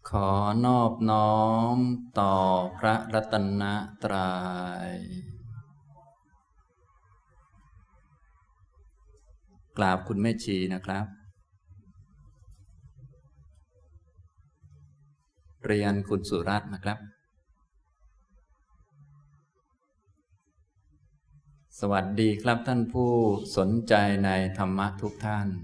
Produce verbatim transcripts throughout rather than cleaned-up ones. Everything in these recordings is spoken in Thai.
ขอนอบน้อมต่อพระรัตนตรัยกราบคุณแม่ชีนะครับเรียนคุณสุรัตน์นะครับสวัสดีครับท่านผู้สนใจในธรรมะทุกท่าน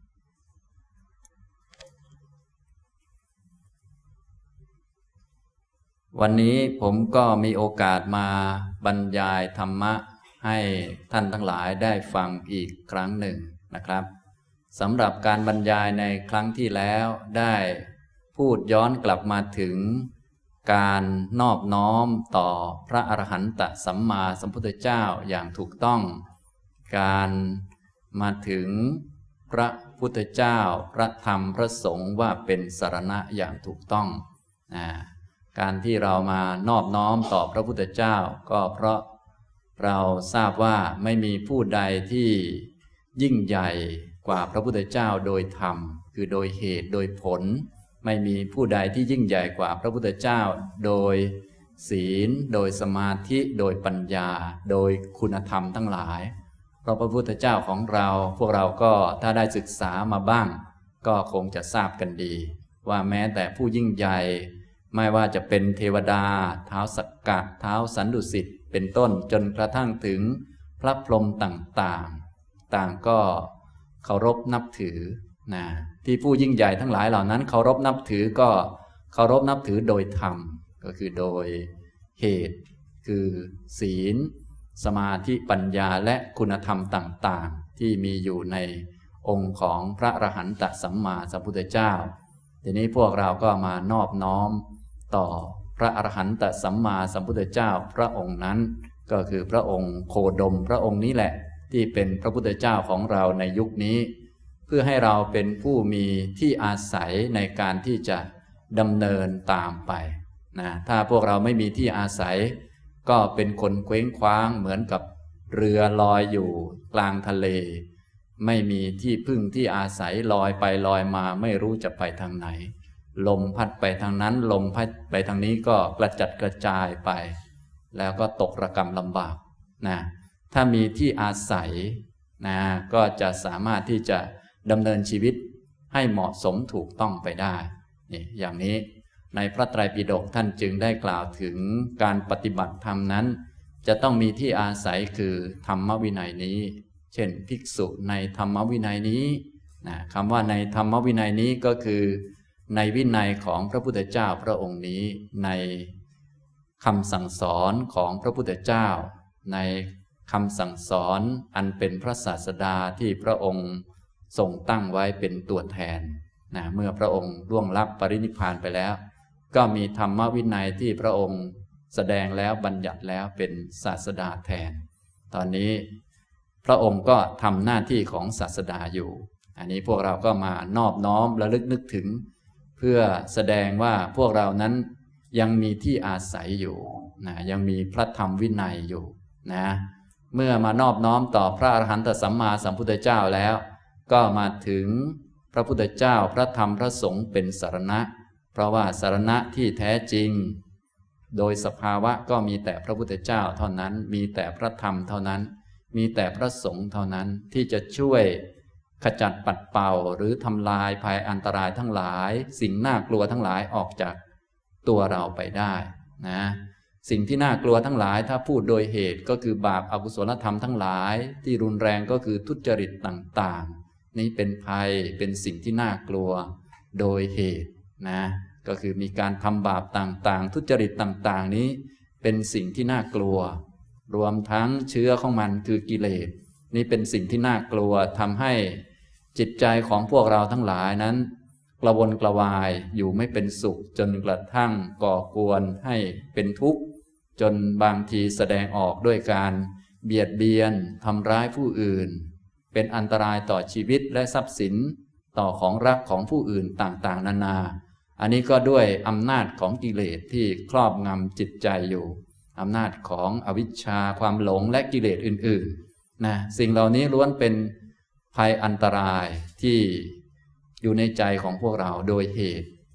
วันนี้ผมก็มีโอกาสมาบรรยายธรรมะให้ท่านทั้งหลายได้ฟังอีกครั้งหนึ่งนะครับสำหรับการบรรยายในครั้งที่แล้วได้พูดย้อนกลับมาถึงการนอบน้อมต่อพระอรหันตสัมมาสัมพุทธเจ้าอย่างถูกต้องการมาถึงพระพุทธเจ้าพระธรรมพระสงฆ์ว่าเป็นสรณะอย่างถูกต้องนะการที่เรามานอบน้อมต่อพระพุทธเจ้าก็เพราะเราทราบว่าไม่มีผู้ใดที่ยิ่งใหญ่กว่าพระพุทธเจ้าโดยธรรมคือโดยเหตุโดยผลไม่มีผู้ใดที่ยิ่งใหญ่กว่าพระพุทธเจ้าโดยศีลโดยสมาธิโดยปัญญาโดยคุณธรรมทั้งหลายเพราะพระพุทธเจ้าของเราพวกเราก็ถ้าได้ศึกษามาบ้างก็คงจะทราบกันดีว่าแม้แต่ผู้ยิ่งใหญ่ไม่ว่าจะเป็นเทวดาท้าวสักกะท้าวสันดุสิตเป็นต้นจนกระทั่งถึงพระพรหมต่างๆต่างก็เคารพนับถือนะที่ผู้ยิ่งใหญ่ทั้งหลายเหล่านั้นเคารพนับถือก็เคารพนับถือโดยธรรมก็คือโดยเหตุคือศีลสมาธิปัญญาและคุณธรรมต่างๆที่มีอยู่ในองค์ของพระอรหันตสัมมาสัมพุทธเจ้าทีนี้พวกเราก็มานอบน้อมต่อพระอรหันตสัมมาสัมพุทธเจ้าพระองค์นั้นก็คือพระองค์โคดมพระองค์นี้แหละที่เป็นพระพุทธเจ้าของเราในยุคนี้เพื่อให้เราเป็นผู้มีที่อาศัยในการที่จะดำเนินตามไปนะถ้าพวกเราไม่มีที่อาศัยก็เป็นคนเคว้งคว้างเหมือนกับเรือลอยอยู่กลางทะเลไม่มีที่พึ่งที่อาศัยลอยไปลอยมาไม่รู้จะไปทางไหนลมพัดไปทางนั้นลมพัดไปทางนี้ก็กระจัดกระจายไปแล้วก็ตกระกำลำบากนะถ้ามีที่อาศัยนะก็จะสามารถที่จะดำเนินชีวิตให้เหมาะสมถูกต้องไปได้นี่อย่างนี้ในพระไตรปิฎกท่านจึงได้กล่าวถึงการปฏิบัติธรรมนั้นจะต้องมีที่อาศัยคือธรรมวินัยนี้เช่นภิกษุในธรรมวินัยนี้นะคำว่าในธรรมวินัยนี้ก็คือในวินัยของพระพุทธเจ้าพระองค์นี้ในคำสั่งสอนของพระพุทธเจ้าในคำสั่งสอนอันเป็นพระศาสดาที่พระองค์ทรงตั้งไว้เป็นตัวแทนนะเมื่อพระองค์ล่วงลับปรินิพพานไปแล้วก็มีธรรมวินัยที่พระองค์แสดงแล้วบัญญัติแล้วเป็นศาสดาแทนตอนนี้พระองค์ก็ทำหน้าที่ของศาสดาอยู่อันนี้พวกเราก็มานอบน้อมระลึกนึกถึงเพื่อแสดงว่าพวกเรานั้นยังมีที่อาศัยอยู่นะยังมีพระธรรมวินัยอยู่นะเมื่อมานอบน้อมต่อพระอรหันตสัมมาสัมพุทธเจ้าแล้วก็มาถึงพระพุทธเจ้าพระธรรมพระสงฆ์เป็นสรณะเพราะว่าสรณะที่แท้จริงโดยสภาวะก็มีแต่พระพุทธเจ้าเท่านั้นมีแต่พระธรรมเท่านั้นมีแต่พระสงฆ์เท่านั้นที่จะช่วยขจัดปัดเป่าหรือทำลายภัยอันตรายทั้งหลายสิ่งน่ากลัวทั้งหลายออกจากตัวเราไปได้นะสิ่งที่น่ากลัวทั้งหลายถ้าพูดโดยเหตุก็คือบาปอกุศลธรรมทั้งหลายที่รุนแรงก็คือทุจริตต่างๆนี้เป็นภัยเป็นสิ่งที่น่ากลัวโดยเหตุนะก็คือมีการทำบาปต่างๆทุจริตต่างๆนี้เป็นสิ่งที่น่ากลัวรวมทั้งเชื้อของมันคือกิเลสนี่เป็นสิ่งที่น่ากลัวทำให้จิตใจของพวกเราทั้งหลายนั้นกระวนกระวายอยู่ไม่เป็นสุขจนกระทั่งก่อกวนให้เป็นทุกข์จนบางทีแสดงออกด้วยการเบียดเบียนทำร้ายผู้อื่นเป็นอันตรายต่อชีวิตและทรัพย์สินต่อของรักของผู้อื่นต่างๆนานาอันนี้ก็ด้วยอำนาจของกิเลสที่ครอบงำจิตใจอยู่อำนาจของอวิชชาความหลงและกิเลสอื่นๆนะสิ่งเหล่านี้ล้วนเป็นภัยอันตรายที่อยู่ในใจของพวกเราโดยเหตุ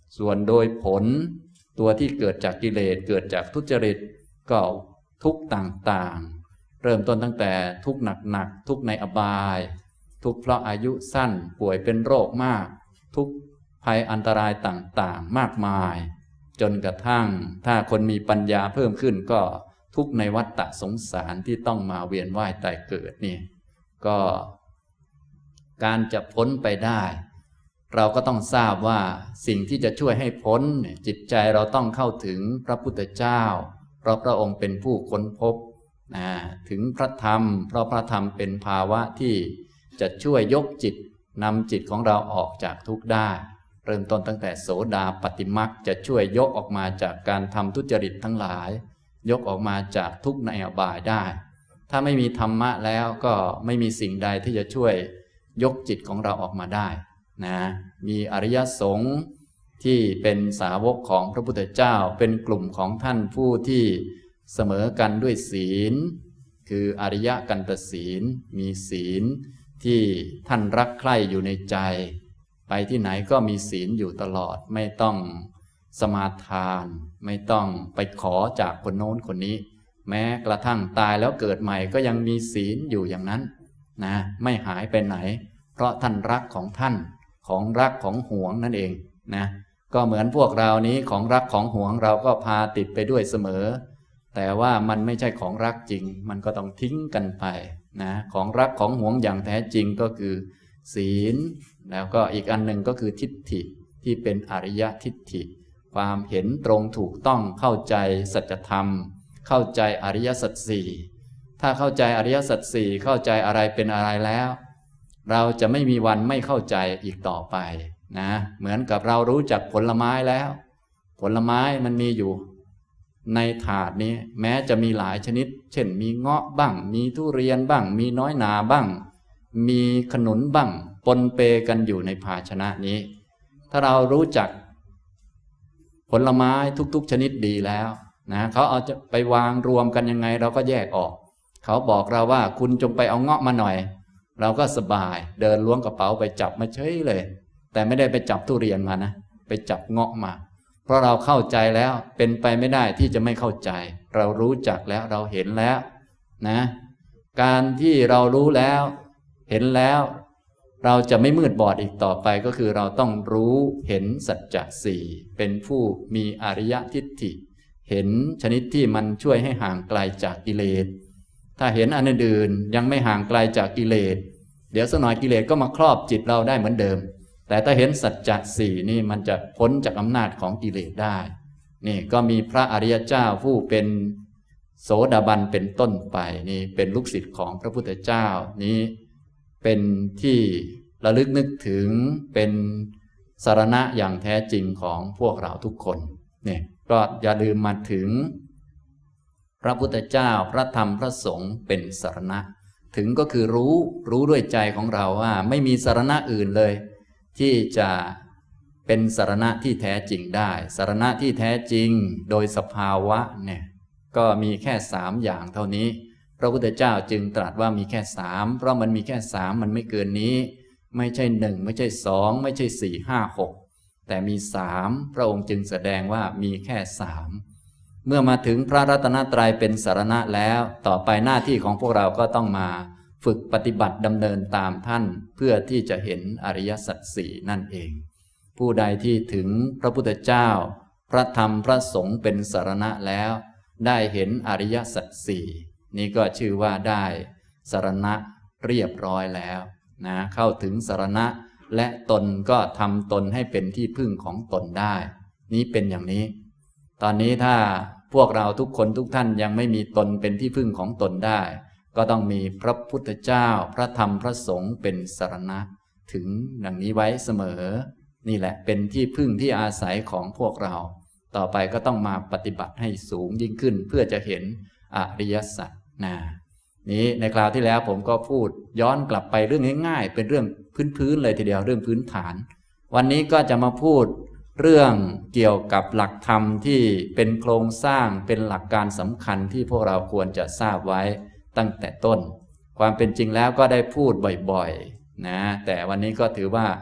ส่วนโดยผลตัวที่เกิดจากกิเลสเกิดจากทุจริตก็ทุกข์ต่างๆเริ่มต้นตั้งแต่ทุกข์หนักๆทุกข์ในอบายทุกข์เพราะอายุสั้นป่วยเป็นโรคมากทุกข์ภัยอันตรายต่างๆมากมายจนกระทั่งถ้าคนมีปัญญาเพิ่มขึ้นก็ทุกข์ในวัฏฏะสงสารที่ต้องมาเวียนว่ายตายเกิดนี่ก็การจะพ้นไปได้เราก็ต้องทราบว่าสิ่งที่จะช่วยให้พ้นจิตใจเราต้องเข้าถึงพระพุทธเจ้าเพราะพระองค์เป็นผู้ค้นพบนะถึงพระธรรมเพราะพระธรรมเป็นภาวะที่จะช่วยยกจิตนำจิตของเราออกจากทุกข์ได้เริ่มต้นตั้งแต่โสดาปัตติมรรคจะช่วยยกออกมาจากการทำทุจริตทั้งหลายยกออกมาจากทุกข์ในอบายได้ถ้าไม่มีธรรมะแล้วก็ไม่มีสิ่งใดที่จะช่วยยกจิตของเราออกมาได้นะมีอริยสงฆ์ที่เป็นสาวกของพระพุทธเจ้าเป็นกลุ่มของท่านผู้ที่เสมอกันด้วยศีลคืออริยกันตศีลมีศีลที่ท่านรักใคร่อยู่ในใจไปที่ไหนก็มีศีลอยู่ตลอดไม่ต้องสมาทานไม่ต้องไปขอจากคนโน้นคนนี้แม้กระทั่งตายแล้วเกิดใหม่ก็ยังมีศีลอยู่อย่างนั้นนะไม่หายไปไหนเพราะท่านรักของท่านของรักของหวงนั่นเองนะก็เหมือนพวกเรานี้ของรักของหวงเราก็พาติดไปด้วยเสมอแต่ว่ามันไม่ใช่ของรักจริงมันก็ต้องทิ้งกันไปนะของรักของหวงอย่างแท้จริงก็คือศีลแล้วก็อีกอันหนึ่งก็คือทิฏฐิที่เป็นอริยทิฏฐิความเห็นตรงถูกต้องเข้าใจสัจธรรมเข้าใจอริยสัจสี่ถ้าเข้าใจอริยสัจสี่เข้าใจอะไรเป็นอะไรแล้วเราจะไม่มีวันไม่เข้าใจอีกต่อไปนะเหมือนกับเรารู้จักผลไม้แล้วผลไม้มันมีอยู่ในถาดนี้แม้จะมีหลายชนิดเช่นมีเงาะบ้างมีทุเรียนบ้างมีน้อยหนาบ้างมีขนุนบ้างปนเปกันอยู่ในภาชนะนี้ถ้าเรารู้จักผลไม้ทุกๆชนิดดีแล้วนะเขาเอาจะไปวางรวมกันยังไงเราก็แยกออกเขาบอกเราว่าคุณจงไปเอาเงาะมาหน่อยเราก็สบายเดินล้วงกระเป๋าไปจับมาเฉยเลยแต่ไม่ได้ไปจับทุเรียนมานะไปจับเงาะมาเพราะเราเข้าใจแล้วเป็นไปไม่ได้ที่จะไม่เข้าใจเรารู้จักแล้วเราเห็นแล้วนะการที่เรารู้แล้วเห็นแล้วเราจะไม่มืดบอดอีกต่อไปก็คือเราต้องรู้เห็นสัจจะสี่เป็นผู้มีอริยทิฏฐิเห็นชนิดที่มันช่วยให้ห่างไกลจากกิเลสถ้าเห็นอันอื่นๆยังไม่ห่างไกลจากกิเลสเดี๋ยวสักหน่อยกิเลสก็มาครอบจิตเราได้เหมือนเดิมแต่ถ้าเห็นสัจจะสี่นี่มันจะพ้นจากอำนาจของกิเลสได้นี่ก็มีพระอริยเจ้าผู้เป็นโสดาบันเป็นต้นไปนี่เป็นลูกศิษย์ของพระพุทธเจ้านี้เป็นที่ระลึกนึกถึงเป็นสรณะอย่างแท้จริงของพวกเราทุกคนเนี่ยก็อย่าลืมมาถึงพระพุทธเจ้าพระธรรมพระสงฆ์เป็นสรณะถึงก็คือรู้รู้ด้วยใจของเราว่าไม่มีสรณะอื่นเลยที่จะเป็นสรณะที่แท้จริงได้สรณะที่แท้จริงโดยสภาวะเนี่ยก็มีแค่สามอย่างเท่านี้พระพุทธเจ้าจึงตรัสว่ามีแค่สามเพราะมันมีแค่สามมันไม่เกินนี้ไม่ใช่หนึ่งไม่ใช่สองไม่ใช่สี่ห้าหกแต่มีสามพระองค์จึงแสดงว่ามีแค่สามเมื่อมาถึงพระรัตนตรัยเป็นสรณะแล้วต่อไปหน้าที่ของพวกเราก็ต้องมาฝึกปฏิบัติดำเนินตามท่านเพื่อที่จะเห็นอริยสัจสี่นั่นเองผู้ใดที่ถึงพระพุทธเจ้าพระธรรมพระสงฆ์เป็นสรณะแล้วได้เห็นอริยสัจสี่นี่ก็ชื่อว่าได้สรณะเรียบร้อยแล้วนะเข้าถึงสรณะและตนก็ทำตนให้เป็นที่พึ่งของตนได้นี้เป็นอย่างนี้ตอนนี้ถ้าพวกเราทุกคนทุกท่านยังไม่มีตนเป็นที่พึ่งของตนได้ก็ต้องมีพระพุทธเจ้าพระธรรมพระสงฆ์เป็นสรณะถึงดังนี้ไว้เสมอนี่แหละเป็นที่พึ่งที่อาศัยของพวกเราต่อไปก็ต้องมาปฏิบัติให้สูงยิ่งขึ้นเพื่อจะเห็นอริยสัจนะนี้ในคราวที่แล้วผมก็พูดย้อนกลับไปเรื่องง่ายๆเป็นเรื่องพื้นๆเลยทีเดียวเรื่องพื้นฐานวันนี้ก็จะมาพูดเรื่องเกี่ยวกับหลักธรรมที่เป็นโครงสร้างเป็นหลักการสำคัญที่พวกเราควรจะทราบไว้ตั้งแต่ต้นความเป็นจริงแล้วก็ได้พูดบ่อยๆนะแต่วันนี้ก็ถือว่า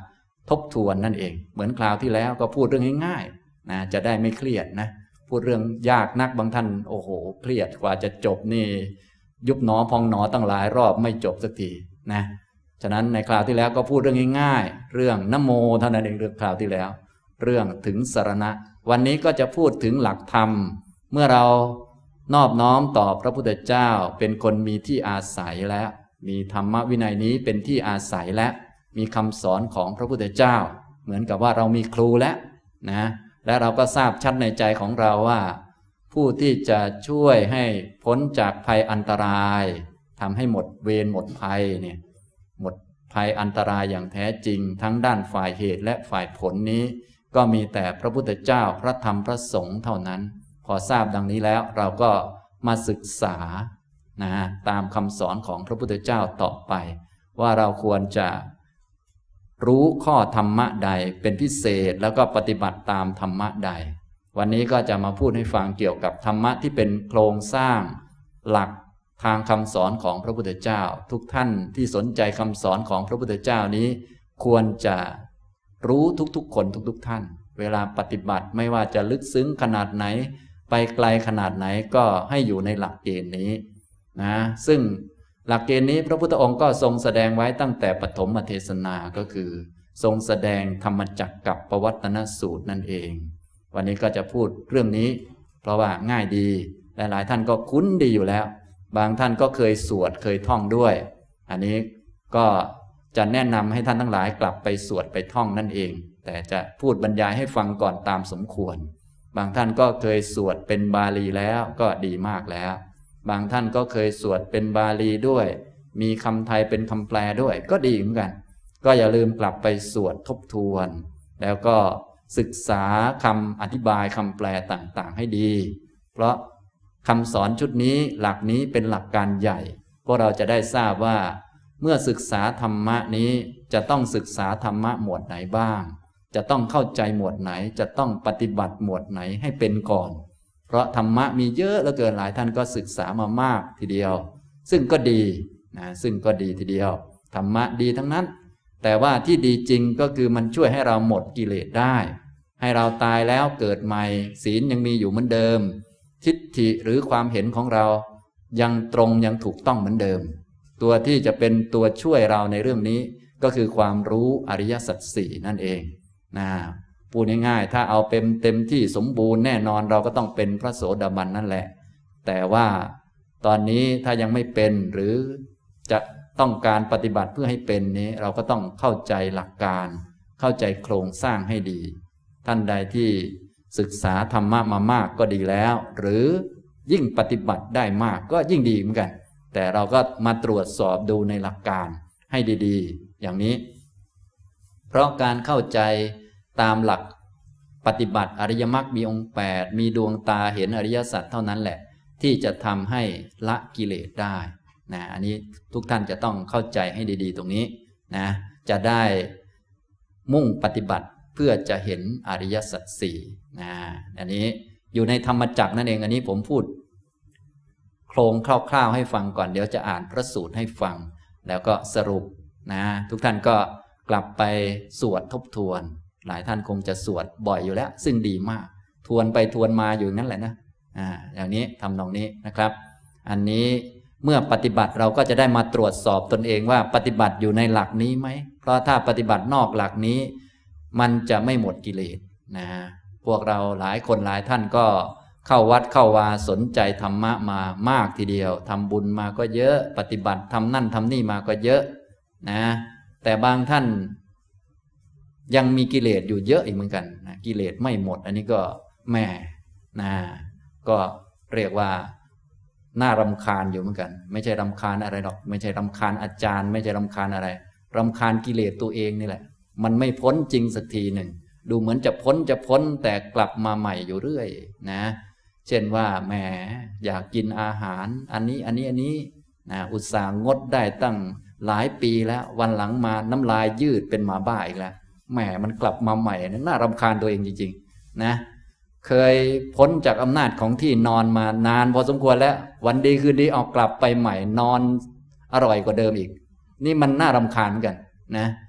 ทบทวนนั่นเองเหมือนคราวที่แล้วก็พูดเรื่องง่ายๆนะจะได้ไม่เครียดนะพูดเรื่องยากนักบางท่านโอ้โหเครียดกว่าจะจบนี่ยุบหนอพองหนอตั้งหลายรอบไม่จบสักทีนะฉะนั้นในคราวที่แล้วก็พูดเรื่องง่ายๆเรื่องนะโมเท่านั้นเองเรื่องคราวที่แล้วเรื่องถึงสรณะวันนี้ก็จะพูดถึงหลักธรรมเมื่อเรานอบน้อมต่อพระพุทธเจ้าเป็นคนมีที่อาศัยแล้วมีธรรมวินัยนี้เป็นที่อาศัยและมีคำสอนของพระพุทธเจ้าเหมือนกับว่าเรามีครูแล้วนะและเราก็ทราบชัดในใจของเราว่าผู้ที่จะช่วยให้พ้นจากภัยอันตรายทำให้หมดเวรหมดภัยเนี่ยหมดภัยอันตรายอย่างแท้จริงทั้งด้านฝ่ายเหตุและฝ่ายผลนี้ก็มีแต่พระพุทธเจ้าพระธรรมพระสงฆ์เท่านั้นพอทราบดังนี้แล้วเราก็มาศึกษานะตามคำสอนของพระพุทธเจ้าต่อไปว่าเราควรจะรู้ข้อธรรมะใดเป็นพิเศษแล้วก็ปฏิบัติตามธรรมะใดวันนี้ก็จะมาพูดให้ฟังเกี่ยวกับธรรมะที่เป็นโครงสร้างหลักทางคำสอนของพระพุทธเจ้าทุกท่านที่สนใจคำสอนของพระพุทธเจ้านี้ควรจะรู้ทุกๆคนทุกๆท่านเวลาปฏิบัติไม่ว่าจะลึกซึ้งขนาดไหนไปไกลขนาดไหนก็ให้อยู่ในหลักเกณฑ์นี้นะซึ่งหลักเกณฑ์นี้พระพุทธองค์ก็ทรงแสดงไว้ตั้งแต่ปฐมเทศนาก็คือทรงแสดงธรรมจักรกับปวัตตนสูตรนั่นเองวันนี้ก็จะพูดเรื่องนี้เพราะว่าง่ายดีหลายๆท่านก็คุ้นดีอยู่แล้วบางท่านก็เคยสวดเคยท่องด้วยอันนี้ก็จะแนะนำให้ท่านทั้งหลายกลับไปสวดไปท่องนั่นเองแต่จะพูดบรรยายให้ฟังก่อนตามสมควรบางท่านก็เคยสวดเป็นบาลีแล้วก็ดีมากแล้วบางท่านก็เคยสวดเป็นบาลีด้วยมีคำไทยเป็นคำแปลด้วยก็ดีเหมือนกันก็อย่าลืมกลับไปสวดทบทวนแล้วก็ศึกษาคำอธิบายคำแปลต่างๆให้ดีเพราะคำสอนชุดนี้หลักนี้เป็นหลักการใหญ่พวกเราจะได้ทราบว่าเมื่อศึกษาธรรมะนี้จะต้องศึกษาธรรมะหมวดไหนบ้างจะต้องเข้าใจหมวดไหนจะต้องปฏิบัติหมวดไหนให้เป็นก่อนเพราะธรรมะมีเยอะเหลือเกินหลายท่านก็ศึกษามามากทีเดียวซึ่งก็ดีนะซึ่งก็ดีทีเดียวธรรมะดีทั้งนั้นแต่ว่าที่ดีจริงก็คือมันช่วยให้เราหมดกิเลสได้ให้เราตายแล้วเกิดใหม่ศีลยังมีอยู่เหมือนเดิมทิฏฐิหรือความเห็นของเรายังตรงยังถูกต้องเหมือนเดิมตัวที่จะเป็นตัวช่วยเราในเรื่องนี้ก็คือความรู้อริยสัจสี่นั่นเองนะพูดง่ายๆถ้าเอาเป็นเต็มที่สมบูรณ์แน่นอนเราก็ต้องเป็นพระโสดาบันนั่นแหละแต่ว่าตอนนี้ถ้ายังไม่เป็นหรือจะต้องการปฏิบัติเพื่อให้เป็นนี้เราก็ต้องเข้าใจหลักการเข้าใจโครงสร้างให้ดีท่านใดที่ศึกษาธรรมะมามากก็ดีแล้วหรือยิ่งปฏิบัติได้มากก็ยิ่งดีเหมือนกันแต่เราก็มาตรวจสอบดูในหลักการให้ดีๆอย่างนี้เพราะการเข้าใจตามหลักปฏิบัติอริยมรรคมีองค์แปดมีดวงตาเห็นอริยสัจเท่านั้นแหละที่จะทำให้ละกิเลสได้นะอันนี้ทุกท่านจะต้องเข้าใจให้ดีๆตรงนี้นะจะได้มุ่งปฏิบัติเพื่อจะเห็นอริยสัจสี่นะอันนี้อยู่ในธรรมจักรนั่นเองอันนี้ผมพูดโครงคร่าวๆให้ฟังก่อนเดี๋ยวจะอ่านพระสูตรให้ฟังแล้วก็สรุปนะทุกท่านก็กลับไปสวดทบทวนหลายท่านคงจะสวดบ่อยอยู่แล้วซึ่งดีมากทวนไปทวนมาอยู่นั่นแหละนะอ่าอย่างนี้ทำนองนี้นะครับอันนี้เมื่อปฏิบัติเราก็จะได้มาตรวจสอบตนเองว่าปฏิบัติอยู่ในหลักนี้ไหมเพราะถ้าปฏิบัตินอกหลักนี้มันจะไม่หมดกิเลสนะพวกเราหลายคนหลายท่านก็เข้าวัดเข้าวาสนใจธรรมะมามากทีเดียวทำบุญมาก็เยอะปฏิบัติทำนั่นทำนี่มาก็เยอะนะแต่บางท่านยังมีกิเลสอยู่เยอะอีกเหมือนกันนะกิเลสไม่หมดอันนี้ก็แม่นะก็เรียกว่าน่ารำคาญอยู่เหมือนกันไม่ใช่รำคาญอะไรหรอกไม่ใช่รำคาญอาจารย์ไม่ใช่รำคาญอะไรรำคาญกิเลสตัวเองนี่แหละมันไม่พ้นจริงสักทีหนึ่งดูเหมือนจะพ้นจะพ้นแต่กลับมาใหม่อยู่เรื่อยนะเช่นว่าแหมอยากกินอาหารอันนี้อันนี้อันนี้นะอุตส่าห์งดได้ตั้งหลายปีแล้ววันหลังมาน้ำลายยืดเป็นหมาบ้าอีกแล้วแหมมันกลับมาใหม่น่ารำคาญตัวเองจริงๆนะเคยพ้นจากอำนาจของที่นอนมานานพอสมควรแล้ววันดีคืนดีออกกลับไปใหม่นอนอร่อยกว่าเดิมอีกนี่มันน่ารำคาญเหมือนกันนะ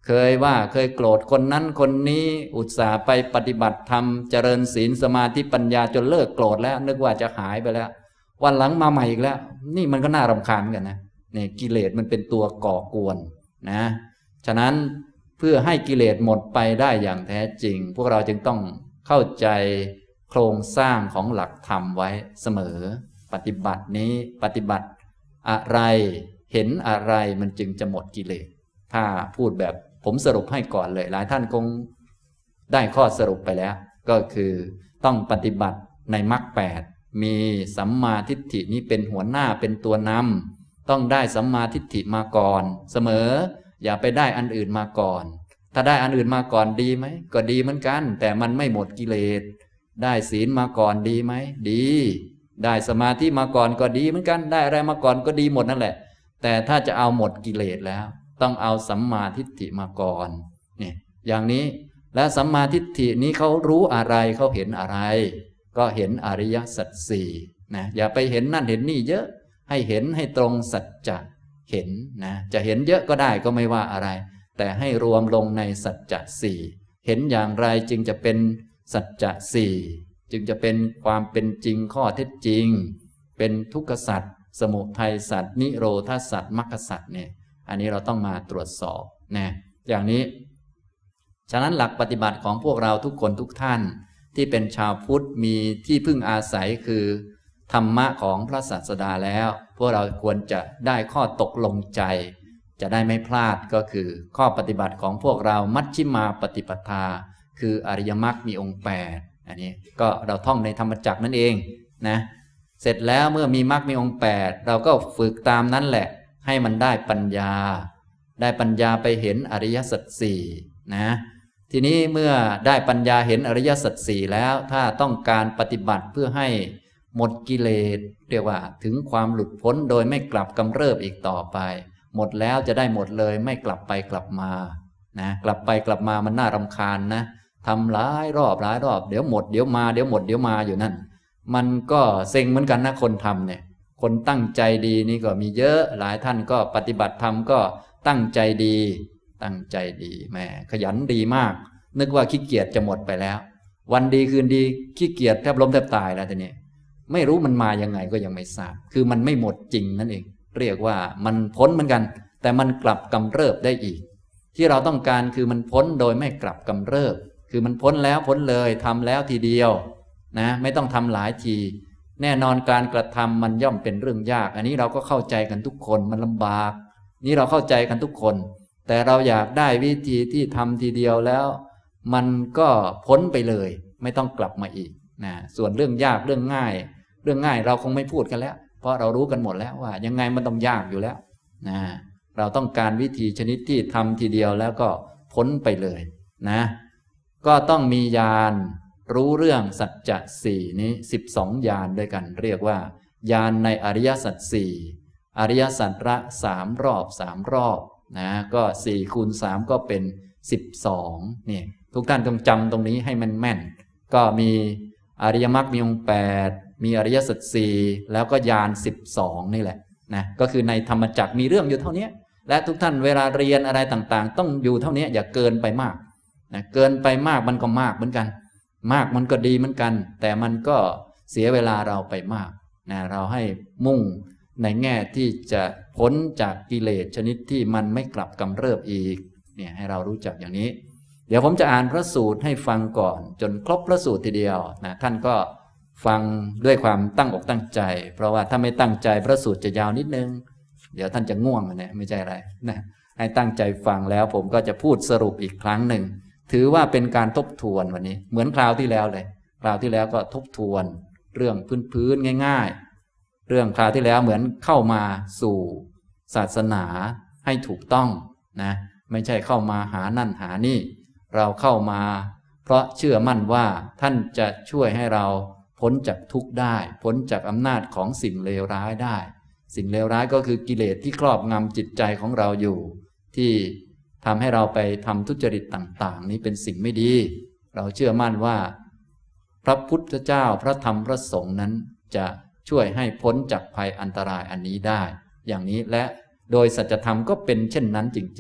เคยว่าเคยโกรธคนนั้นคนนี้อุตส่าห์ไปปฏิบัติธรรมเจริญศีลสมาธิปัญญาจนเลิกโกรธแล้วนึกว่าจะหายไปแล้ววันหลังมาใหม่อีกแล้วนี่มันก็น่ารำคาญกันนะนี่กิเลสมันเป็นตัวก่อกวนนะฉะนั้นเพื่อให้กิเลสหมดไปได้อย่างแท้จริงพวกเราจึงต้องเข้าใจโครงสร้างของหลักธรรมไว้เสมอปฏิบัตินี้ปฏิบัติอะไรเห็นอะไรมันจึงจะหมดกิเลสถ้าพูดแบบผมสรุปให้ก่อนเลยหลายท่านคงได้ข้อสรุปไปแล้วก็คือต้องปฏิบัติในมรรคแปดมีสัมมาทิฏฐินี้เป็นหัวหน้าเป็นตัวนำต้องได้สัมมาทิฏฐิมาก่อนเสมออย่าไปได้อันอื่นมาก่อนถ้าได้อันอื่นมาก่อนดีไหมก็ดีเหมือนกันแต่มันไม่หมดกิเลสได้ศีลมาก่อนดีไหมดีได้สมาธิมาก่อนก็ดีเหมือนกันได้อะไรมาก่อนก็ดีหมดนั่นแหละแต่ถ้าจะเอาหมดกิเลสแล้วต้องเอาสัมมาทิฏฐิมาก่อนนี่อย่างนี้และสัมมาทิฏฐินี้เขารู้อะไรเขาเห็นอะไรก็เห็นอริยสัจสี่นะอย่าไปเห็นนั่นเห็นนี่เยอะให้เห็นให้ตรงสัจจะเห็นนะจะเห็นเยอะก็ได้ก็ไม่ว่าอะไรแต่ให้รวมลงในสัจจะสี่เห็นอย่างไรจึงจะเป็นสัจจะสี่จึงจะเป็นความเป็นจริงข้อเท็จจริงเป็นทุกขสัจสมุทัยสัจนิโรธาสัจมรรคสัจเนี่ยอันนี้เราต้องมาตรวจสอบนะอย่างนี้ฉะนั้นหลักปฏิบัติของพวกเราทุกคนทุกท่านที่เป็นชาวพุทธมีที่พึ่งอาศัยคือธรรมะของพระศาสดาแล้วพวกเราควรจะได้ข้อตกลงใจจะได้ไม่พลาดก็คือข้อปฏิบัติของพวกเรามัชฌิมาปฏิปทาคืออริยมรรคมีองค์แปดอันนี้ก็เราท่องในธรรมจักรนั่นเองนะเสร็จแล้วเมื่อมีมรรคมีองค์แปดเราก็ฝึกตามนั้นแหละให้มันได้ปัญญาได้ปัญญาไปเห็นอริยสัจสี่นะทีนี้เมื่อได้ปัญญาเห็นอริยสัจสี่แล้วถ้าต้องการปฏิบัติเพื่อให้หมดกิเลสเรียกว่าถึงความหลุดพ้นโดยไม่กลับกำเริบอีกต่อไปหมดแล้วจะได้หมดเลยไม่กลับไปกลับมานะกลับไปกลับมามันน่ารำคาญนะทำหลายรอบหลายรอบเดี๋ยวหมดเดี๋ยวมาเดี๋ยวหมดเดี๋ยวมาอยู่นั่นมันก็เซ็งเหมือนกันนะคนทำเนี่ยคนตั้งใจดีนี่ก็มีเยอะหลายท่านก็ปฏิบัติธรรมก็ตั้งใจดีตั้งใจดีแหมขยันดีมากนึกว่าขี้เกียจจะหมดไปแล้ววันดีคืนดีขี้เกียจแทบล้มแทบตายแล้วทีนี้ไม่รู้มันมายังไงก็ยังไม่ทราบคือมันไม่หมดจริงนั่นเองเรียกว่ามันพ้นเหมือนกันแต่มันกลับกำเริบได้อีกที่เราต้องการคือมันพ้นโดยไม่กลับกำเริบคือมันพ้นแล้วพ้นเลยทำแล้วทีเดียวนะไม่ต้องทำหลายทีแน่นอนการกระทำมันย่อมเป็นเรื่องยากอันนี้เราก็เข้าใจกันทุกคนมันลำบากนี่เราเข้าใจกันทุกคนแต่เราอยากได้วิธีที่ทำทีเดียวแล้วมันก็พ้นไปเลยไม่ต้องกลับมาอีกนะส่วนเรื่องยากเรื่องง่ายเรื่องง่ายเราคงไม่พูดกันแล้วเพราะเรารู้กันหมดแล้วว่ายังไงมันต้องยากอยู่แล้วนะเราต้องการวิธีชนิดที่ทำทีเดียวแล้วก็พ้นไปเลยนะก็ต้องมีญาณรู้เรื่องสัจจะสี่นี้สิบสองญาณด้วยกันเรียกว่าญาณในอริยสัจสี่อริยสัจละสามรอบสามรอบนะก็สี่คูณสามก็เป็นสิบสองนี่ทุกท่านต้องจำตรงนี้ให้มันแม่นก็มีอริยมรรคมีองค์แปดมีอริยสัจสี่แล้วก็ญาณสิบสองนี่แหละนะก็คือในธรรมจักรมีเรื่องอยู่เท่านี้และทุกท่านเวลาเรียนอะไรต่างๆต้องอยู่เท่านี้อย่าเกินไปมากนะเกินไปมากมันก็มากเหมือนกันมากมันก็ดีเหมือนกันแต่มันก็เสียเวลาเราไปมากนะเราให้มุ่งในแง่ที่จะพ้นจากกิเลสชนิดที่มันไม่กลับกำเริบอีกเนี่ยให้เรารู้จักอย่างนี้เดี๋ยวผมจะอ่านพระสูตรให้ฟังก่อนจนครบพระสูตรทีเดียวนะท่านก็ฟังด้วยความตั้งอกตั้งใจเพราะว่าถ้าไม่ตั้งใจพระสูตรจะยาวนิดนึงเดี๋ยวท่านจะง่วงนะไม่ใช่อะไรนะให้ตั้งใจฟังแล้วผมก็จะพูดสรุปอีกครั้งหนึ่งถือว่าเป็นการทบทวนวันนี้เหมือนคราวที่แล้วเลยคราวที่แล้วก็ทบทวนเรื่องพื้นๆง่ายๆเรื่องคราวที่แล้วเหมือนเข้ามาสู่ศาสนาให้ถูกต้องนะไม่ใช่เข้ามาหานั่นหานี่เราเข้ามาเพราะเชื่อมั่นว่าท่านจะช่วยให้เราพ้นจากทุกข์ได้พ้นจากอำนาจของสิ่งเลวร้ายได้สิ่งเลวร้ายก็คือกิเลสที่ครอบงำจิตใจของเราอยู่ที่ทำให้เราไปทำทุจริตต่างๆนี้เป็นสิ่งไม่ดีเราเชื่อมั่นว่าพระพุทธเจ้าพระธรรมพระสงฆ์นั้นจะช่วยให้พ้นจากภัยอันตรายอันนี้ได้อย่างนี้และโดยสัจธรรมก็เป็นเช่นนั้นจริงๆ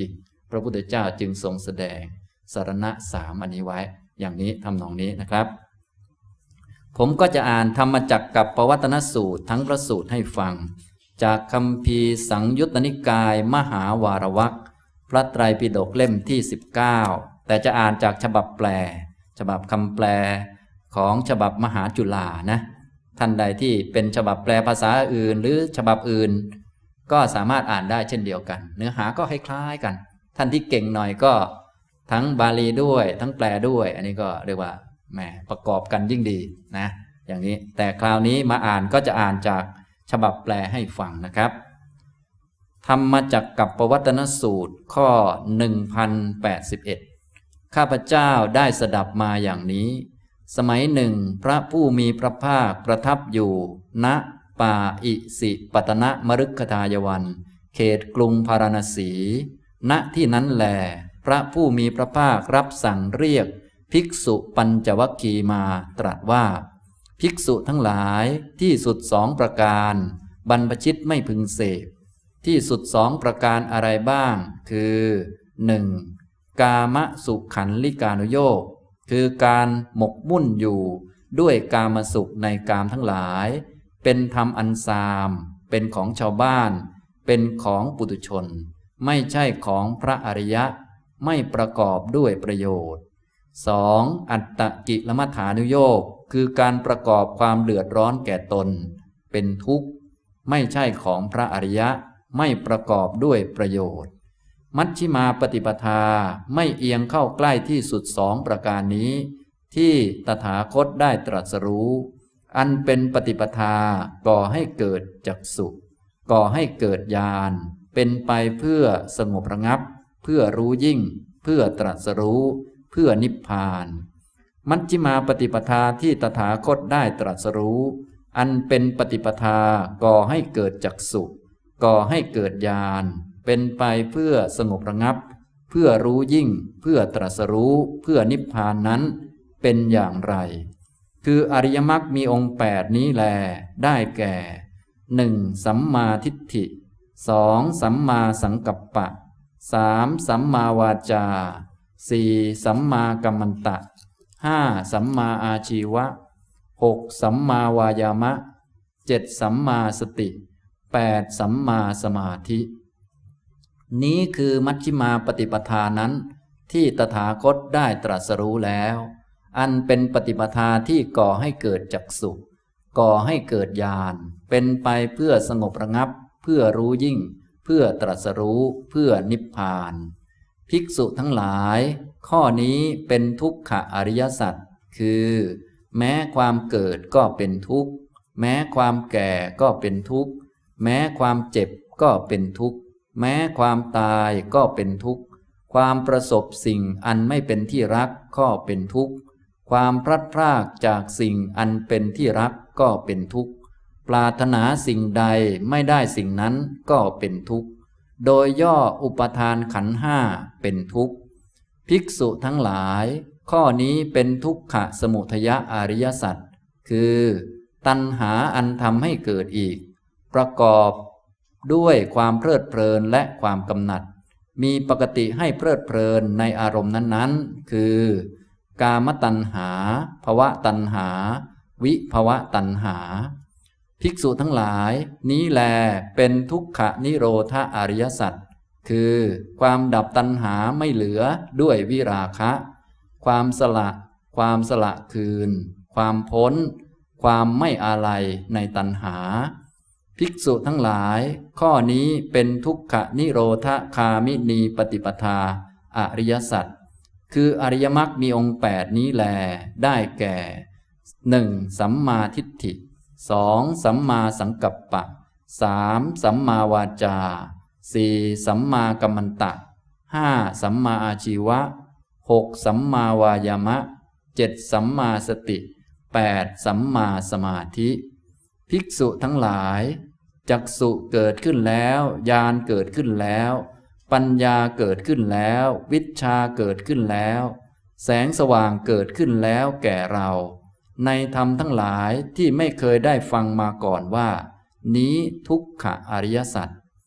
พระพุทธเจ้าจึงทรงแสดงสรณะสามอันนี้ไว้อย่างนี้ทำนองนี้นะครับผมก็จะอ่านธรรมจักรกับปวัตตนสูตรทั้งพระสูตรให้ฟังจากคัมภีร์สังยุตตนิกายมหาวารวรรคพระไตรปิฎกเล่มที่สิบเก้าแต่จะอ่านจากฉบับแปลฉบับคำแปลของฉบับมหาจุฬานะท่านใดที่เป็นฉบับแปลภาษาอื่นหรือฉบับอื่นก็สามารถอ่านได้เช่นเดียวกันเนื้อหาก็คล้ายๆกันท่านที่เก่งหน่อยก็ทั้งบาลีด้วยทั้งแปลด้วยอันนี้ก็เรียกว่าแหมประกอบกันยิ่งดีนะอย่างนี้แต่คราวนี้มาอ่านก็จะอ่านจากฉบับแปลให้ฟังนะครับธรรมจักรกับปวัตตนสูตรข้อหนึ่งพันแปดสิบเอ็ดข้าพเจ้าได้สดับมาอย่างนี้สมัยหนึ่งพระผู้มีพระภาคประทับอยู่ณป่าอิสิปตนมฤคทายวันเขตกรุงพาราณสีณที่นั้นแลพระผู้มีพระภาครับสั่งเรียกภิกษุปัญจวัคคีย์มาตรัสว่าภิกษุทั้งหลายที่สุดสองประการบรรพชิตไม่พึงเสพที่สุดสองประการอะไรบ้างคือหนึ่งกามสุขันลิกานุโยคคือการหมกมุ่นอยู่ด้วยกามสุขในกามทั้งหลายเป็นธรรมอันซามเป็นของชาวบ้านเป็นของปุถุชนไม่ใช่ของพระอริยะไม่ประกอบด้วยประโยชน์สองอัตตกิลมัฏฐานุโยคคือการประกอบความเดือดร้อนแก่ตนเป็นทุกข์ไม่ใช่ของพระอริยะไม่ประกอบด้วยประโยชน์มัชฌิมาปฏิปทาไม่เอียงเข้าใกล้ที่สุดสองประการนี้ที่ตถาคตได้ตรัสรู้อันเป็นปฏิปทาก่อให้เกิดจักษุก่อให้เกิดญาณเป็นไปเพื่อสงบระงับเพื่อรู้ยิ่งเพื่อตรัสรู้เพื่อนิพพานมัชฌิมาปฏิปทาที่ตถาคตได้ตรัสรู้อันเป็นปฏิปทาก่อให้เกิดจักษุก่อให้เกิดญาณเป็นไปเพื่อสงบระงับเพื่อรู้ยิ่งเพื่อตรัสรู้เพื่อนิพพานนั้นเป็นอย่างไรคืออริยมรรคมีองค์แปดนี้แลได้แก่หนึ่งสัมมาทิฏฐิสองสัมมาสังกัปปะสามสัมมาวาจาสี่สัมมากัมมันตะห้าสัมมาอาชีวะหกสัมมาวายามะเจ็ดสัมมาสติแปดสัมมาสมาธินี้คือมัชฌิมาปฏิปทานั้นที่ตถาคตได้ตรัสรู้แล้วอันเป็นปฏิปทาที่ก่อให้เกิดจักษุก่อให้เกิดญาณเป็นไปเพื่อสงบระงับเพื่อรู้ยิ่งเพื่อตรัสรู้เพื่อนิพพานภิกษุทั้งหลายข้อนี้เป็นทุกขอริยสัจคือแม้ความเกิดก็เป็นทุกข์แม้ความแก่ก็เป็นทุกข์แม้ความเจ็บก็เป็นทุกข์แม้ความตายก็เป็นทุกข์ความประสบสิ่งอันไม่เป็นที่รักก็เป็นทุกข์ความพลัดพรากจากสิ่งอันเป็นที่รักก็เป็นทุกข์ปรารถนาสิ่งใดไม่ได้สิ่งนั้นก็เป็นทุกข์โดยย่ออุปทานขันธ์ห้าเป็นทุกข์ภิกษุทั้งหลายข้อนี้เป็นทุกขสมุทยอริยสัจคือตัณหาอันทำให้เกิดอีกประกอบด้วยความเพลิดเพลินและความกำหนัดมีปกติให้เพลิดเพลินในอารมณ์นั้นๆคือกามตัณหาภวตัณหาวิภวตัณหาภิกษุทั้งหลายนี้แลเป็นทุกขนิโรธอริยสัจคือความดับตัณหาไม่เหลือด้วยวิราคะความสละความสละคืนความพ้นความไม่อาลัยในตัณหาภิกษุทั้งหลายข้อนี้เป็นทุกขนิโรธคามินีปฏิปทาอริยสัจคืออริยมรรคมีองค์แปดนี้แลได้แก่หนึ่งสัมมาทิฏฐิสองสัมมาสังกัปปะสามสัมมาวาจาสี่สัมมากัมมันตะห้าสัมมาอาชีวะหกสัมมาวายามะเจ็ดสัมมาสติแปดสัมมาสมาธิภิกษุทั้งหลายจักษุเกิดขึ้นแล้วญาณเกิดขึ้นแล้วปัญญาเกิดขึ้นแล้ววิชชาเกิดขึ้นแล้วแสงสว่างเกิดขึ้นแล้วแก่เราในธรรมทั้งหลายที่ไม่เคยได้ฟังมาก่อนว่านี้ทุกขอริยสัจ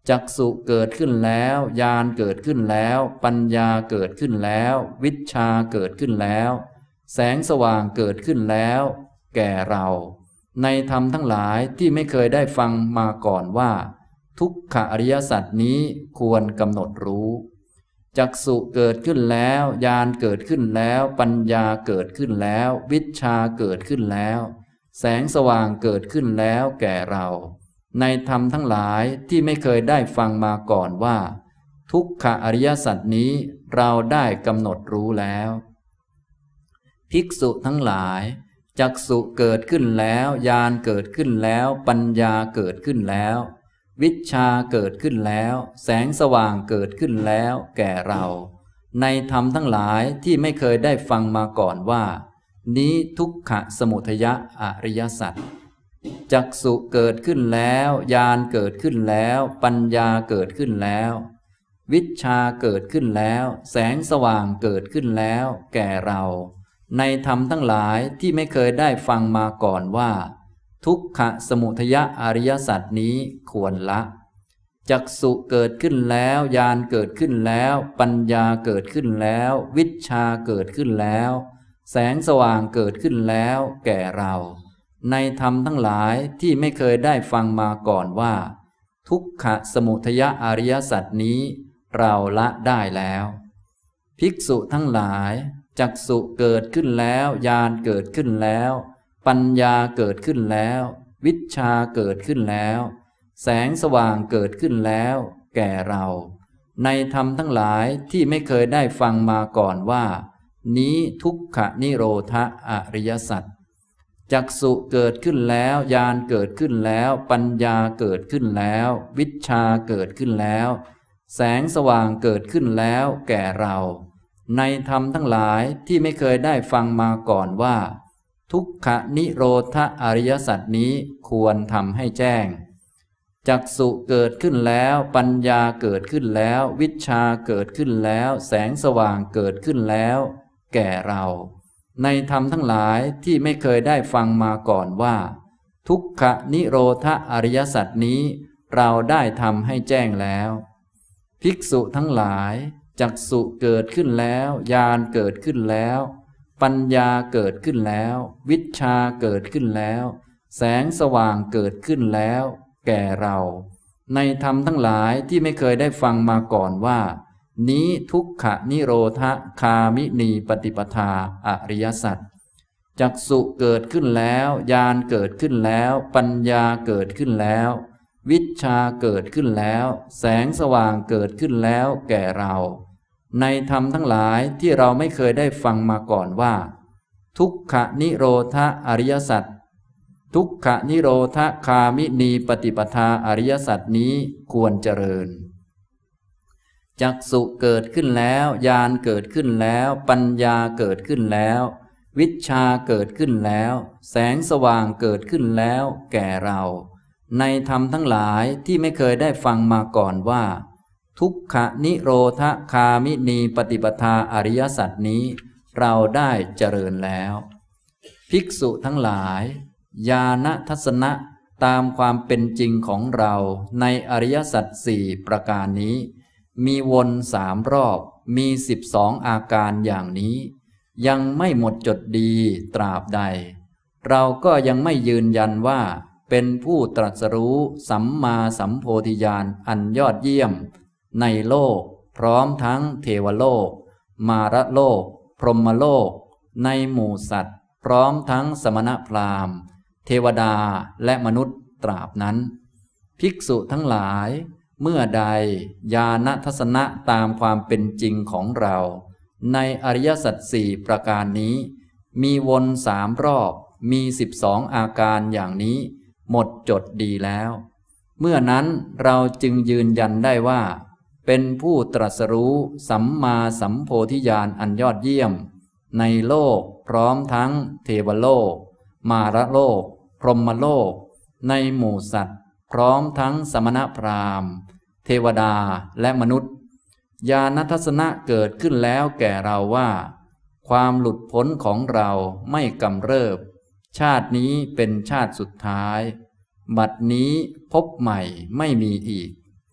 จักษุเกิดขึ้นแล้วญาณเกิดขึ้นแล้วปัญญาเกิดขึ้นแล้ววิชชาเกิดขึ้นแล้วแสงสว่างเกิดขึ้นแล้วแก่เราในธรรมทั้งหลายที่ไม่เคยได้ฟังมาก่อนว่าทุกขอริยสัจนี้ควรกำหนดรู้จักษุเกิดขึ้นแล้วญาณเกิดขึ้นแล้วปัญญาเกิดขึ้นแล้ววิชชาเกิดขึ้นแล้วแสงสว่างเกิดขึ้นแล้วแก่เราในธรรมทั้งหลายที่ไม่เคยได้ฟังมาก่อนว่าทุกขอริยสัจนี้เราได้กำหนดรู้แล้วภิกษุทั้งหลายจักษุเกิดขึ้นแล้วญาณเกิดขึ้นแล้วปัญญาเกิดขึ้นแล้ววิชชาเกิดขึ้นแล้วแสงสว่างเกิดขึ้นแล้วแก่เราในธรรมทั้งหลายที่ไม่เคยได้ฟังมาก่อนว่านี้ทุกขสมุทัยอริยสัจจักษุเกิดขึ้นแล้วญาณเกิดขึ้นแล้วปัญญาเกิดขึ้นแล้ววิชชาเกิดขึ้นแล้วแสงสว่างเกิดขึ้นแล้วแก่เราในธรรมทั้งหลายที่ไม่เคยได้ฟังมาก่อนว่าทุกขสมุทัยอริยสัจนี้ควรละจักษุเกิดขึ้นแล้วญาณเกิดขึ้นแล้วปัญญาเกิดขึ้นแล้ววิชชาเกิดขึ้นแล้วแสงสว่างเกิดขึ้นแล้วแก่เราในธรรมทั้งหลายที่ไม่เคยได้ฟังมาก่อนว่าทุกขสมุทัยอริยสัจนี้เราละได้แล้วภิกษุทั้งหลายจักษุเกิดขึ้นแล้วญาณเกิดขึ้นแล้วปัญญาเกิดขึ้นแล้ววิชชาเกิดขึ้นแล้วแสงสว่างเกิดขึ้นแล้วแก่เราในธรรมทั้งหลายที่ไม่เคยได้ฟังมาก่อนว่านี้ทุกขนิโรธอริยสัจจักษุเกิดขึ้นแล้วญาณเกิดขึ้นแล้วปัญญาเกิดขึ้นแล้ววิชชาเกิดขึ้นแล้วแสงสว่างเกิดขึ้นแล้วแก่เราในธรรมทั้งหลายที่ไม่เคยได้ฟังมาก่อนว่าทุกขนิโรธอริยสัจนี้ควรทำให้แจ้งจักษุเกิดขึ้นแล้วปัญญาเกิดขึ้นแล้ววิชชาเกิดขึ้นแล้วแสงสว่างเกิดขึ้นแล้วแก่เราในธรรมทั้งหลายที่ไม่เคยได้ฟังมาก่อนว่าทุกขนิโรธอริยสัจนี้เราได้ทำให้แจ้งแล้วภิกษุทั้งหลายจักษุเกิดขึ้นแล้วญาณเกิดขึ้นแล้วปัญญาเกิดขึ้นแล้ววิชชาเกิดขึ้นแล้วแสงสว่างเกิดขึ้นแล้วแก่เราในธรรมทั้งหลายที่ไม่เคยได้ฟังมาก่อนว่านี้ทุกขนิโรธคามินีปฏิปทาอริยสัจจักษุเกิดขึ้นแล้วญาณเกิดขึ้นแล้วปัญญาเกิดขึ้นแล้ววิชชาเกิดขึ้นแล้วแสงสว่างเกิดขึ้นแล้วแก่เราในธรรมทั้งหลายที่เราไม่เคยได้ฟังมาก่อนว่าทุกขนิโรธอริยสัจทุกขนิโรธคามินีปฏิปทาอริยสัจนี้ควรเจริญจักษุเกิดขึ้นแล้วญาณเกิดขึ้นแล้วปัญญาเกิดขึ้นแล้ววิชชาเกิดขึ้นแล้วแสงสว่างเกิดขึ้นแล้วแก่เราในธรรมทั้งหลายที่ไม่เคยได้ฟังมาก่อนว่าทุกขนิโรธคามินีปฏิปทาอริยสัจนี้เราได้เจริญแล้วภิกษุทั้งหลายญาณทัศนะตามความเป็นจริงของเราในอริยสัจสี่ประการนี้มีวนสามรอบมีสิบสองอาการอย่างนี้ยังไม่หมดจดดีตราบใดเราก็ยังไม่ยืนยันว่าเป็นผู้ตรัสรู้สัมมาสัมโพธิญาณอันยอดเยี่ยมในโลกพร้อมทั้งเทวโลกมารโลกพรหมโลกในหมู่สัตว์พร้อมทั้งสมณพราหมณ์เทวดาและมนุษย์ตราบนั้นภิกษุทั้งหลายเมื่อใดญาณทัศนะตามความเป็นจริงของเราในอริยสัจสี่ประการนี้มีวนสามรอบมีสิบสองอาการอย่างนี้หมดจดดีแล้วเมื่อนั้นเราจึงยืนยันได้ว่าเป็นผู้ตรัสรู้สัมมาสัมโพธิญาณอันยอดเยี่ยมในโลกพร้อมทั้งเทวโลกมารโลกพรหมโลกในหมู่สัตว์พร้อมทั้งสมณพราหมณ์เทวดาและมนุษย์ญาณทัศนะเกิดขึ้นแล้วแก่เราว่าความหลุดพ้นของเราไม่กำเริบชาตินี้เป็นชาติสุดท้ายบัดนี้พบใหม่ไม่มีอีก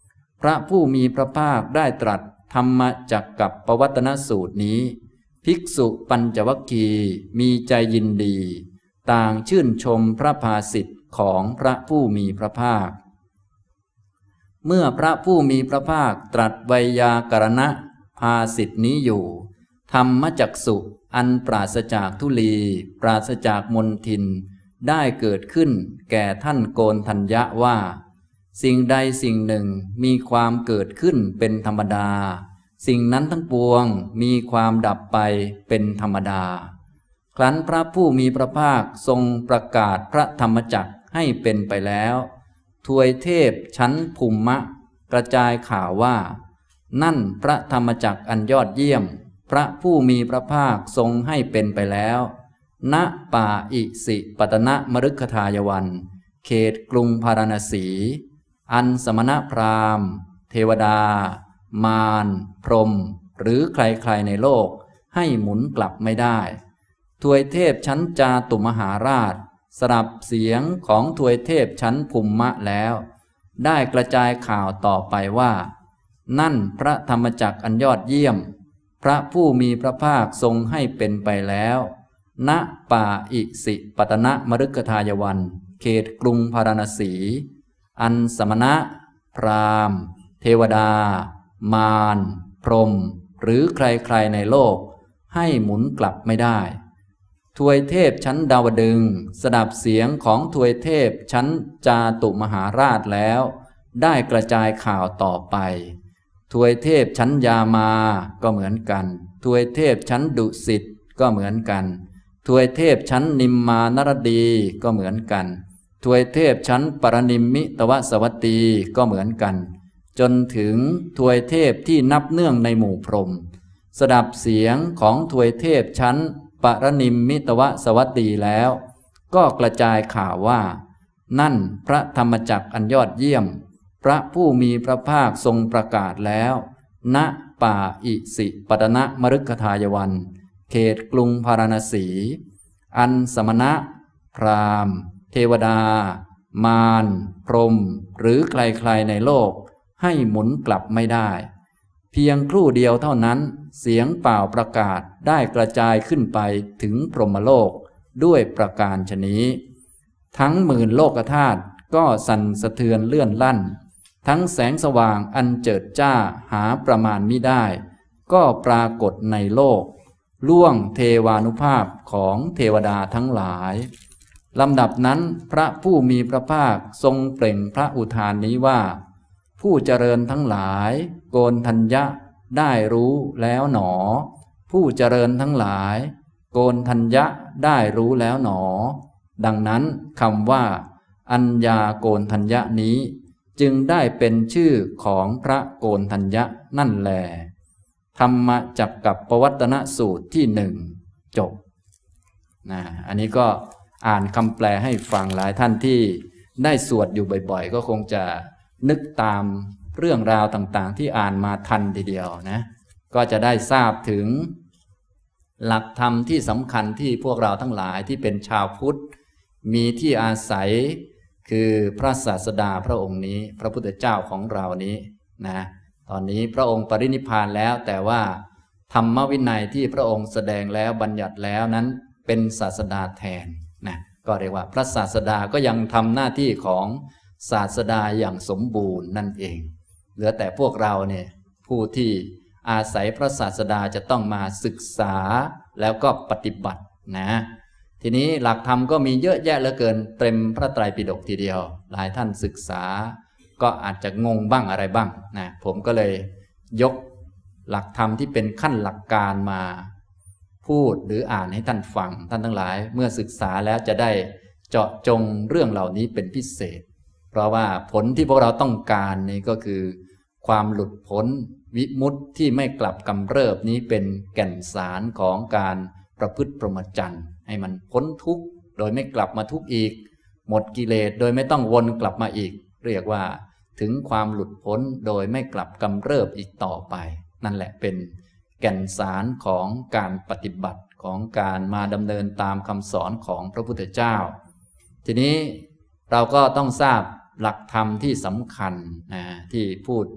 พระผู้มีพระภาคได้ตรัสธรรมจักกัปปวัตตนสูตรนี้ภิกษุปัญจวัคคีย์มีใจยินดีต่างชื่นชมพระภาสิทธิ์ของพระผู้มีพระภาคเมื่อพระผู้มีพระภาคตรัสไวยากรณะภาสิทธินี้อยู่ธรรมจักษุอันปราศจากทุลีปราศจากมลทินได้เกิดขึ้นแก่ท่านโกณฑัญญะว่าสิ่งใดสิ่งหนึ่งมีความเกิดขึ้นเป็นธรรมดาสิ่งนั้นทั้งปวงมีความดับไปเป็นธรรมดาครั้นพระผู้มีพระภาคทรงประกาศพระธรรมจักรให้เป็นไปแล้วทวยเทพชั้นภูมิมะกระจายข่าวว่านั่นพระธรรมจักรอันยอดเยี่ยมพระผู้มีพระภาคทรงให้เป็นไปแล้วณป่าอิสิปตนมฤคทายวันเขตกรุงพาราณสีอันสมณพราหมณ์เทวดามารพรหมหรือใครๆในโลกให้หมุนกลับไม่ได้ทวยเทพชั้นจาตุมหาราชสลับเสียงของทวยเทพชั้นภูมิมะแล้วได้กระจายข่าวต่อไปว่านั่นพระธรรมจักรอันยอดเยี่ยมพระผู้มีพระภาคทรงให้เป็นไปแล้วณป่าอิสิปตนมฤคทายวันเขตกรุงพาราณสีอันสมณะพราหมณ์เทวดามารพรหมหรือใครๆในโลกให้หมุนกลับไม่ได้ทวยเทพชั้นดาวดึงส์สดับเสียงของทวยเทพชั้นจาตุมหาราชแล้วได้กระจายข่าวต่อไปทวยเทพชั้นยามาก็เหมือนกันทวยเทพชั้นดุสิตก็เหมือนกันทวยเทพชั้นนิมมานรดีก็เหมือนกันทวยเทพชั้นปรนิมมิตวสวัตตีก็เหมือนกันจนถึงทวยเทพที่นับเนื่องในหมู่พรหมสดับเสียงของทวยเทพชั้นปรนิมมิตวสวัตตีแล้วก็กระจายข่าวว่านั่นพระธรรมจักรอันยอดเยี่ยมพระผู้มีพระภาคทรงประกาศแล้วณป่าอิสิปตนมฤคทายวันเขตกรุงพาราณสีอันสมณะพราหมณ์เทวดามารพรหมหรือใครๆในโลกให้หมุนกลับไม่ได้เพียงครู่เดียวเท่านั้นเสียงเป่าประกาศได้กระจายขึ้นไปถึงพรหมโลกด้วยประการฉนี้ทั้งหมื่นโลกธาตุก็สั่นสะเทือนเลื่อนลั่นทั้งแสงสว่างอันเจิดจ้าหาประมาณมิได้ก็ปรากฏในโลกล่วงเทวานุภาพของเทวดาทั้งหลายลำดับนั้นพระผู้มีพระภาคทรงเปล่งพระอุทานนี้ว่าผู้เจริญทั้งหลายโกณฑัญญะได้รู้แล้วหนอผู้เจริญทั้งหลายโกณฑัญญะได้รู้แล้วหนอดังนั้นคำว่าอัญญาโกณฑัญญะนี้จึงได้เป็นชื่อของพระโกณฑัญญะนั่นแลธรรมจักกัปปวัตตนสูตรที่หนึ่งจบนะอันนี้ก็อ่านคำแปลให้ฟังหลายท่านที่ได้สวดอยู่บ่อยๆก็คงจะนึกตามเรื่องราวต่างๆที่อ่านมาทันทีเดียวนะก็จะได้ทราบถึงหลักธรรมที่สำคัญที่พวกเราทั้งหลายที่เป็นชาวพุทธมีที่อาศัยคือพระศาสดาพระองค์นี้พระพุทธเจ้าของเรานี้นะตอนนี้พระองค์ปรินิพพานแล้วแต่ว่าธรรมวินัยที่พระองค์แสดงแล้วบัญญัติแล้วนั้นเป็นศาสดาแทนนะก็เรียกว่าพระศาสดาก็ยังทำหน้าที่ของศาสดาอย่างสมบูรณ์นั่นเองเหลือแต่พวกเราเนี่ยผู้ที่อาศัยพระศาสดาจะต้องมาศึกษาแล้วก็ปฏิบัตินะทีนี้หลักธรรมก็มีเยอะแยะเหลือเกินเต็มพระไตรปิฎกทีเดียวหลายท่านศึกษาก็อาจจะงงบ้างอะไรบ้างนะผมก็เลยยกหลักธรรมที่เป็นขั้นหลักการมาพูดหรืออ่านให้ท่านฟังท่านทั้งหลายเมื่อศึกษาแล้วจะได้เจาะจงเรื่องเหล่านี้เป็นพิเศษเพราะว่าผลที่พวกเราต้องการนี้ก็คือความหลุดพ้นวิมุตติที่ไม่กลับกำเริบนี้เป็นแก่นสารของการประพฤติพรหมจรรย์ให้มันพ้นทุกข์โดยไม่กลับมาทุกข์อีกหมดกิเลสโดยไม่ต้องวนกลับมาอีกเรียกว่าถึงความหลุดพ้นโดยไม่กลับกำเริบอีกต่อไปนั่นแหละเป็นแก่นสารของการปฏิบัติของการมาดำเนินตามคำสอนของพระพุทธเจ้าทีนี้เราก็ต้องทราบหลักธรรมที่สำคัญนะที่พูด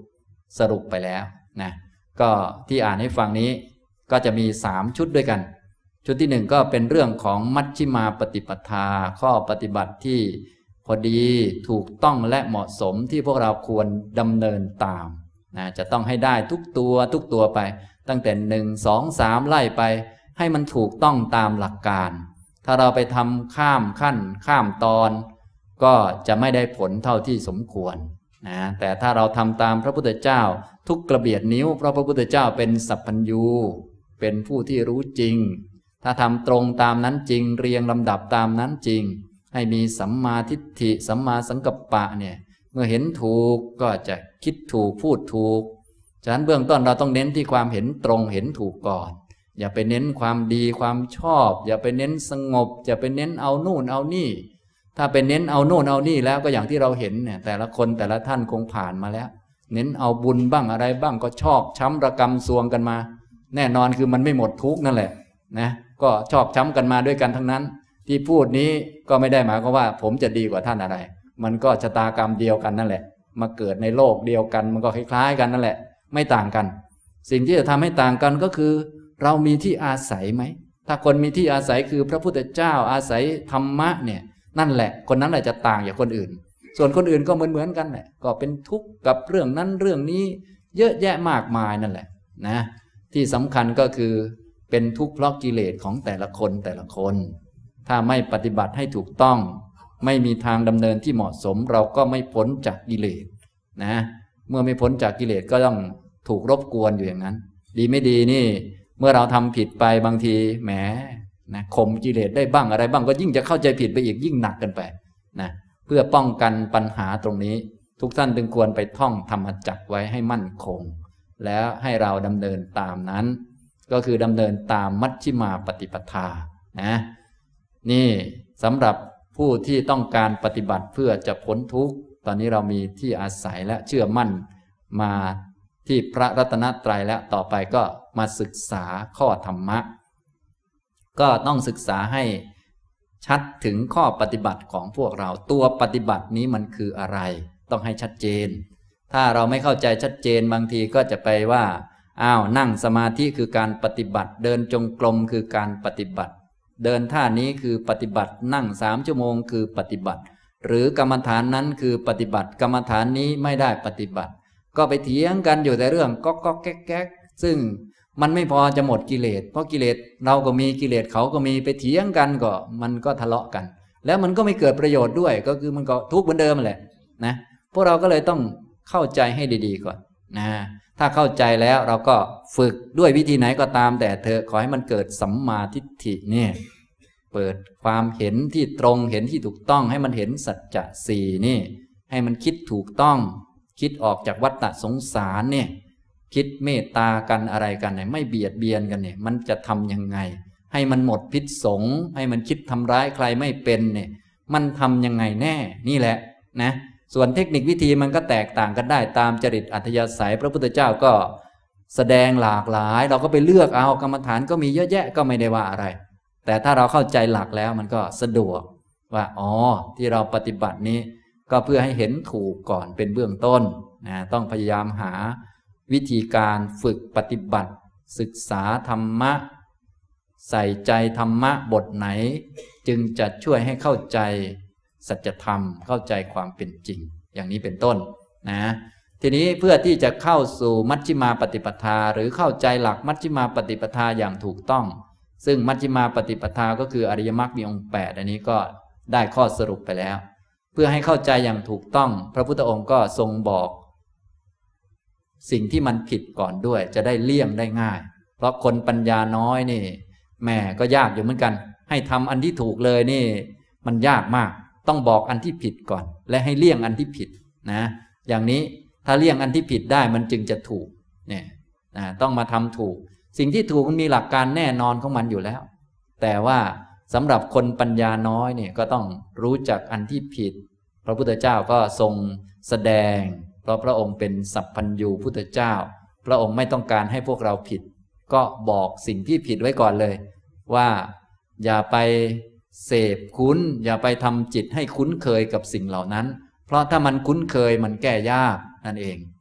สรุปไปแล้วนะก็ที่อ่านให้ฟังนี้ก็จะมีสามชุดด้วยกันชุดที่หนึ่งก็เป็นเรื่องของมัชฌิมาปฏิปทาข้อปฏิบัติที่พอดีถูกต้องและเหมาะสมที่พวกเราควรดำเนินตามนะจะต้องให้ได้ทุกตัวทุกตัวไปตั้งแต่หนึ่ง สอง สามไล่ไปให้มันถูกต้องตามหลักการถ้าเราไปทำข้ามขั้นข้ามตอนก็จะไม่ได้ผลเท่าที่สมควรนะแต่ถ้าเราทำตามพระพุทธเจ้าทุกกระเบียดนิ้วเพราะพระพุทธเจ้าเป็นสัพพัญญูเป็นผู้ที่รู้จริงถ้าทำตรงตามนั้นจริงเรียงลำดับตามนั้นจริงให้มีสัมมาทิฏฐิสัมมาสังกัปปะเนี่ยเมื่อเห็นถูกก็จะคิดถูกพูดถูกฉะนั้นเบื้องต้นเราต้องเน้นที่ความเห็นตรงเห็นถูกก่อนอย่าไปเน้นความดีความชอบอย่าไปเน้นสงบอย่าไปเน้นเอานู่นเอานี่ถ้าไปเน้นเอาโน่นเอานี่แล้วก็อย่างที่เราเห็นเนี่ยแต่ละคนแต่ละท่านคงผ่านมาแล้วเน้นเอาบุญบ้างอะไรบ้างก็ชอกช้ำระกำซวงกันมาแน่นอนคือมันไม่หมดทุกนั่นแหละนะก็ชอกช้ำกันมาด้วยกันทั้งนั้นที่พูดนี้ก็ไม่ได้หมายความว่าผมจะดีกว่าท่านอะไรมันก็ชะตากรรมเดียวกันนั่นแหละมาเกิดในโลกเดียวกันมันก็คล้ายๆกันนั่นแหละไม่ต่างกันสิ่งที่จะทำให้ต่างกันก็คือเรามีที่อาศัยไหมถ้าคนมีที่อาศัยคือพระพุทธเจ้าอาศัยธรรมะเนี่ยนั่นแหละคนนั้นแหละจะต่างจากคนอื่นส่วนคนอื่นก็เหมือนๆกันแหละก็เป็นทุกข์กับเรื่องนั้นเรื่องนี้เยอะแยะมากมายนั่นแหละนะที่สำคัญก็คือเป็นทุกข์เพราะกิเลสของแต่ละคนแต่ละคนถ้าไม่ปฏิบัติให้ถูกต้องไม่มีทางดำเนินที่เหมาะสมเราก็ไม่พ้นจากกิเลสนะเมื่อไม่พ้นจากกิเลสก็ต้องถูกรบกวนอยู่อย่างนั้นดีไม่ดีนี่เมื่อเราทำผิดไปบางทีแหมนะข่มกิเลสได้บ้างอะไรบ้างก็ยิ่งจะเข้าใจผิดไปอีกยิ่งหนักกันไปนะเพื่อป้องกันปัญหาตรงนี้ทุกท่านจึงควรไปท่องธรรมจักรไว้ให้มั่นคงแล้วให้เราดำเนินตามนั้นก็คือดำเนินตามมัชฌิมาปฏิปทานะนี่สำหรับผู้ที่ต้องการปฏิบัติเพื่อจะพ้นทุกข์ตอนนี้เรามีที่อาศัยและเชื่อมั่นมาที่พระรัตนตรัยแล้วต่อไปก็มาศึกษาข้อธรรมะก็ต้องศึกษาให้ชัดถึงข้อปฏิบัติของพวกเราตัวปฏิบัตินี้มันคืออะไรต้องให้ชัดเจนถ้าเราไม่เข้าใจชัดเจนบางทีก็จะไปว่าอ้าวนั่งสมาธิคือการปฏิบัติเดินจงกรมคือการปฏิบัติเดินท่านี้คือปฏิบัตินั่งสามชั่วโมงคือปฏิบัติหรือกรรมฐานนั้นคือปฏิบัติกรรมฐานนี้ไม่ได้ปฏิบัติก็ไปเถียงกันอยู่แต่เรื่องก๊อกก๊อกแก๊กแก๊กซึ่งมันไม่พอจะหมดกิเลสเพราะกิเลสเราก็มีกิเลสเขาก็มีไปเถียงกันก็มันก็ทะเลาะกันแล้วมันก็ไม่เกิดประโยชน์ด้วยก็คือมันก็ทุกข์เหมือนเดิมแหละนะพวกเราก็เลยต้องเข้าใจให้ดีๆก่อนนะถ้าเข้าใจแล้วเราก็ฝึกด้วยวิธีไหนก็ตามแต่เธอขอให้มันเกิดสัมมาทิฏฐิเนี่ยเปิดความเห็นที่ตรงเห็นที่ถูกต้องให้มันเห็นสัจจะสี่นี่ให้มันคิดถูกต้องคิดออกจากวัฏฏะสงสารเนี่ยคิดเมตตากันอะไรกันเนี่ยไม่เบียดเบียนกันเนี่ยมันจะทำยังไงให้มันหมดพิษสงให้มันคิดทำร้ายใครไม่เป็นเนี่ยมันทำยังไงแน่นี่แหละนะส่วนเทคนิควิธีมันก็แตกต่างกันได้ตามจริตอัธยาศัยพระพุทธเจ้าก็แสดงหลากหลายเราก็ไปเลือกเอากรรมฐานก็มีเยอะแยะก็ไม่ได้ว่าอะไรแต่ถ้าเราเข้าใจหลักแล้วมันก็สะดวกว่าอ๋อที่เราปฏิบัตินี้ก็เพื่อให้เห็นถูกก่อนเป็นเบื้องต้นนะต้องพยายามหาวิธีการฝึกปฏิบัติศึกษาธรรมะใส่ใจธรรมะบทไหนจึงจะช่วยให้เข้าใจสัจธรรมเข้าใจความเป็นจริงอย่างนี้เป็นต้นนะทีนี้เพื่อที่จะเข้าสู่มัชฌิมาปฏิปทาหรือเข้าใจหลักมัชฌิมาปฏิปทาอย่างถูกต้องซึ่งมัชฌิมาปฏิปทาก็คืออริยมรรคมีองค์แปดอันนี้ก็ได้ข้อสรุปไปแล้วเพื่อให้เข้าใจอย่างถูกต้องพระพุทธองค์ก็ทรงบอกสิ่งที่มันผิดก่อนด้วยจะได้เลี่ยงได้ง่ายเพราะคนปัญญาน้อยนี่แม่ก็ยากอยู่เหมือนกันให้ทำอันที่ถูกเลยนี่มันยากมากต้องบอกอันที่ผิดก่อนและให้เลี่ยงอันที่ผิดนะอย่างนี้ถ้าเลี่ยงอันที่ผิดได้มันจึงจะถูกเนี่ยนะต้องมาทำถูกสิ่งที่ถูกมันมีหลักการแน่นอนของมันอยู่แล้วแต่ว่าสำหรับคนปัญญาน้อยเนี่ยก็ต้องรู้จักอันที่ผิดพระพุทธเจ้าก็ทรงแสดงเพราะพระองค์เป็นสัพพัญญูพุทธเจ้าพระองค์ไม่ต้องการให้พวกเราผิดก็บอกสิ่งที่ผิดไว้ก่อนเลยว่าอย่าไปเสพคุ้นอย่าไปทำจิตให้คุ้นเคยกับสิ่งเหล่านั้นเพราะถ้ามันคุ้นเคยมันแก้ยากนั่นเองนะ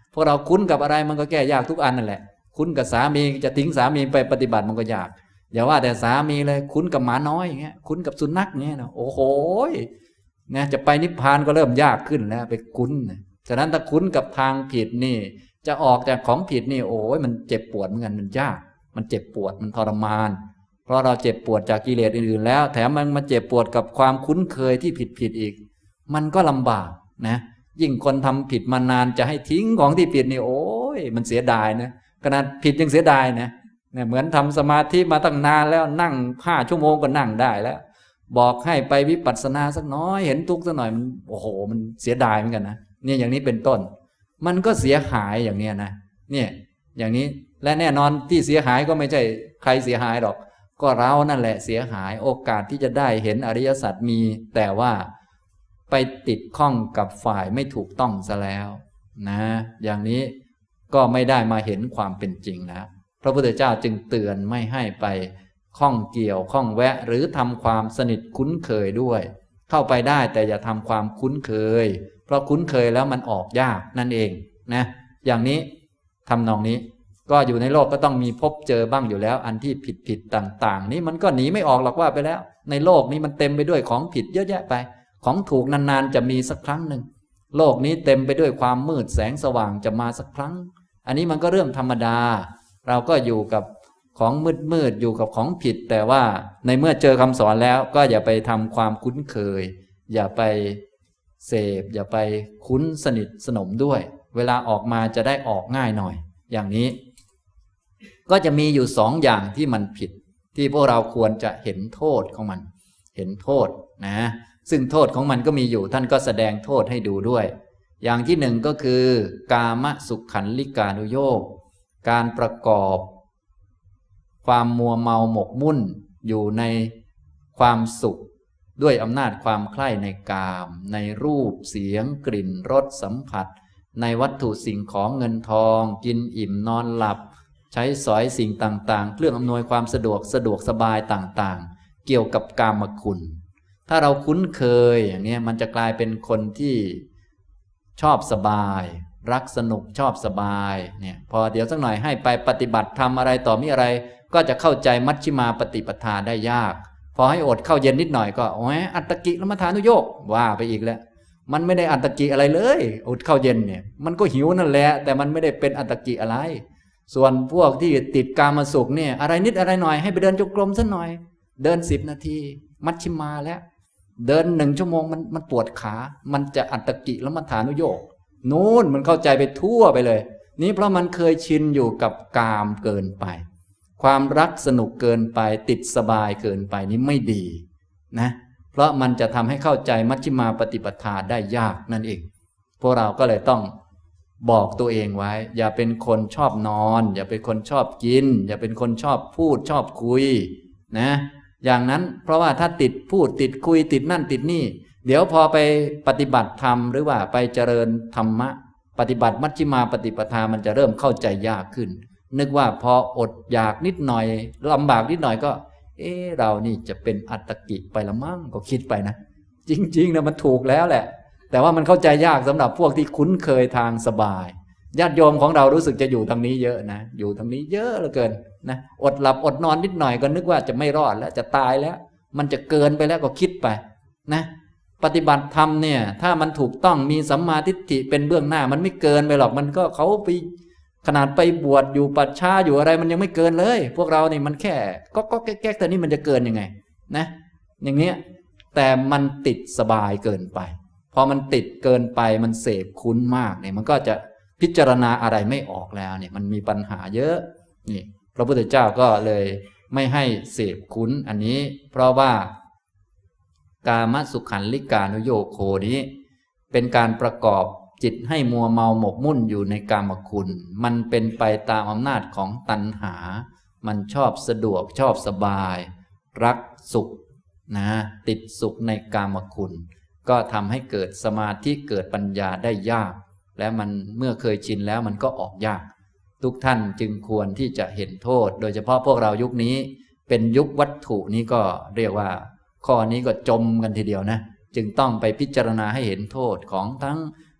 พวกเราคุ้นกับอะไรมันก็แก้ยากทุกอันนั่นแหละคุ้นกับสามีจะทิ้งสามีไปปฏิบัติมันก็ยากอย่าว่าแต่สามีเลยคุ้นกับหมาน้อยอย่างเงี้ยคุ้นกับสุนัขเงี้ยนะโอ้โหนะจะไปนิพพานก็เริ่มยากขึ้นแล้วไปคุ้นฉะนั้นถ้าคุ้นกับทางผิดนี่จะออกจากของผิดนี่โอ้ยมันเจ็บปวดเหมือนกันมันยากมันเจ็บปวดมันทรมานเพราะเราเจ็บปวดจากกิเลสอื่นๆแล้วแถมมันมาเจ็บปวดกับความคุ้นเคยที่ผิดๆอีกมันก็ลำบากนะยิ่งคนทำผิดมานานจะให้ทิ้งของที่ผิดนี่โอ้ยมันเสียดายนะขนาดผิดยังเสียดายนะเนี่ยเหมือนทำสมาธิมาตั้งนานแล้วนั่งห้าชั่วโมงก็นั่งได้แล้วบอกให้ไปวิปัสสนาสักน้อยเห็นทุกข์สักหน่อยมันโอ้โหมันเสียดายเหมือนกันนะเนี่ยอย่างนี้เป็นต้นมันก็เสียหายอย่างเนี้ยนะเนี่ยอย่างนี้และแน่นอนที่เสียหายก็ไม่ใช่ใครเสียหายหรอกก็เรานั่นแหละเสียหายโอกาสที่จะได้เห็นอริยสัจมีแต่ว่าไปติดข้องกับฝ่ายไม่ถูกต้องซะแล้วนะอย่างนี้ก็ไม่ได้มาเห็นความเป็นจริงแล้วพระพุทธเจ้าจึงเตือนไม่ให้ไปข้องเกี่ยวข้องแวะหรือทำความสนิทคุ้นเคยด้วยเข้าไปได้แต่อย่าทำความคุ้นเคยเพราะคุ้นเคยแล้วมันออกยากนั่นเองนะอย่างนี้ทำนองนี้ก็อยู่ในโลกก็ต้องมีพบเจอบ้างอยู่แล้วอันที่ผิดผิดต่างๆนี่มันก็หนีไม่ออกหรอกว่าไปแล้วในโลกนี้มันเต็มไปด้วยของผิดเยอะแยะไปของถูกนานๆจะมีสักครั้งหนึ่งโลกนี้เต็มไปด้วยความมืดแสงสว่างจะมาสักครั้งอันนี้มันก็เรื่องธรรมดาเราก็อยู่กับของมืดๆอยู่กับของผิดแต่ว่าในเมื่อเจอคำสอนแล้วก็อย่าไปทำความคุ้นเคยอย่าไปเสพอย่าไปคุ้นสนิทสนมด้วยเวลาออกมาจะได้ออกง่ายหน่อยอย่างนี้ก็จะมีอยู่สองอย่างที่มันผิดที่พวกเราควรจะเห็นโทษของมันเห็นโทษนะซึ่งโทษของมันก็มีอยู่ท่านก็แสดงโทษให้ดูด้วยอย่างที่หนึ่งก็คือกามสุขันลิกานุโยคการประกอบความมัวเมาหมกมุ่นอยู่ในความสุขด้วยอำนาจความใคร่ในกามในรูปเสียงกลิ่นรสสัมผัสในวัตถุสิ่งของเงินทองกินอิ่มนอนหลับใช้สอยสิ่งต่างๆเครื่องอำนวยความสะดวกสะดวกสบายต่างๆเกี่ยวกับกามคุณถ้าเราคุ้นเคยอย่างนี้มันจะกลายเป็นคนที่ชอบสบายรักสนุกชอบสบายเนี่ยพอเดี๋ยวสักหน่อยให้ไปปฏิบัติทำอะไรต่อมีอะไรก็จะเข้าใจมัชฌิมาปฏิปทาได้ยากพอให้อดเข้าเย็นนิดหน่อยก็โอ้ยอัตตกิลมัฏฐานุโยคว่าไปอีกแล้วมันไม่ได้อัตตกิอะไรเลยอดเข้าเย็นเนี่ยมันก็หิวนั่นแหละแต่มันไม่ได้เป็นอัตตกิอะไรส่วนพวกที่ติดกามสุขเนี่ยอะไรนิดอะไรหน่อยให้ไปเดินจงกรมสักหน่อยเดินสิบนาทีมัชฌิมาแล้วเดินหนึ่งชั่วโมงมันมันปวดขามันจะอัตตกิลมัฏฐานุโยคนู้นมันเข้าใจไปทั่วไปเลยนี่เพราะมันเคยชินอยู่กับกามเกินไปความรักสนุกเกินไปติดสบายเกินไปนี่ไม่ดีนะเพราะมันจะทำให้เข้าใจมัชฌิมาปฏิปทาได้ยากนั่นเองพวกเราก็เลยต้องบอกตัวเองไว้อย่าเป็นคนชอบนอนอย่าเป็นคนชอบกินอย่าเป็นคนชอบพูดชอบคุยนะอย่างนั้นเพราะว่าถ้าติดพูดติดคุยติดนั่นติดนี่เดี๋ยวพอไปปฏิบัติธรรมหรือว่าไปเจริญธรรมะปฏิบัติมัชฌิมาปฏิปทามันจะเริ่มเข้าใจยากขึ้นนึกว่าพออดอยากนิดหน่อยลำบากนิดหน่อยก็เออเรานี่จะเป็นอัตตกิไปละมั่งก็คิดไปนะจริงๆนะมันถูกแล้วแหละแต่ว่ามันเข้าใจยากสำหรับพวกที่คุ้นเคยทางสบายญาติโยมของเรารู้สึกจะอยู่ทางนี้เยอะนะอยู่ทางนี้เยอะเหลือเกินนะอดหลับอดนอนนิดหน่อยก็นึกว่าจะไม่รอดแล้วจะตายแล้วมันจะเกินไปแล้วก็คิดไปนะปฏิบัติธรรมเนี่ยถ้ามันถูกต้องมีสัมมาทิฏฐิเป็นเบื้องหน้ามันไม่เกินไปหรอกมันก็เขาไปขนาดไปบวชอยู่ปัจฉาอยู่อะไรมันยังไม่เกินเลยพวกเรานี่มันแค่ก็ก็แก๊กๆแต่นี่มันจะเกินยังไงนะอย่างเงี้ยแต่มันติดสบายเกินไปพอมันติดเกินไปมันเสพคุ้นมากเนี่ยมันก็จะพิจารณาอะไรไม่ออกแล้วเนี่ยมันมีปัญหาเยอะนี่พระพุทธเจ้าก็เลยไม่ให้เสพคุ้นอันนี้เพราะว่ากามสุขันลิกานุโยโคนี้เป็นการประกอบจิตให้มัวเมาหมกมุ่นอยู่ในกามคุณมันเป็นไปตามอำนาจของตัณหามันชอบสะดวกชอบสบายรักสุขนะติดสุขในกามคุณก็ทำให้เกิดสมาธิเกิดปัญญาได้ยากและมันเมื่อเคยชินแล้วมันก็ออกยากทุกท่านจึงควรที่จะเห็นโทษโดยเฉพาะพวกเรายุคนี้เป็นยุควัตถุนี้ก็เรียกว่าข้อนี้ก็จมกันทีเดียวนะจึงต้องไปพิจารณาให้เห็นโทษของทั้ง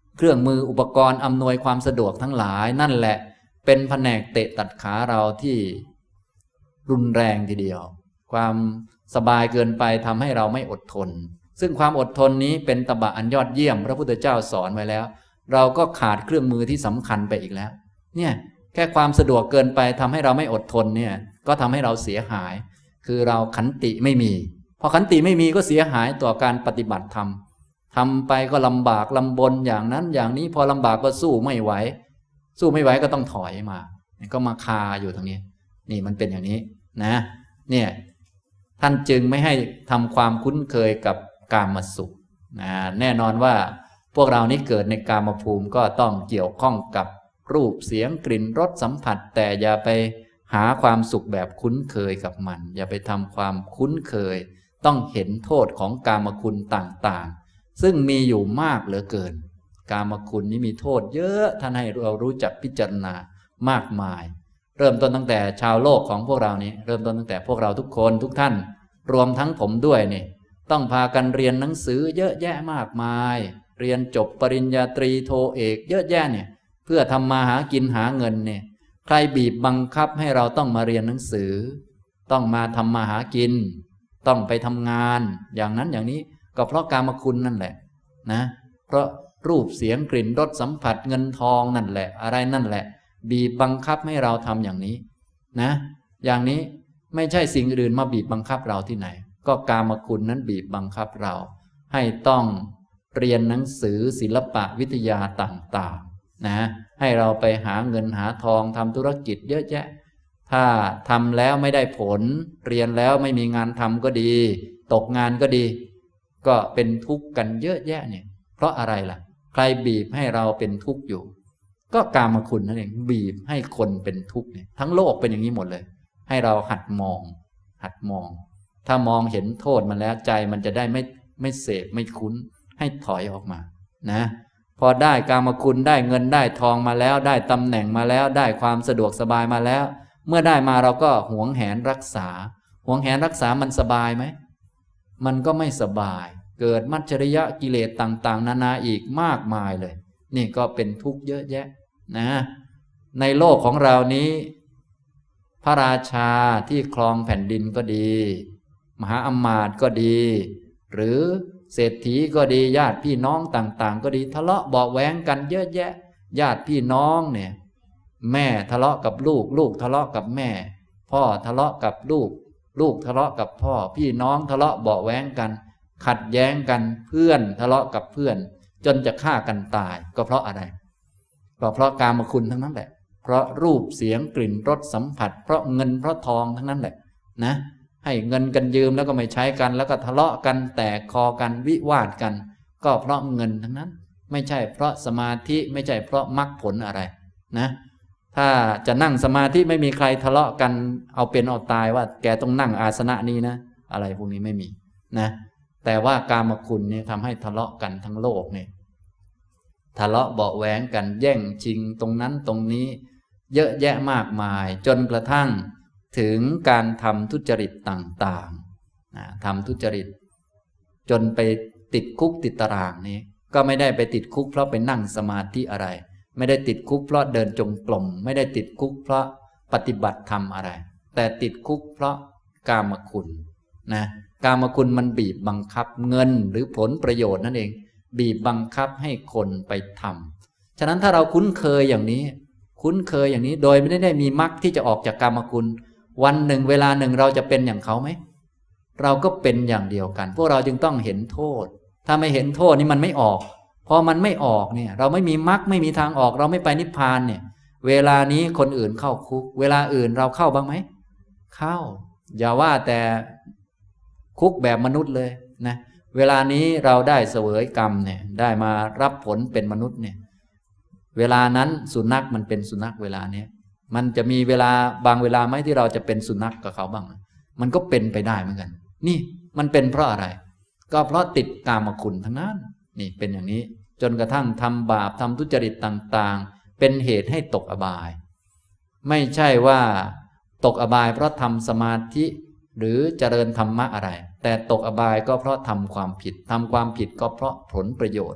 เครื่องมืออุปกรณ์อำนวยความสะดวกทั้งหลายนั่นแหละเป็นแผนกเตะตัดขาเราที่รุนแรงทีเดียวความสบายเกินไปทำให้เราไม่อดทนซึ่งความอดทนนี้เป็นตบะอันยอดเยี่ยมพระพุทธเจ้าสอนไว้แล้วเราก็ขาดเครื่องมือที่สำคัญไปอีกแล้วเนี่ยแค่ความสะดวกเกินไปทำให้เราไม่อดทนเนี่ยก็ทำให้เราเสียหายคือเราขันติไม่มีพอขันติไม่มีก็เสียหายต่อการปฏิบัติธรรมทำไปก็ลำบากลำบนอย่างนั้นอย่างนี้พอลำบากก็สู้ไม่ไหวสู้ไม่ไหวก็ต้องถอยมาก็มาคาอยู่ตรงนี้นี่มันเป็นอย่างนี้นะเนี่ยท่านจึงไม่ให้ทำความคุ้นเคยกับกามสุขนะแน่นอนว่าพวกเรานี้เกิดในกามภูมิก็ต้องเกี่ยวข้องกับรูปเสียงกลิ่นรสสัมผัสแต่อย่าไปหาความสุขแบบคุ้นเคยกับมันอย่าไปทำความคุ้นเคยต้องเห็นโทษของกามคุณต่างๆซึ่งมีอยู่มากเหลือเกินกามคุณนี้มีโทษเยอะท่านให้เรารู้จักพิจารณามากมายเริ่มต้นตั้งแต่ชาวโลกของพวกเรานี้เริ่มต้นตั้งแต่พวกเราทุกคนทุกท่านรวมทั้งผมด้วยนี่ต้องพากันเรียนหนังสือเยอะแยะมากมายเรียนจบปริญญาตรีโทเอกเยอะแยะเนี่ยเพื่อทำมาหากินหาเงินเนี่ยใครบีบบังคับให้เราต้องมาเรียนหนังสือต้องมาทำมาหากินต้องไปทำงานอย่างนั้นอย่างนี้ก็เพราะกามคุณนั่นแหละนะเพราะรูปเสียงกลิ่นรสสัมผัสเงินทองนั่นแหละอะไรนั่นแหละบีบบังคับให้เราทำอย่างนี้นะอย่างนี้ไม่ใช่สิ่งอื่นมาบีบบังคับเราที่ไหนก็กามคุณนั้นบีบบังคับเราให้ต้องเรียนหนังสือศิลปะวิทยาต่างๆนะให้เราไปหาเงินหาทองทำธุรกิจเยอะแยะถ้าทำแล้วไม่ได้ผลเรียนแล้วไม่มีงานทำก็ดีตกงานก็ดีก็เป็นทุกข์กันเยอะแยะเนี่ยเพราะอะไรล่ะใครบีบให้เราเป็นทุกข์อยู่ก็กามคุณนั่นเองบีบให้คนเป็นทุกข์เนี่ยทั้งโลกเป็นอย่างนี้หมดเลยให้เราหัดมองหัดมองถ้ามองเห็นโทษมันแล้วใจมันจะได้ไม่ไม่เสพไม่คุ้นให้ถอยออกมานะพอได้กามคุณได้เงินได้ทองมาแล้วได้ตำแหน่งมาแล้วได้ความสะดวกสบายมาแล้วเมื่อได้มาเราก็หวงแหนรักษาหวงแหนรักษามันสบายไหมมันก็ไม่สบายเกิดมัจฉริยะกิเลสต่างๆนานาอีกมากมายเลยนี่ก็เป็นทุกข์เยอะแยะนะในโลกของเรานี้พระราชาที่ครองแผ่นดินก็ดีมหาอมาตย์ก็ดีหรือเศรษฐีก็ดีญาติพี่น้องต่างๆก็ดีทะเลาะเบาะแว้งกันเยอะแยะญาติพี่น้องเนี่ยแม่ทะเลาะกับลูกลูกทะเลาะกับแม่พ่อทะเลาะกับลูกลูกทะเลาะกับพ่อพี่น้องทะเลาะเบาะแว้งกันขัดแย้งกันเพื่อนทะเลาะกับเพื่อนจนจะฆ่ากันตายก็เพราะอะไรก็เพราะกามคุณทั้งนั้นแหละเพราะรูปเสียงกลิ่นรสสัมผัสเพราะเงินเพราะทองทั้งนั้นแหละนะให้เงินกันยืมแล้วก็ไม่ใช้กันแล้วก็ทะเลาะกันแตกคอกันวิวาทกันก็เพราะเงินทั้งนั้นไม่ใช่เพราะสมาธิไม่ใช่เพราะมรรคผลอะไรนะถ้าจะนั่งสมาธิไม่มีใครทะเลาะกันเอาเป็นเอาตายว่าแกต้องนั่งอาสนะนี้นะอะไรพวกนี้ไม่มีนะแต่ว่ากามคุณเนี่ยทำให้ทะเลาะกันทั้งโลกเนี่ยทะเลาะเบาะแว้งกันแย่งชิงตรงนั้นตรงนี้เยอะแยะมากมายจนกระทั่งถึงการทำทุจริตต่างๆนะทำทุจริตจนไปติดคุกติดตารางนี้ก็ไม่ได้ไปติดคุกเพราะไปนั่งสมาธิอะไรไม่ได้ติดคุกเพราะเดินจงกรมไม่ได้ติดคุกเพราะปฏิบัติธรรมอะไรแต่ติดคุกเพราะกามคุณนะกามคุณมันบีบบังคับเงินหรือผลประโยชน์นั่นเองบีบบังคับให้คนไปทำฉะนั้นถ้าเราคุ้นเคยอย่างนี้คุ้นเคยอย่างนี้โดยไม่ได้มีมรรคที่จะออกจากกามคุณวันหนึ่งเวลาหนึ่งเราจะเป็นอย่างเขาไหมเราก็เป็นอย่างเดียวกันพวกเราจึงต้องเห็นโทษถ้าไม่เห็นโทษนี่มันไม่ออกพอมันไม่ออกเนี่ยเราไม่มีมรรคไม่มีทางออกเราไม่ไปนิพพานเนี่ยเวลานี้คนอื่นเข้าคุกเวลาอื่นเราเข้าบ้างไหมเข้าอย่าว่าแต่คุกแบบมนุษย์เลยนะเวลานี้เราได้เสวยกรรมเนี่ยได้มารับผลเป็นมนุษย์เนี่ยเวลานั้นสุนัขมันเป็นสุนัขเวลาเนี้ยมันจะมีเวลาบางเวลาไหมที่เราจะเป็นสุนัขกับเขาบ้างมันก็เป็นไปได้เหมือนกันนี่มันเป็นเพราะอะไรก็เพราะติดกามคุณทั้งนั้นนี่เป็นอย่างนี้จนกระทั่งทำบาปทำทุจริตต่างๆเป็นเหตุให้ตกอบายไม่ใช่ว่าตกอบายเพราะทำสมาธิหรือเจริญธรรมะอะไรแต่ตกอบายก็เพราะทำความผิดทำความผิดก็เพราะผลประโยชน์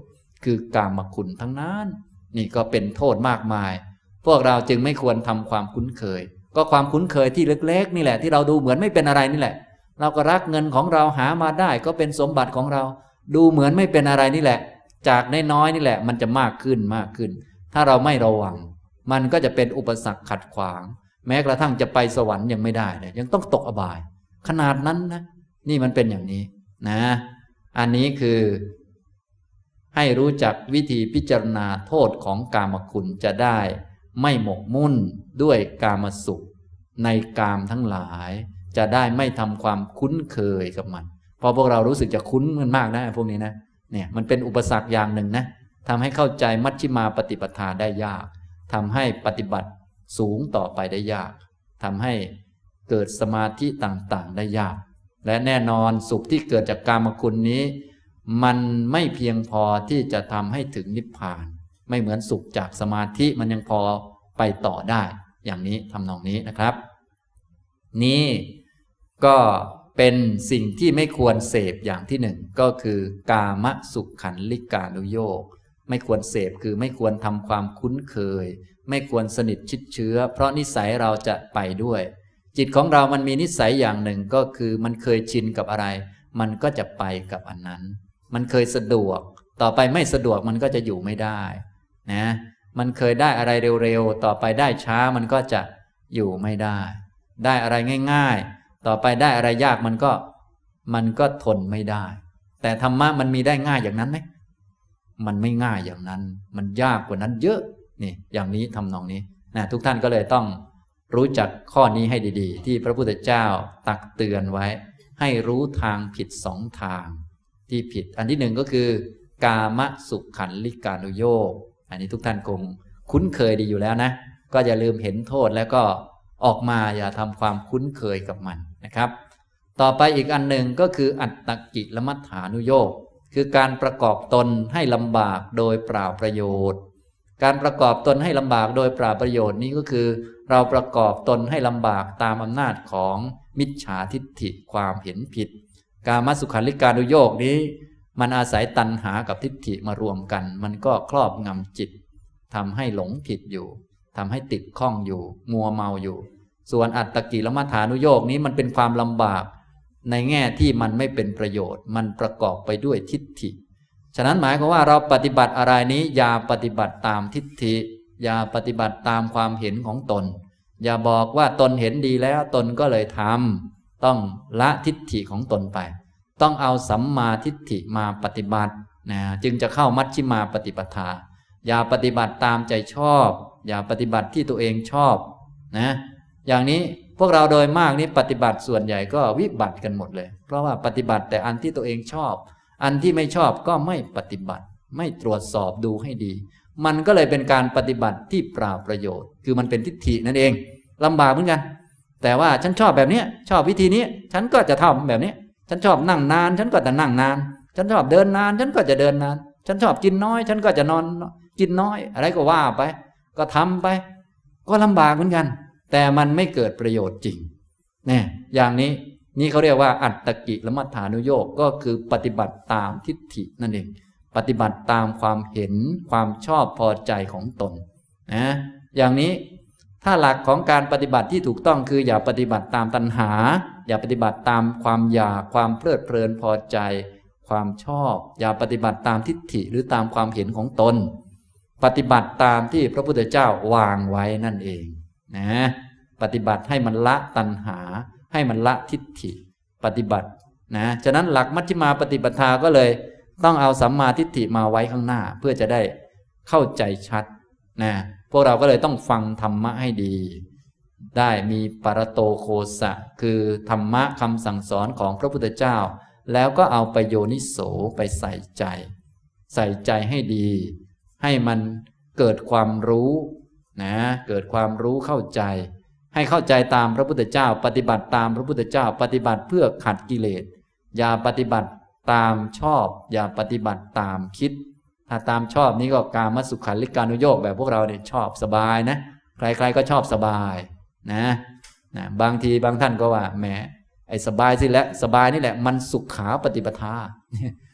คือกามคุณทั้งนั้นนี่ก็เป็นโทษมากมายพวกเราจึงไม่ควรทำความคุ้นเคยก็ความคุ้นเคยที่เล็กๆนี่แหละที่เราดูเหมือนไม่เป็นอะไรนี่แหละเราก็รักเงินของเราหามาได้ก็เป็นสมบัติของเราดูเหมือนไม่เป็นอะไรนี่แหละจากน้อยๆนี่แหละมันจะมากขึ้นมากขึ้นถ้าเราไม่ระวังมันก็จะเป็นอุปสรรคขัดขวางแม้กระทั่งจะไปสวรรค์ยังไม่ได้เลยยังต้องตกอบายขนาดนั้นนะนี่มันเป็นอย่างนี้นะอันนี้คือให้รู้จักวิธีพิจารณาโทษของกามคุณจะได้ไม่หมกมุ่นด้วยกามสุขในกามทั้งหลายจะได้ไม่ทำความคุ้นเคยกับมันพอพวกเรารู้สึกจะคุ้นมันมากนะพวกนี้นะเนี่ยมันเป็นอุปสรรคอย่างหนึ่งนะทำให้เข้าใจมัชฌิมาปฏิปทาได้ยากทำให้ปฏิบัติสูงต่อไปได้ยากทำให้เกิดสมาธิต่างๆได้ยากและแน่นอนสุขที่เกิดจากกามคุณนี้มันไม่เพียงพอที่จะทำให้ถึงนิพพานไม่เหมือนสุขจากสมาธิมันยังพอไปต่อได้อย่างนี้ทำนองนี้นะครับนี่ก็เป็นสิ่งที่ไม่ควรเสพอย่างที่หนึ่งก็คือกามสุขขันลิกานุโยคไม่ควรเสพคือไม่ควรทำความคุ้นเคยไม่ควรสนิทชิดเชื้อเพราะนิสัยเราจะไปด้วยจิตของเรามันมีนิสัยอย่างหนึ่งก็คือมันเคยชินกับอะไรมันก็จะไปกับอันนั้นมันเคยสะดวกต่อไปไม่สะดวกมันก็จะอยู่ไม่ได้นะมันเคยได้อะไรเร็วๆต่อไปได้ช้ามันก็จะอยู่ไม่ได้ได้อะไรง่ายๆต่อไปได้อะไรยากมันก็มันก็ทนไม่ได้แต่ธรรมะมันมีได้ง่ายอย่างนั้นไหมมันไม่ง่ายอย่างนั้นมันยากกว่านั้นเยอะนี่อย่างนี้ทำนองนี้นะทุกท่านก็เลยต้องรู้จักข้อนี้ให้ดีๆที่พระพุทธเจ้าตักเตือนไว้ให้รู้ทางผิดสองทางที่ผิดอันที่หนึ่งก็คือกามสุขขันลิกานุโยคอันนี้ทุกท่านคงคุ้นเคยดีอยู่แล้วนะก็อย่าลืมเห็นโทษแล้วก็ออกมาอย่าทำความคุ้นเคยกับมันนะครับต่อไปอีกอันหนึ่งก็คืออัตตกิลมัฏฐานุโยคคือการประกอบตนให้ลำบากโดยเปล่าประโยชน์การประกอบตนให้ลำบากโดยเปล่าประโยชน์นี้ก็คือเราประกอบตนให้ลำบากตามอำนาจของมิจฉาทิฏฐิความเห็นผิดกามสุขันลิกานุโยคนี้มันอาศัยตัณหากับทิฏฐิมารวมกันมันก็ครอบงำจิตทำให้หลงผิดอยู่ทำให้ติดข้องอยู่มัวเมาอยู่ส่วนอัตตกิลมัฏฐานุโยคนี้มันเป็นความลำบากในแง่ที่มันไม่เป็นประโยชน์มันประกอบไปด้วยทิฏฐิฉะนั้นหมายความว่าเราปฏิบัติอะไรนี้อย่าปฏิบัติตามทิฏฐิอย่าปฏิบัติตามความเห็นของตนอย่าบอกว่าตนเห็นดีแล้วตนก็เลยทำต้องละทิฏฐิของตนไปต้องเอาสัมมาทิฏฐิมาปฏิบัตินะจึงจะเข้ามัชฌิมาปฏิปทาอย่าปฏิบัติตามใจชอบอย่าปฏิบัติที่ตัวเองชอบนะอย่างนี้พวกเราโดยมากนี่ปฏิบัติส่วนใหญ่ก็วิบัติกันหมดเลยเพราะว่าปฏิบัติแต่อันที่ตัวเองชอบอันที่ไม่ชอบก็ไม่ปฏิบัติไม่ตรวจสอบดูให้ดีมันก็เลยเป็นการปฏิบัติที่เปล่าประโยชน์คือมันเป็นทิฏฐินั่นเองลำบากเหมือนกันแต่ว่าฉันชอบแบบนี้ชอบวิธีนี้ฉันก็จะทำแบบนี้ฉันชอบนั่งนานฉันก็จะนั่งนานฉันชอบเดินนานฉันก็จะเดินนานฉันชอบกินน้อยฉันก็จะนอนกินน้อยอะไรก็ว่าไปก็ทำไปก็ลำบากเหมือนกันแต่มันไม่เกิดประโยชน์จริงเนี่ยอย่างนี้นี่เขาเรียกว่าอัตตกิลมัฏฐานุโยคก็คือปฏิบัติตามทิฏฐินั่นเองปฏิบัติตามความเห็นความชอบพอใจของตนนะอย่างนี้ถ้าหลักของการปฏิบัติที่ถูกต้องคืออย่าปฏิบัติตามตัณหาอย่าปฏิบัติตามความอยากความเพลิดเพลินพอใจความชอบอย่าปฏิบัติตามทิฏฐิหรือตามความเห็นของตนปฏิบัติตามที่พระพุทธเจ้าวางไว้นั่นเองนะปฏิบัติให้มันละตัณหาให้มันละทิฏฐิปฏิบัตินะฉะนั้นหลักมัชฌิมาปฏิปทาก็เลยต้องเอาสัมมาทิฏฐิมาไว้ข้างหน้าเพื่อจะได้เข้าใจชัดนะพวกเราก็เลยต้องฟังธรรมะให้ดีได้มีปรโตโคสะคือธรรมะคำสั่งสอนของพระพุทธเจ้าแล้วก็เอาไปโยนิโสไปใส่ใจใส่ใจให้ดีให้มันเกิดความรู้นะเกิดความรู้เข้าใจให้เข้าใจตามพระพุทธเจ้าปฏิบัติตามพระพุทธเจ้าปฏิบัติเพื่อขัดกิเลสอย่าปฏิบัติตามชอบอย่าปฏิบัติตามคิดถ้าตามชอบนี้ก็กามสุขันลิกานุโยคแบบพวกเราเนี่ยชอบสบายนะใครๆก็ชอบสบายนะนะบางทีบางท่านก็ว่าแหมไอ้สบายสิและสบายนี่แหละมันสุขขาปฏิปทา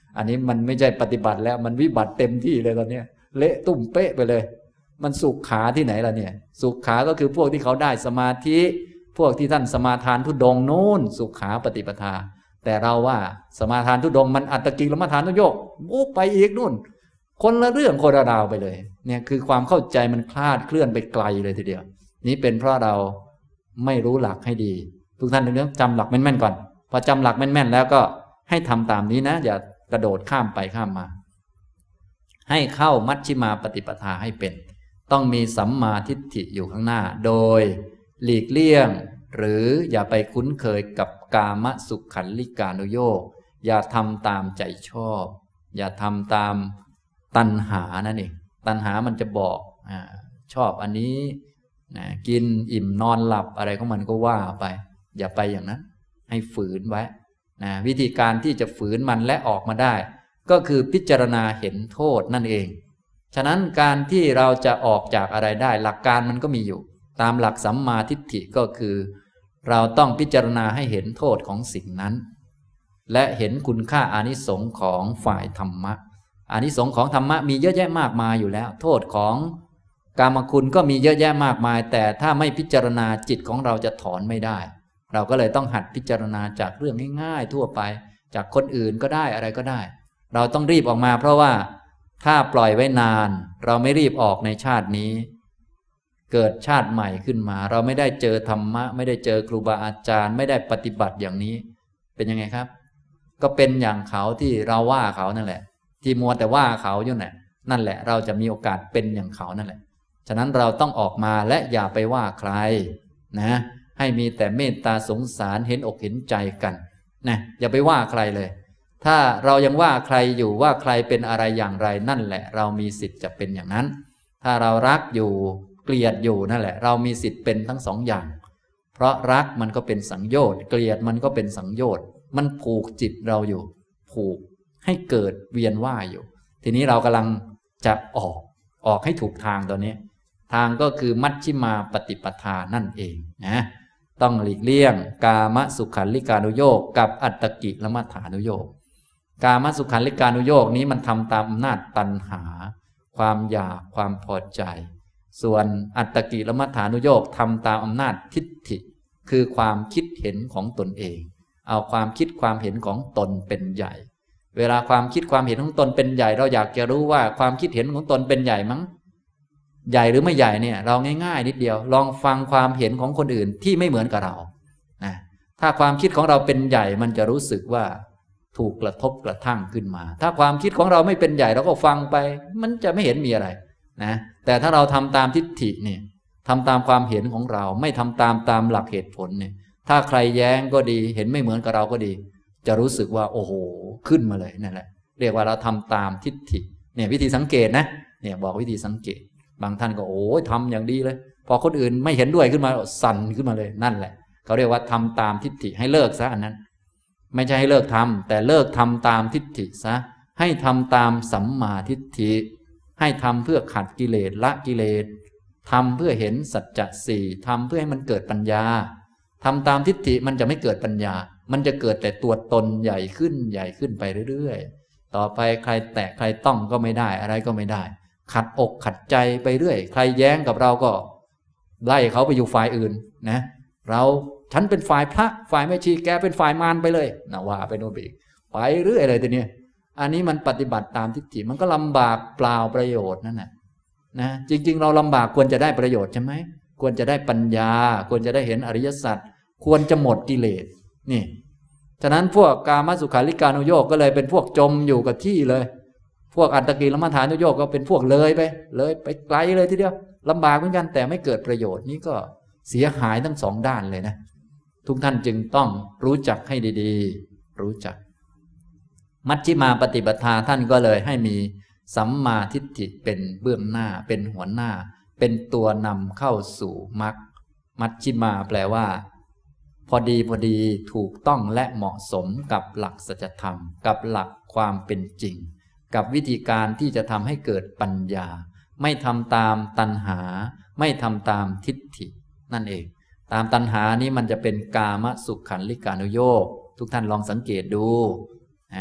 อันนี้มันไม่ใช่ปฏิบัติแล้วมันวิบัติเต็มที่เลยตอนนี้เละตุ้มเป๊ะไปเลยมันสุขขาที่ไหนล่ะเนี่ยสุขขาก็คือพวกที่เขาได้สมาธิพวกที่ท่านสมาทานทุดงค์นู่นสุขขาปฏิปทาแต่เราว่าสมาทานทุดงค์มันอัตตกิลมัฏฐานุโยคโอ้ไปอีกนู่นคนละเรื่องคนละราวไปเลยเนี่ยคือความเข้าใจมันคลาดเคลื่อนไปไกลเลยทีเดียวนี้เป็นเพราะเราไม่รู้หลักให้ดีทุกท่านต้องจำหลักแม่นๆก่อนพอจำหลักแม่นๆแล้วก็ให้ทำตามนี้นะอย่ากระโดดข้ามไปข้ามมาให้เข้ามัชฌิมาปฏิปทาให้เป็นต้องมีสัมมาทิฏฐิอยู่ข้างหน้าโดยหลีกเลี่ยงหรืออย่าไปคุ้นเคยกับกามสุขันลิกานุโยคอย่าทำตามใจชอบอย่าทำตามตัณหานั่นเองตัณหามันจะบอกอ่าชอบอันนี้นะกินอิ่มนอนหลับอะไรของมันก็ว่าไปอย่าไปอย่างนั้นให้ฝืนไว้นะวิธีการที่จะฝืนมันและออกมาได้ก็คือพิจารณาเห็นโทษนั่นเองฉะนั้นการที่เราจะออกจากอะไรได้หลักการมันก็มีอยู่ตามหลักสัมมาทิฏฐิก็คือเราต้องพิจารณาให้เห็นโทษของสิ่งนั้นและเห็นคุณค่าอานิสงส์ของฝ่ายธรรมะอานิสงส์ของธรรมะมีเยอะแยะมากมายอยู่แล้วโทษของกามคุณก็มีเยอะแยะมากมายแต่ถ้าไม่พิจารณาจิตของเราจะถอนไม่ได้เราก็เลยต้องหัดพิจารณาจากเรื่องง่ายๆทั่วไปจากคนอื่นก็ได้อะไรก็ได้เราต้องรีบออกมาเพราะว่าถ้าปล่อยไว้นานเราไม่รีบออกในชาตินี้เกิดชาติใหม่ขึ้นมาเราไม่ได้เจอธรรมะไม่ได้เจอครูบาอาจารย์ไม่ได้ปฏิบัติอย่างนี้เป็นยังไงครับก็เป็นอย่างเขาที่เราว่าเขานั่นแหละที่มัวแต่ว่าเขาอยู่นั่นนั่นแหละเราจะมีโอกาสเป็นอย่างเขานั่นแหละฉะนั้นเราต้องออกมาและอย่าไปว่าใครนะให้มีแต่เมตตาสงสารเห็นอกเห็นใจกันนะอย่าไปว่าใครเลยถ้าเรายังว่าใครอยู่ว่าใครเป็นอะไรอย่างไรนั่นแหละเรามีสิทธิ์จะเป็นอย่างนั้นถ้าเรารักอยู่เกลียดอยู่นั่นแหละเรามีสิทธิ์เป็นทั้งสองอย่างเพราะรักมันก็เป็นสังโยชน์เกลียดมันก็เป็นสังโยชน์มันผูกจิตเราอยู่ผูกให้เกิดเวียนว่ายอยู่ทีนี้เรากำลังจะออกออกให้ถูกทางตอนนี้ทางก็คือมัชฌิมาปฏิปทานั่นเองนะต้องหลีกเลี่ยงกามสุขันลิกานุโยคกับอัตตกิลมัฏฐานุโยคกามสุขันลิกานุโยคนี้มันทำตามอำนาจตัณหาความอยากความพอใจส่วนอัตตกิลมัฏฐานุโยคทำตามอำนาจทิฏฐิคือความคิดเห็นของตนเองเอาความคิดความเห็นของตนเป็นใหญ่เวลาความคิดความเห็นของตนเป็นใหญ่เราอยากจะรู้ว่าความคิดเห็นของตนเป็นใหญ่มั้งใหญ่หรือไม่ใหญ่เนี่ยเราง่ายๆนิดเดียวลองฟังความเห็นของคนอื่นที่ไม่เหมือนกับเรานะถ้าความคิดของเราเป็นใหญ่มันจะรู้สึกว่าถูกกระทบกระทั่งขึ้นมาถ้าความคิดของเราไม่เป็นใหญ่เราก็ฟังไปมันจะไม่เห็นมีอะไรนะแต่ถ้าเราทำตามทิฏฐิเนี่ยทำตามความเห็นของเราไม่ทำตามตามหลักเหตุผลเนี่ยถ้าใครแย้งก็ดีเห็นไม่เหมือนกับเราก็ดีจะรู้สึกว่าโอ้โหขึ้นมาเลยนั่นแหละเรียกว่าเราทำตามทิฏฐิเนี่ยวิธีสังเกตนะเนี่ยบอกวิธีสังเกตบางท่านก็โอ้ยทำอย่างดีเลยพอคนอื่นไม่เห็นด้วยขึ้นมาสั่นขึ้นมาเลยนั่นแหละเขาเรียกว่าทำตามทิฏฐิให้เลิกซะอันนั้นไม่ใช่ให้เลิกทำแต่เลิกทำตามทิฏฐิซะให้ทำตามสัมมาทิฏฐิให้ทำเพื่อขัดกิเลสละกิเลสทำเพื่อเห็นสัจจะสี่ทำเพื่อให้มันเกิดปัญญาทำตามทิฏฐิมันจะไม่เกิดปัญญามันจะเกิดแต่ตัวตนใหญ่ขึ้นใหญ่ขึ้นไปเรื่อยๆต่อไปใครแตะใครต้องก็ไม่ได้อะไรก็ไม่ได้ขัดอกขัดใจไปเรื่อยใครแย้งกับเราก็ไล่เขาไปอยู่ฝ่ายอื่นนะเราฉันเป็นฝ่ายพระฝ่ายแม่ชีแกเป็นฝ่ายมารไปเลยนะว่าไปโน่นไปอีกไปเรื่อยเลยทีนี้อันนี้มันปฏิบัติตามทิฏฐิมันก็ลำบากเปล่าประโยชน์นั่นแหละนะจริงๆเราลำบากควรจะได้ประโยชน์ใช่ไหมควรจะได้ปัญญาควรจะได้เห็นอริยสัจควรจะหมดกิเลสนี่ฉะนั้นพวกกามสุขาริการุโยคก็เลยเป็นพวกจมอยู่กับที่เลยพวกอัตตกิลมัฏฐานุโยคก็เป็นพวกเลยไปเลยไปไกลเลยทีเดียวลำบากเหมือนกันแต่ไม่เกิดประโยชน์นี้ก็เสียหายทั้งสองด้านเลยนะทุกท่านจึงต้องรู้จักให้ดีๆรู้จักมัชฌิมาปฏิปทาท่านก็เลยให้มีสัมมาทิฏฐิเป็นเบื้องหน้าเป็นหัวหน้าเป็นตัวนำเข้าสู่มรรคมัชฌิมาแปลว่าพอดีพอดีถูกต้องและเหมาะสมกับหลักสัจธรรมกับหลักความเป็นจริงกับวิธีการที่จะทำให้เกิดปัญญาไม่ทำตามตัณหาไม่ทำตามทิฏฐินั่นเองตามตัณหานี้มันจะเป็นกามสุขันลิกานุโยคทุกท่านลองสังเกตดูนะ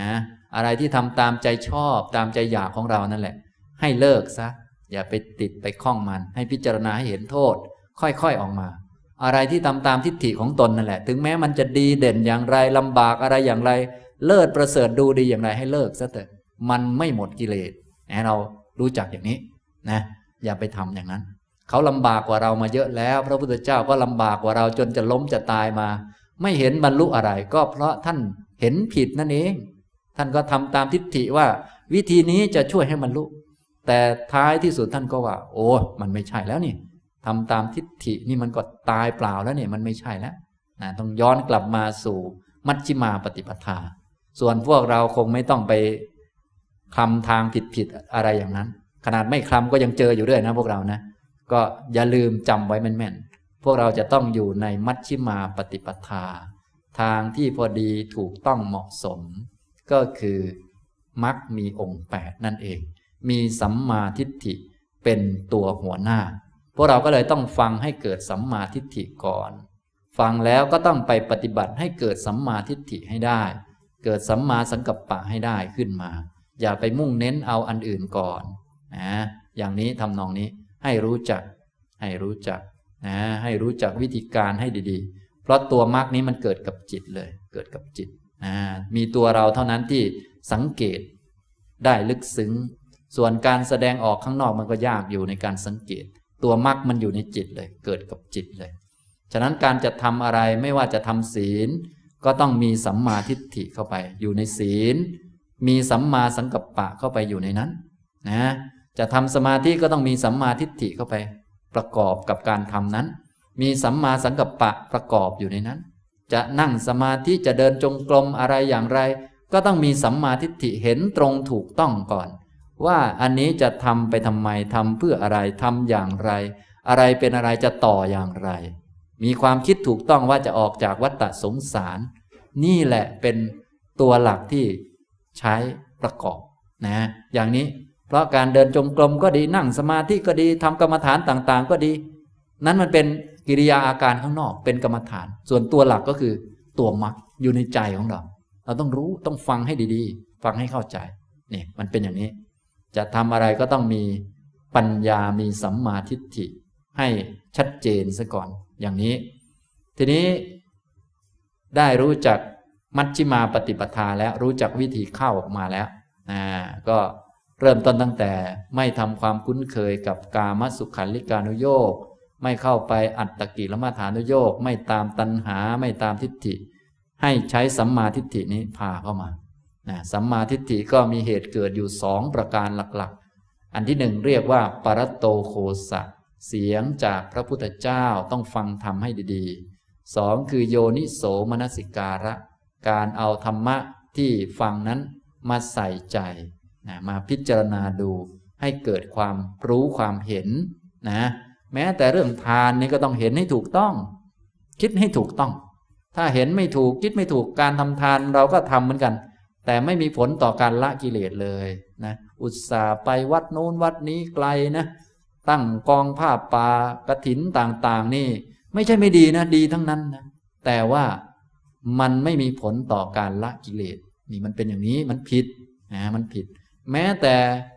อะไรที่ทำตามใจชอบตามใจอยากของเรานั่นแหละให้เลิกซะอย่าไปติดไปคล้องมันให้พิจารณาให้เห็นโทษค่อยๆออกมาอะไรที่ทำตามทิฏฐิของตนนั่นแหละถึงแม้มันจะดีเด่นอย่างไรลำบากอะไรอย่างไรเลิศประเสริฐดูดีอย่างไรให้เลิกซะเถอะมันไม่หมดกิเลสนะเรารู้จักอย่างนี้นะอย่าไปทำอย่างนั้นเขาลำบากกว่าเรามาเยอะแล้วพระพุทธเจ้าก็ลำบากกว่าเราจนจะล้มจะตายมาไม่เห็นบรรลุอะไรก็เพราะท่านเห็นผิดนั่นเองท่านก็ทำตามทิฏฐิว่าวิธีนี้จะช่วยให้บรรลุแต่ท้ายที่สุดท่านก็ว่าโอ้มันไม่ใช่แล้วนี่ทำตามทิฏฐินี่มันก็ตายเปล่าแล้วเนี่ยมันไม่ใช่แล้วนะต้องย้อนกลับมาสู่มัชฌิมาปฏิปทาส่วนพวกเราคงไม่ต้องไปคลำทางผิดๆอะไรอย่างนั้นขนาดไม่คลำก็ยังเจออยู่ด้วยนะพวกเรานะก็อย่าลืมจำไว้แม่นๆพวกเราจะต้องอยู่ในมัชฌิมาปฏิปทาทางที่พอดีถูกต้องเหมาะสมก็คือมรรคมีองค์แปดนั่นเองมีสัมมาทิฏฐิเป็นตัวหัวหน้าพวกเราก็เลยต้องฟังให้เกิดสัมมาทิฏฐิก่อนฟังแล้วก็ต้องไปปฏิบัติให้เกิดสัมมาทิฏฐิให้ได้เกิดสัมมาสังกัปปะให้ได้ขึ้นมาอย่าไปมุ่งเน้นเอาอันอื่นก่อนนะอย่างนี้ทำนองนี้ให้รู้จักให้รู้จักนะให้รู้จักวิธีการให้ดีๆเพราะตัวมรรคนี้มันเกิดกับจิตเลยเกิดกับจิตนะมีตัวเราเท่านั้นที่สังเกตได้ลึกซึ้งส่วนการแสดงออกข้างนอกมันก็ยากอยู่ในการสังเกตตัวมรรคมันอยู่ในจิตเลยเกิดกับจิตเลยฉะนั้นการจะทำอะไรไม่ว่าจะทำศีลก็ต้องมีสัมมาทิฏฐิเข้าไปอยู่ในศีลมีสัมมาสังกัปปะเข้าไปอยู่ในนั้นนะจะทำสมาธิก็ต้องมีสัมมาทิฏฐิเข้าไปประกอบกับการทำนั้นมีสัมมาสังกัปปะประกอบอยู่ในนั้นจะนั่งสมาธิจะเดินจงกรมอะไรอย่างไรก็ต้องมีสัมมาทิฏฐิเห็นตรงถูกต้องก่อนว่าอันนี้จะทำไปทำไมทำเพื่ออะไรทำอย่างไรอะไรเป็นอะไรจะต่ออย่างไรมีความคิดถูกต้องว่าจะออกจากวัฏฏะสงสารนี่แหละเป็นตัวหลักที่ใช้ประกอบนะอย่างนี้เพราะการเดินจงกรมก็ดีนั่งสมาธิก็ดีทำกรรมฐานต่างๆก็ดีนั้นมันเป็นกิริยาอาการข้างนอกเป็นกรรมฐานส่วนตัวหลักก็คือตัวมรรคอยู่ในใจของเราเราต้องรู้ต้องฟังให้ดีๆฟังให้เข้าใจนี่มันเป็นอย่างนี้จะทำอะไรก็ต้องมีปัญญามีสัมมาทิฏฐิให้ชัดเจนซะก่อนอย่างนี้ทีนี้ได้รู้จักมัชฌิมาปฏิปทาแล้วรู้จักวิธีเข้าออกมาแล้วอ่าก็เริ่มต้นตั้งแต่ไม่ทำความคุ้นเคยกับกามสุขันลิกานุโยคไม่เข้าไปอัตตกิลมัฏฐานุโยคไม่ตามตัณหาไม่ตามทิฏฐิให้ใช้สัมมาทิฏฐินี้พาเข้ามานะสัมมาทิฏฐิก็มีเหตุเกิดอยู่สองประการหลักๆอันที่หนึ่งเรียกว่าปรตโตโคสะเสียงจากพระพุทธเจ้าต้องฟังธรรมให้ดีๆสองคือโยนิโสมนสิการะการเอาธรรมะที่ฟังนั้นมาใส่ใจนะมาพิจารณาดูให้เกิดความรู้ความเห็นนะแม้แต่เรื่องทานนี่ก็ต้องเห็นให้ถูกต้องคิดให้ถูกต้องถ้าเห็นไม่ถูกคิดไม่ถูกการทำทานเราก็ทำเหมือนกันแต่ไม่มีผลต่อการละกิเลสเลยนะอุตส่าห์ไปวัดโน้นวัดนี้ไกลนะตั้งกองผ้าป่ากฐินต่างๆนี่ไม่ใช่ไม่ดีนะดีทั้งนั้นนะแต่ว่ามันไม่มีผลต่อการละกิเลสนี่มันเป็นอย่างนี้มันผิดนะมันผิดแม้แต่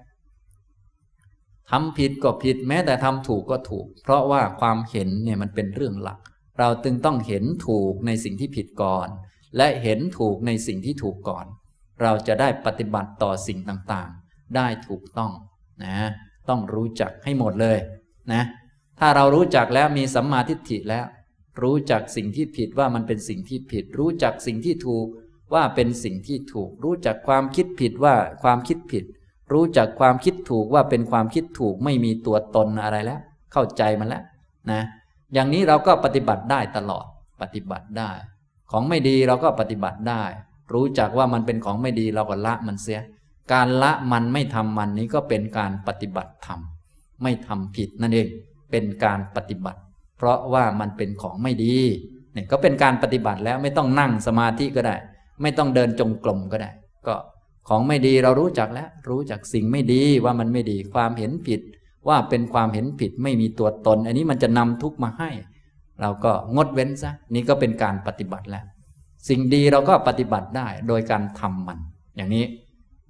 ทำผิดก็ผิดแม้แต่ทำถูกก็ถูกเพราะว่าความเห็นเนี่ยมันเป็นเรื่องหลักเราจึงต้องเห็นถูกในสิ่งที่ผิดก่อนและเห็นถูกในสิ่งที่ถูกก่อนเราจะได้ปฏิบัติต่อสิ่งต่างๆได้ถูกต้องนะต้องรู้จักให้หมดเลยนะถ้าเรารู้จักแล้วมีสัมมาทิฏฐิแล้วรู้จักสิ่งที่ผิดว่ามันเป็นสิ่งที่ผิดรู้จักสิ่งที่ถูกว่าเป็นสิ่งที่ถูกรู้จักความคิดผิดว่าความคิดผิดรู้จักความคิดถูกว่าเป็นความคิดถูกไม่มีตัวตนอะไรแล้วเข้าใจมันแล้วนะอย่างนี้เราก็ปฏิบัติได้ตลอดปฏิบัติได้ของไม่ดีเราก็ปฏิบัติได้รู้จักว่ามันเป็นของไม่ดีเราก็ละมันเสียการละมันไม่ทำมันนี้ก็เป็นการปฏิบัติธรรมไม่ทำผิดนั่นเองเป็นการปฏิบัติเพราะว่ามันเป็นของไม่ดีเนี่ยก็เป็นการปฏิบัติแล้วไม่ต้องนั่งสมาธิก็ได้ไม่ต้องเดินจงกรมก็ได้ก็ของไม่ดีเรารู้จักแล้วรู้จักสิ่งไม่ดีว่ามันไม่ดีความเห็นผิดว่าเป็นความเห็นผิดไม่มีตัวตนอันนี้มันจะนำทุกข์มาให้เราก็งดเว้นซะนี่ก็เป็นการปฏิบัติแล้วสิ่งดีเราก็ปฏิบัติได้โดยการทำมันอย่างนี้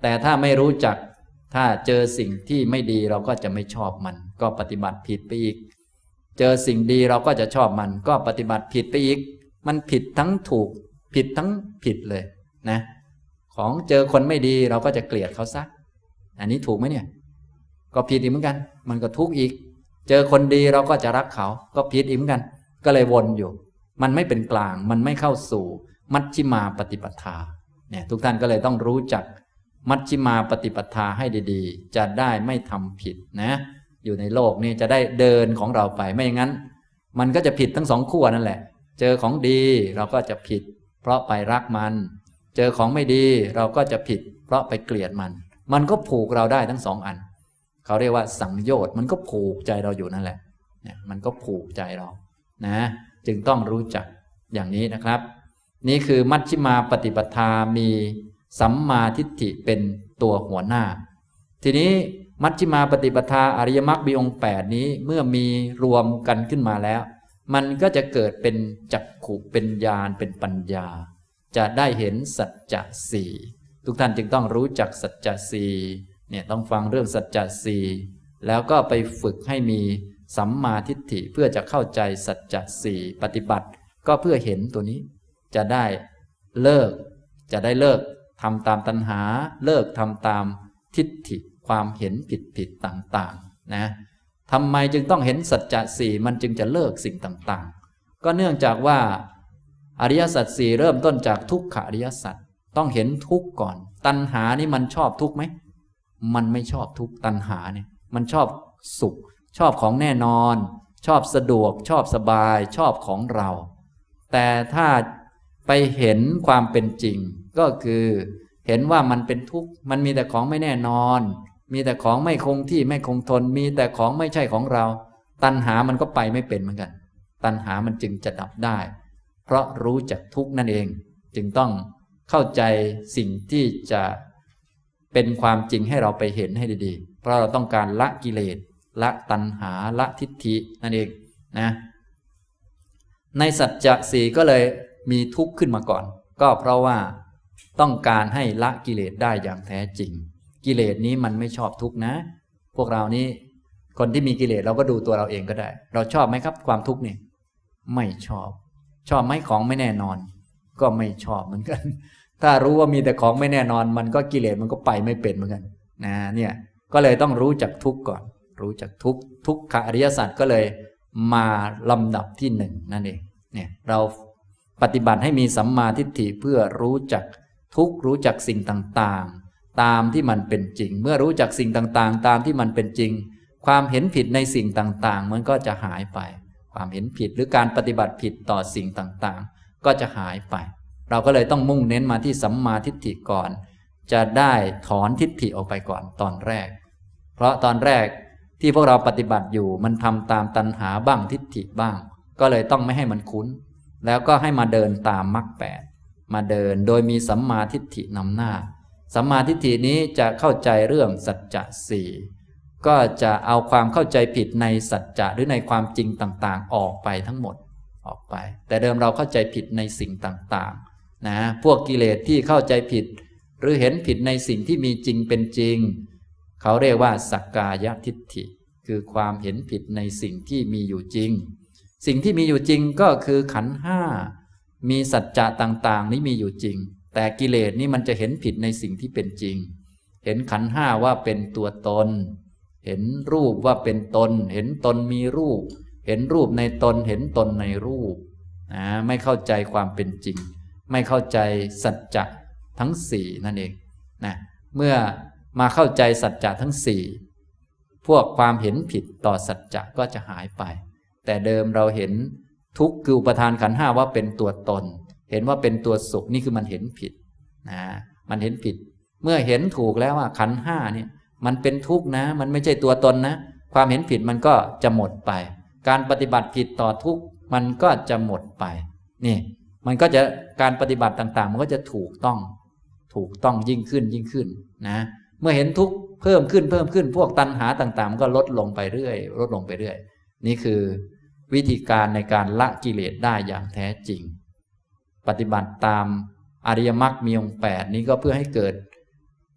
แต่ถ้าไม่รู้จักถ้าเจอสิ่งที่ไม่ดีเราก็จะไม่ชอบมันก็ปฏิบัติผิดไปอีกเจอสิ่งดีเราก็จะชอบมันก็ปฏิบัติผิดไปอีกมันผิดทั้งถูกผิดทั้งผิดเลยนะของเจอคนไม่ดีเราก็จะเกลียดเขาซะอันนี้ถูกไหมเนี่ยก็ผิดอีกเหมือนกันมันก็ทุกข์อีกเจอคนดีเราก็จะรักเขาก็ผิดอีกเหมือนกันก็เลยวนอยู่มันไม่เป็นกลางมันไม่เข้าสู่มัชฌิมาปฏิปทาเนี่ยทุกท่านก็เลยต้องรู้จักมัชฌิมาปฏิปทาให้ดีๆจะได้ไม่ทำผิดนะอยู่ในโลกนี้จะได้เดินของเราไปไม่อย่างนั้นมันก็จะผิดทั้งสองขั้วนั่นแหละเจอของดีเราก็จะผิดเพราะไปรักมันเจอของไม่ดีเราก็จะผิดเพราะไปเกลียดมันมันก็ผูกเราได้ทั้งสองอันเขาเรียกว่าสังโยชน์มันก็ผูกใจเราอยู่นั่นแหละเนี่ยมันก็ผูกใจเรานะจึงต้องรู้จักอย่างนี้นะครับนี่คือมัชฌิมาปฏิปทามีสัมมาทิฏฐิเป็นตัวหัวหน้าทีนี้มัชฌิมาปฏิปทาอริยมรรคมีองค์แปดนี้เมื่อมีรวมกันขึ้นมาแล้วมันก็จะเกิดเป็นจักขุเป็นญาณเป็นปัญญาจะได้เห็นสัจจะสี่ทุกท่านจึงต้องรู้จักสัจจะสี่เนี่ยต้องฟังเรื่องสัจจะสี่แล้วก็ไปฝึกให้มีสัมมาทิฏฐิเพื่อจะเข้าใจสัจจะสี่ปฏิบัติก็เพื่อเห็นตัวนี้จะได้เลิกจะได้เลิกทำตามตัณหาเลิกทำตามทิฏฐิความเห็นผิดผิดต่างๆนะทำไมจึงต้องเห็นสัจจะสี่มันจึงจะเลิกสิ่งต่างๆก็เนื่องจากว่าอริยสัจสี่เริ่มต้นจากทุกขอริยสัจต้องเห็นทุกข์ก่อนตัณหานี่มันชอบทุกข์ไหมมันไม่ชอบทุกข์ตัณหาเนี่ยมันชอบสุขชอบของแน่นอนชอบสะดวกชอบสบายชอบของเราแต่ถ้าไปเห็นความเป็นจริงก็คือเห็นว่ามันเป็นทุกข์มันมีแต่ของไม่แน่นอนมีแต่ของไม่คงที่ไม่คงทนมีแต่ของไม่ใช่ของเราตัณหามันก็ไปไม่เป็นเหมือนกันตัณหามันจึงจะดับได้เพราะรู้จักทุกข์นั่นเองจึงต้องเข้าใจสิ่งที่จะเป็นความจริงให้เราไปเห็นให้ดีๆเพราะเราต้องการละกิเลสละตัณหาละทิฏฐินั่นเองนะในสัจจะสี่ก็เลยมีทุกข์ขึ้นมาก่อนก็เพราะว่าต้องการให้ละกิเลสได้อย่างแท้จริงกิเลสนี้มันไม่ชอบทุกข์นะพวกเรานี้คนที่มีกิเลสเราก็ดูตัวเราเองก็ได้เราชอบไหมครับความทุกข์นี่ไม่ชอบชอบไหมของไม่แน่นอนก็ไม่ชอบเหมือนกันถ้ารู้ว่ามีแต่ของไม่แน่นอนมันก็กิเลสมันก็ไปไม่เป็นเหมือนกันนะเนี่ยก็เลยต้องรู้จักทุกข์ก่อนรู้จักทุกข์ทุกขอริยสัจก็เลยมาลำดับที่หนึ่งนั่นเองเนี่ยเราปฏิบัติให้มีสัมมาทิฏฐิเพื่อรู้จักทุกข์รู้จักสิ่งต่างๆตามที่มันเป็นจริงเมื่อรู้จักสิ่งต่างๆตามที่มันเป็นจริงความเห็นผิดในสิ่งต่างๆมันก็จะหายไปความเห็นผิดหรือการปฏิบัติผิดต่อสิ่งต่างๆก็จะหายไปเราก็เลยต้องมุ่งเน้นมาที่สัมมาทิฏฐิก่อนจะได้ถอนทิฏฐิออกไปก่อนตอนแรกเพราะตอนแรกที่พวกเราปฏิบัติอยู่มันทำตามตัณหาบ้างทิฏฐิบ้างก็เลยต้องไม่ให้มันคุ้นแล้วก็ให้มาเดินตามมรรคแปดมาเดินโดยมีสัมมาทิฏฐินำหน้าสัมมาทิฏฐินี้จะเข้าใจเรื่องสัจจะสี่ก็จะเอาความเข้าใจผิดในสัจจะหรือในความจริงต่างๆออกไปทั้งหมดออกไปแต่เดิมเราเข้าใจผิดในสิ่งต่างๆนะพวกกิเลสที่เข้าใจผิดหรือเห็นผิดในสิ่งที่มีจริงเป็นจริงเขาเรียกว่าสักกายทิฏฐิคือความเห็นผิดในสิ่งที่มีอยู่จริงสิ่งที่มีอยู่จริงก็คือขันธ์ห้ามีสัจจะต่างๆนี้มีอยู่จริงแต่กิเลสนี่มันจะเห็นผิดในสิ่งที่เป็นจริงเห็นขันธ์ห้าว่าเป็นตัวตนเห็นรูปว่าเป็นตนเห็นตนมีรูปเห็นรูปในตนเห็นตนในรูปนะไม่เข้าใจความเป็นจริงไม่เข้าใจสัจจะทั้งสี่นั่นเองนะเมื่อมาเข้าใจสัจจะทั้งสี่พวกความเห็นผิดต่อสัจจะก็จะหายไปแต่เดิมเราเห็นทุกข์คืออุปทานขันธ์ห้าว่าเป็นตัวตนเห็นว่าเป็นตัวสุขนี่คือมันเห็นผิดนะมันเห็นผิดเมื่อเห็นถูกแล้วว่าขันธ์ห้าเนี่ยมันเป็นทุกข์นะมันไม่ใช่ตัวตนนะความเห็นผิดมันก็จะหมดไปการปฏิบัติผิดต่อทุกข์มันก็จะหมดไปนี่มันก็จะการปฏิบัติต่างๆมันก็จะถูกต้องถูกต้องยิ่งขึ้นยิ่งขึ้นนะเมื่อเห็นทุกข์เพิ่มขึ้นเพิ่มขึ้นพวกตัณหาต่างๆมันก็ลดลงไปเรื่อยลดลงไปเรื่อยนี่คือวิธีการในการละกิเลสได้อย่างแท้จริงปฏิบัติตามอริยมรรคมีองค์แปดนี้ก็เพื่อให้เกิด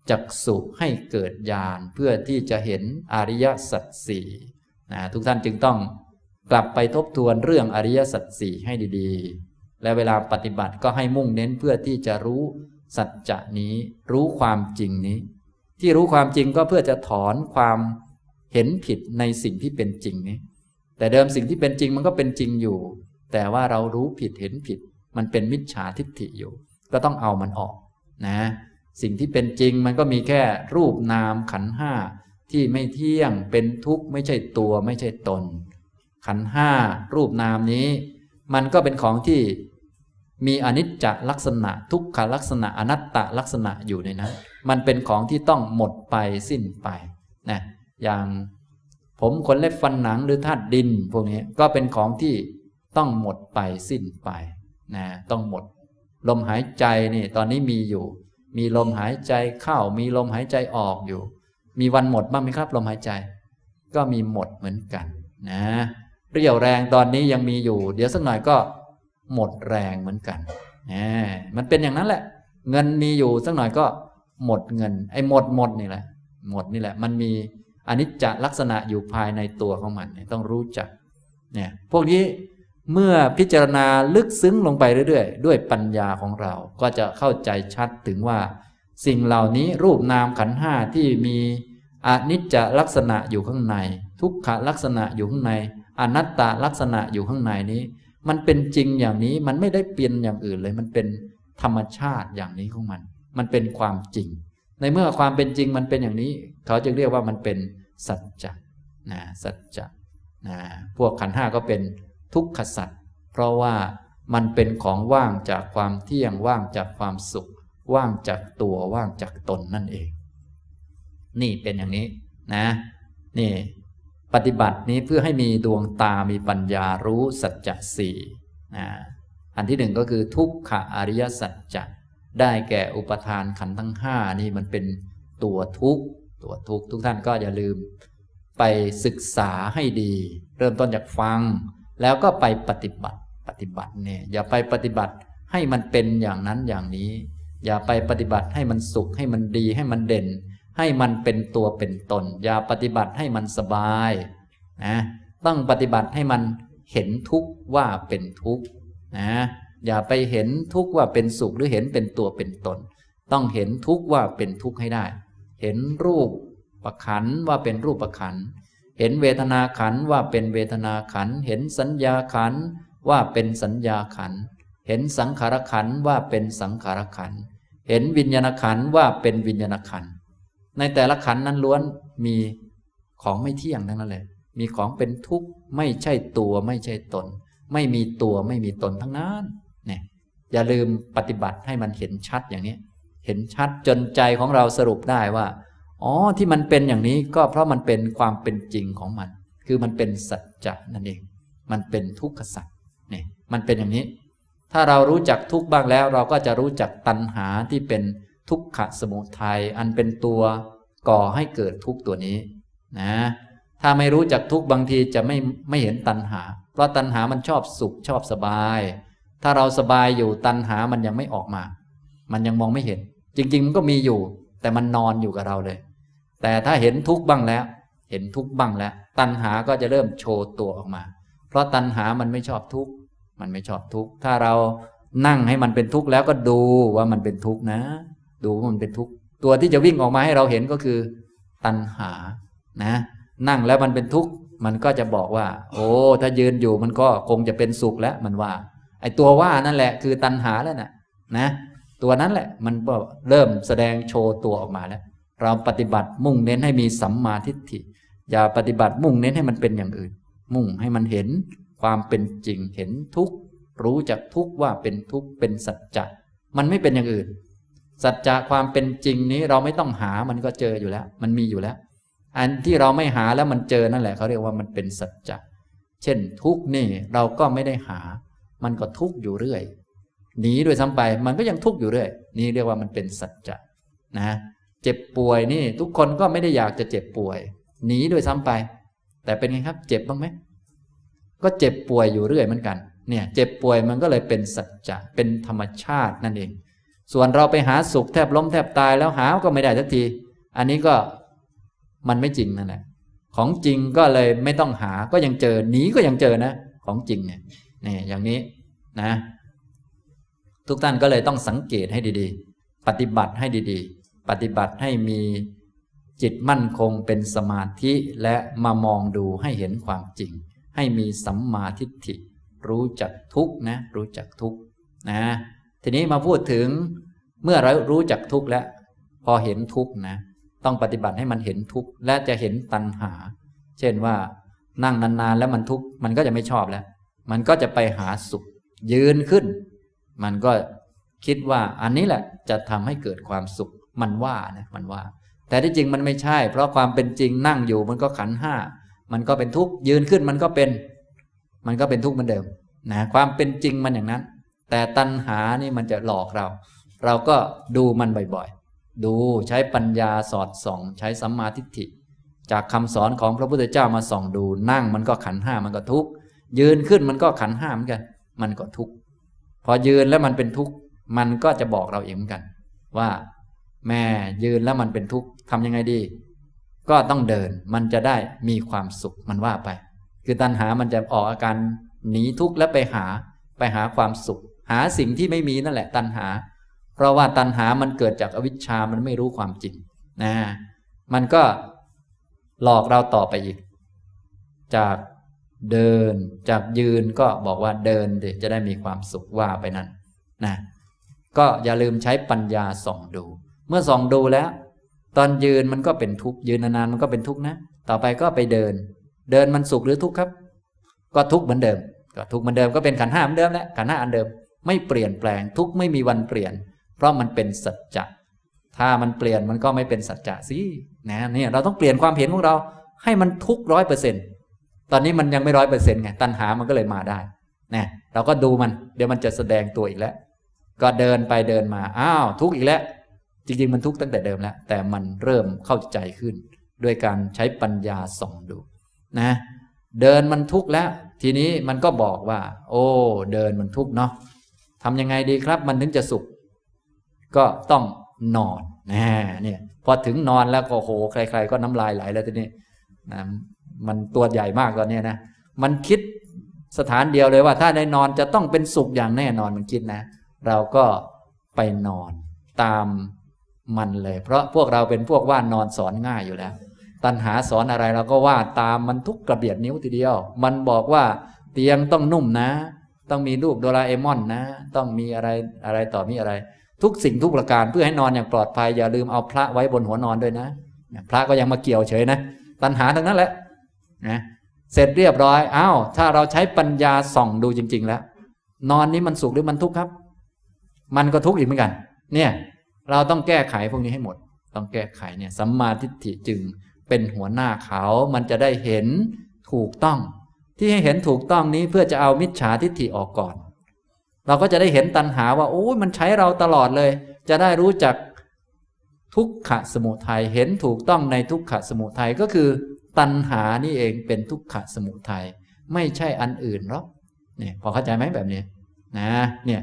จักษุให้เกิดญาณเพื่อที่จะเห็นอริยสัจสี่นะทุกท่านจึงต้องกลับไปทบทวนเรื่องอริยสัจสี่ให้ดีๆและเวลาปฏิบัติก็ให้มุ่งเน้นเพื่อที่จะรู้สัจจะนี้รู้ความจริงนี้ที่รู้ความจริงก็เพื่อจะถอนความเห็นผิดในสิ่งที่เป็นจริงนี้แต่เดิมสิ่งที่เป็นจริงมันก็เป็นจริงอยู่แต่ว่าเรารู้ผิดเห็นผิดมันเป็นมิจฉาทิฏฐิอยู่ก็ต้องเอามันออกนะสิ่งที่เป็นจริงมันก็มีแค่รูปนามขันธ์ห้าที่ไม่เที่ยงเป็นทุกข์ไม่ใช่ตัวไม่ใช่ตนขันธ์ห้ารูปนามนี้มันก็เป็นของที่มีอนิจจลักษณะทุกขลักษณะอนัตตลักษณะอยู่ในนั้นมันเป็นของที่ต้องหมดไปสิ้นไปนะอย่างผมขนเล็บฟันหนังหรือธาตุดินพวกนี้ก็เป็นของที่ต้องหมดไปสิ้นไปนะต้องหมดลมหายใจนี่ตอนนี้มีอยู่มีลมหายใจเข้ามีลมหายใจออกอยู่มีวันหมดบ้างไหมครับลมหายใจก็มีหมดเหมือนกันนะเรี่ยวแรงตอนนี้ยังมีอยู่เดี๋ยวสักหน่อยก็หมดแรงเหมือนกันนะมันเป็นอย่างนั้นแหละเงินมีอยู่สักหน่อยก็หมดเงินไอ้หมดหมดนี่แหละหมดนี่แหละมันมีอนิจจลักษณะอยู่ภายในตัวของมันต้องรู้จักเนี่ยพวกนี้เมื่อพิจารณาลึกซึ้งลงไปเรื่อยๆด้วยปัญญาของเราก็จะเข้าใจชัดถึงว่าสิ่งเหล่านี้รูปนามขันธ์ห้าที่มีอนิจจลักษณะอยู่ข้างในทุกขลักษณะอยู่ข้างในอนัตตลักษณะอยู่ข้างในนี้มันเป็นจริงอย่างนี้มันไม่ได้เปลี่ยนอย่างอื่นเลยมันเป็นธรรมชาติอย่างนี้ของมันมันเป็นความจริงในเมื่อความเป็นจริงมันเป็นอย่างนี้เขาจึงเรียกว่ามันเป็นสัจจะนะสัจจะนะพวกขันธ์ห้าก็เป็นทุกขสัจเพราะว่ามันเป็นของว่างจากความเที่ยงว่างจากความสุขว่างจากตัวว่างจากตนนั่นเองนี่เป็นอย่างนี้นะนี่ปฏิบัตินี้เพื่อให้มีดวงตามีปัญญารู้สัจจะสี่นะอันที่หนึ่งก็คือทุกขอริยสัจจะได้แก่อุปทานขันธ์ทั้งห้านี่มันเป็นตัวทุกข์ตัวทุกข์ทุกท่านก็อย่าลืมไปศึกษาให้ดีเริ่มต้นจากฟังแล้วก็ไปปฏิบัติปฏิบัติเนี่ยอย่าไปปฏิบัติให้มันเป็นอย่างนั้นอย่างนี้อย่าไปปฏิบัติให้มันสุขให้มันดีให้มันเด่นให้มันเป็นตัวเป็นตนอย่าปฏิบัติให้มันสบายนะต้องปฏิบัติให้มันเห็นทุกข์ว่าเป็นทุกข์นะอย่าไปเห็นทุกข์ว่าเป็นสุขหรือเห็นเป็นตัวเป็นตนต้องเห็นทุกข์ว่าเป็นทุกข์ให้ได้เห็นรูปขันธ์ว่าเป็นรูปขันธ์เห็นเวทนาขันธ์ว่าเป็นเวทนาขันธ์เห็นสัญญาขันธ์ว่าเป็นสัญญาขันธ์เห็นสังขารขันธ์ว่าเป็นสังขารขันธ์เห็นวิญญาณขันธ์ว่าเป็นวิญญาณขันธ์ในแต่ละขันธ์นั้นล้วนมีของไม่เที่ยงทั้งนั้นเลยมีของเป็นทุกข์ไม่ใช่ตัวไม่ใช่ตนไม่มีตัวไม่มีตนทั้งนั้นเนี่ยอย่าลืมปฏิบัติให้มันเห็นชัดอย่างนี้เห็นชัดจนใจของเราสรุปได้ว่าอ๋อที่มันเป็นอย่างนี้ก็เพราะมันเป็นความเป็นจริงของมันคือมันเป็นสัจจะนั่นเองมันเป็นทุกขสัจนี่มันเป็นอย่างนี้ถ้าเรารู้จักทุกข์บ้างแล้วเราก็จะรู้จักตัณหาที่เป็นทุกขสมุทัยอันเป็นตัวก่อให้เกิดทุกข์ตัวนี้นะถ้าไม่รู้จักทุกข์บางทีจะไม่ไม่เห็นตัณหาเพราะตัณหามันชอบสุขชอบสบายถ้าเราสบายอยู่ตัณหามันยังไม่ออกมามันยังมองไม่เห็นจริงๆมันก็มีอยู่แต่มันนอนอยู่กับเราเลยแต่ถ้าเห็นทุกข์บ้างแล้วเห็นทุกข์บ้างแล้วตัณหาก็จะเริ่มโชว์ตัวออกมาเพราะตัณหามันไม่ชอบทุกข์มันไม่ชอบทุกข์ถ้าเรานั่งให้มันเป็นทุกข์แล้วก็ดูว่ามันเป็นทุกข์นะดูว่ามันเป็นทุกข์ตัวที่จะวิ่งออกมาให้เราเห็นก็คือตัณหานะนั่งแล้วมันเป็นทุกข์มันก็จะบอกว่าโอ้ถ้ายืนอยู่มันก็คงจะเป็นสุขแล้วมันว่าไอ้ตัวว่านั่นแหละคือตัณหาแล้วนะนะตัวนั้นแหละมันก็เริ่มแสดงโชว์ตัวออกมาแล้วเราปฏิบัติมุ่งเน้นให้มีสัมมาทิฏฐิอย่าปฏิบัติมุ่งเน้นให้มันเป็นอย่างอื่นมุ่งให้มันเห็นความเป็นจริงเห็นทุกข์รู้จักทุกข์ว่าเป็นทุกข์เป็นสัจจะมันไม่เป็นอย่างอื่นสัจจะความเป็นจริงนี้เราไม่ต้องหามันก็เจออยู่แล้วมันมีอยู่แล้วอันที่เราไม่หาแล้วมันเจอนั่นแหละเขาเรียกว่ามันเป็นสัจจะเช่นทุกข์นี่เราก็ไม่ได้หามันก็ทุกข์อยู่เรื่อยหนีด้วยซ้ำไปมันก็ยังทุกข์อยู่เรื่อยนี่เรียกว่ามันเป็นสัจจะนะเจ็บป่วยนี่ทุกคนก็ไม่ได้อยากจะเจ็บป่วยหนีด้วยซ้ำไปแต่เป็นไงครับเจ็บบ้างไหมก็เจ็บป่วยอยู่เรื่อยเหมือนกันเนี่ยเจ็บป่วยมันก็เลยเป็นสัจจะเป็นธรรมชาตินั่นเองส่วนเราไปหาสุขแทบล้มแทบตายแล้วหาก็ไม่ได้สักทีอันนี้ก็มันไม่จริงนั่นแหละของจริงก็เลยไม่ต้องหาก็ยังเจอหนีก็ยังเจอนะของจริงเนี่ยนี่อย่างนี้นะทุกท่านก็เลยต้องสังเกตให้ดีๆปฏิบัติให้ดีๆปฏิบัติให้มีจิตมั่นคงเป็นสมาธิและมามองดูให้เห็นความจริงให้มีสัมมาทิฏฐิรู้จักทุกข์นะรู้จักทุกข์นะทีนี้มาพูดถึงเมื่อเรารู้จักทุกข์แล้วพอเห็นทุกข์นะต้องปฏิบัติให้มันเห็นทุกข์และจะเห็นตัณหาเช่นว่านั่งนานๆแล้วมันทุกข์มันก็จะไม่ชอบแล้วมันก็จะไปหาสุขยืนขึ้นมันก็คิดว่าอันนี้แหละจะทำให้เกิดความสุขมันว่านะมันว่าแต่ที่จริงมันไม่ใช่เพราะความเป็นจริงนั่งอยู่มันก็ขันธ์ห้ามันก็เป็นทุกข์ยืนขึ้นมันก็เป็นมันก็เป็นทุกข์เหมือนเดิมนะความเป็นจริงมันอย่างนั้นแต่ตัณหานี่มันจะหลอกเราเราก็ดูมันบ่อยๆดูใช้ปัญญาสอดส่องใช้สัมมาทิฏฐิจากคำสอนของพระพุทธเจ้ามาส่องดูนั่งมันก็ขันธ์ห้ามันก็ทุกข์ยืนขึ้นมันก็ขันธ์ห้าเหมือนกันมันก็ทุกข์พอยืนแล้วมันเป็นทุกข์มันก็จะบอกเราเองเหมือนกันว่าแม่ยืนแล้วมันเป็นทุกข์ทำยังไงดีก็ต้องเดินมันจะได้มีความสุขมันว่าไปคือตัณหามันจะออกอาการหนีทุกข์แล้วไปหาไปหาความสุขหาสิ่งที่ไม่มีนั่นแหละตัณหาเพราะว่าตัณหามันเกิดจากอวิชชามันไม่รู้ความจริงนะมันก็หลอกเราต่อไปอีกจากเดินจากยืนก็บอกว่าเดินดิจะได้มีความสุขว่าไปนั่นนะก็อย่าลืมใช้ปัญญาส่องดูเมื่อส่องดูแล้วตอนยืนมันก็เป็นทุกข์ยืนนานๆมันก็เป็นทุกข์นะต่อไปก็ไปเดินเดินมันสุขหรือทุกข์ครับก็ทุกข์เหมือนเดิมก็ทุกข์เหมือนเดิมก็เป็นขันธ์ห้าเหมือนเดิมแหละขันธ์ห้าอันเดิมไม่เปลี่ยนแปลงทุกข์ไม่มีวันเปลี่ยนเพราะมันเป็นสัจจะถ้ามันเปลี่ยนมันก็ไม่เป็นสัจจะสินะเนี่ยเราต้องเปลี่ยนความเห็นของเราให้มันทุกข์ร้อยเปอร์เซ็นต์ตอนนี้มันยังไม่ร้อยเปอร์เซ็นต์ไงตัณหามันก็เลยมาได้นะเราก็ดูมันเดี๋ยวมันจะแสดงตัวอีกแล้วก็เดินไปเดินมาอ้าวทุกข์อีกแล้วจริงๆมันทุกข์ตั้งแต่เดิมแล้วแต่มันเริ่มเข้าใจขึ้นด้วยการใช้ปัญญาส่องดูนะเดินมันทุกข์แล้วทีนี้มันก็บอกว่าโอ้เดินมันทุกข์เนาะทำยังไงดีครับมันถึงจะสุขก็ต้องนอนนะเนี่ยพอถึงนอนแล้วก็โหใครๆก็น้ำลายไหลแล้วทีนี้นะมันตัวใหญ่มากตอนนี้นะมันคิดสถานเดียวเลยว่าถ้าได้นอนจะต้องเป็นสุขอย่างแน่นอนมันคิดนะเราก็ไปนอนตามมันเลยเพราะพวกเราเป็นพวกว่านอนสอนง่ายอยู่แล้วตัณหาสอนอะไรเราก็ว่าตามมันทุกกระเบียดนิ้วทีเดียวมันบอกว่าเตียงต้องนุ่มนะต้องมีรูปโดราเอมอนนะต้องมีอะไรอะไรต่อมีอะไรทุกสิ่งทุกประการเพื่อให้นอนอย่างปลอดภัยอย่าลืมเอาพระไว้บนหัวนอนด้วยนะพระก็ยังมาเกี่ยวเฉยนะตัณหาทั้งนั้นแหละนะเสร็จเรียบร้อยอ้าวถ้าเราใช้ปัญญาส่องดูจริงๆแล้วนอนนี้มันสุขหรือมันทุกข์ครับมันก็ทุกข์อีกเหมือนกันเนี่ยเราต้องแก้ไขพวกนี้ให้หมดต้องแก้ไขเนี่ยสัมมาทิฏฐิจึงเป็นหัวหน้าเขามันจะได้เห็นถูกต้องที่ให้เห็นถูกต้องนี้เพื่อจะเอามิจฉาทิฏฐิออกก่อนเราก็จะได้เห็นตัณหาว่าโอ้ยมันใช้เราตลอดเลยจะได้รู้จักทุกขสมุทัยเห็นถูกต้องในทุกขสมุทัยก็คือตัณหานี่เองเป็นทุกขสมุทัยไม่ใช่อันอื่นหรอกเนี่ยพอเข้าใจไหมแบบนี้นะเนี่ย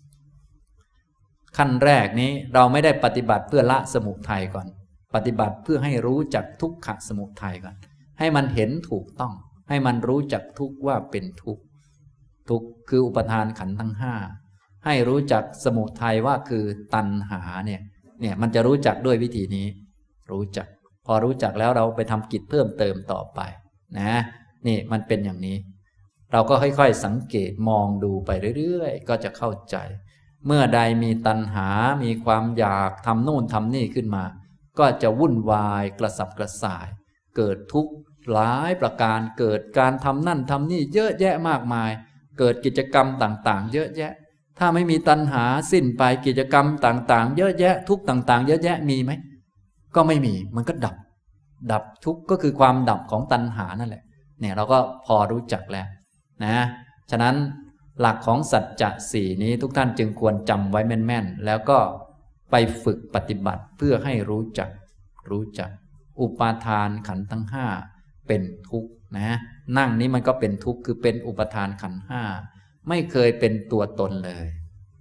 ขั้นแรกนี้เราไม่ได้ปฏิบัติเพื่อละสมุทัยก่อนปฏิบัติเพื่อให้รู้จักทุกขสมุทัยก่อนให้มันเห็นถูกต้องให้มันรู้จักทุกข์ว่าเป็นทุกข์ทุกข์คืออุปทานขันธ์ทั้งห้าให้รู้จักสมุทัยว่าคือตัณหาเนี่ยเนี่ยมันจะรู้จักด้วยวิธีนี้รู้จักพอรู้จักแล้วเราไปทำกิจเพิ่มเติมต่อไปนะนี่มันเป็นอย่างนี้เราก็ค่อยๆสังเกตมองดูไปเรื่อยๆก็จะเข้าใจเมื่อใดมีตัณหามีความอยากทำโน่นทำนี่ขึ้นมาก็จะวุ่นวายกระสับกระส่ายเกิดทุกข์หลายประการเกิดการทำนั่นทำนี่เยอะแยะมากมายเกิดกิจกรรมต่างๆเยอะแยะถ้าไม่มีตัณหาสิ้นไปกิจกรรมต่างๆเยอะแยะทุกข์ต่างๆเยอะแยะมีไหมก็ไม่มีมันก็ดับดับทุกข์ก็คือความดับของตัณหานั่นแหละเนี่ยเราก็พอรู้จักแล้วนะฉะนั้นหลักของสัจจะสี่นี้ทุกท่านจึงควรจำไว้แม่นๆแล้วก็ไปฝึกปฏิบัติเพื่อให้รู้จักรู้จักอุปาทานขันธ์ทั้งห้าเป็นทุกข์นะนั่งนี้มันก็เป็นทุกข์คือเป็นอุปทานขันธ์ห้าไม่เคยเป็นตัวตนเลย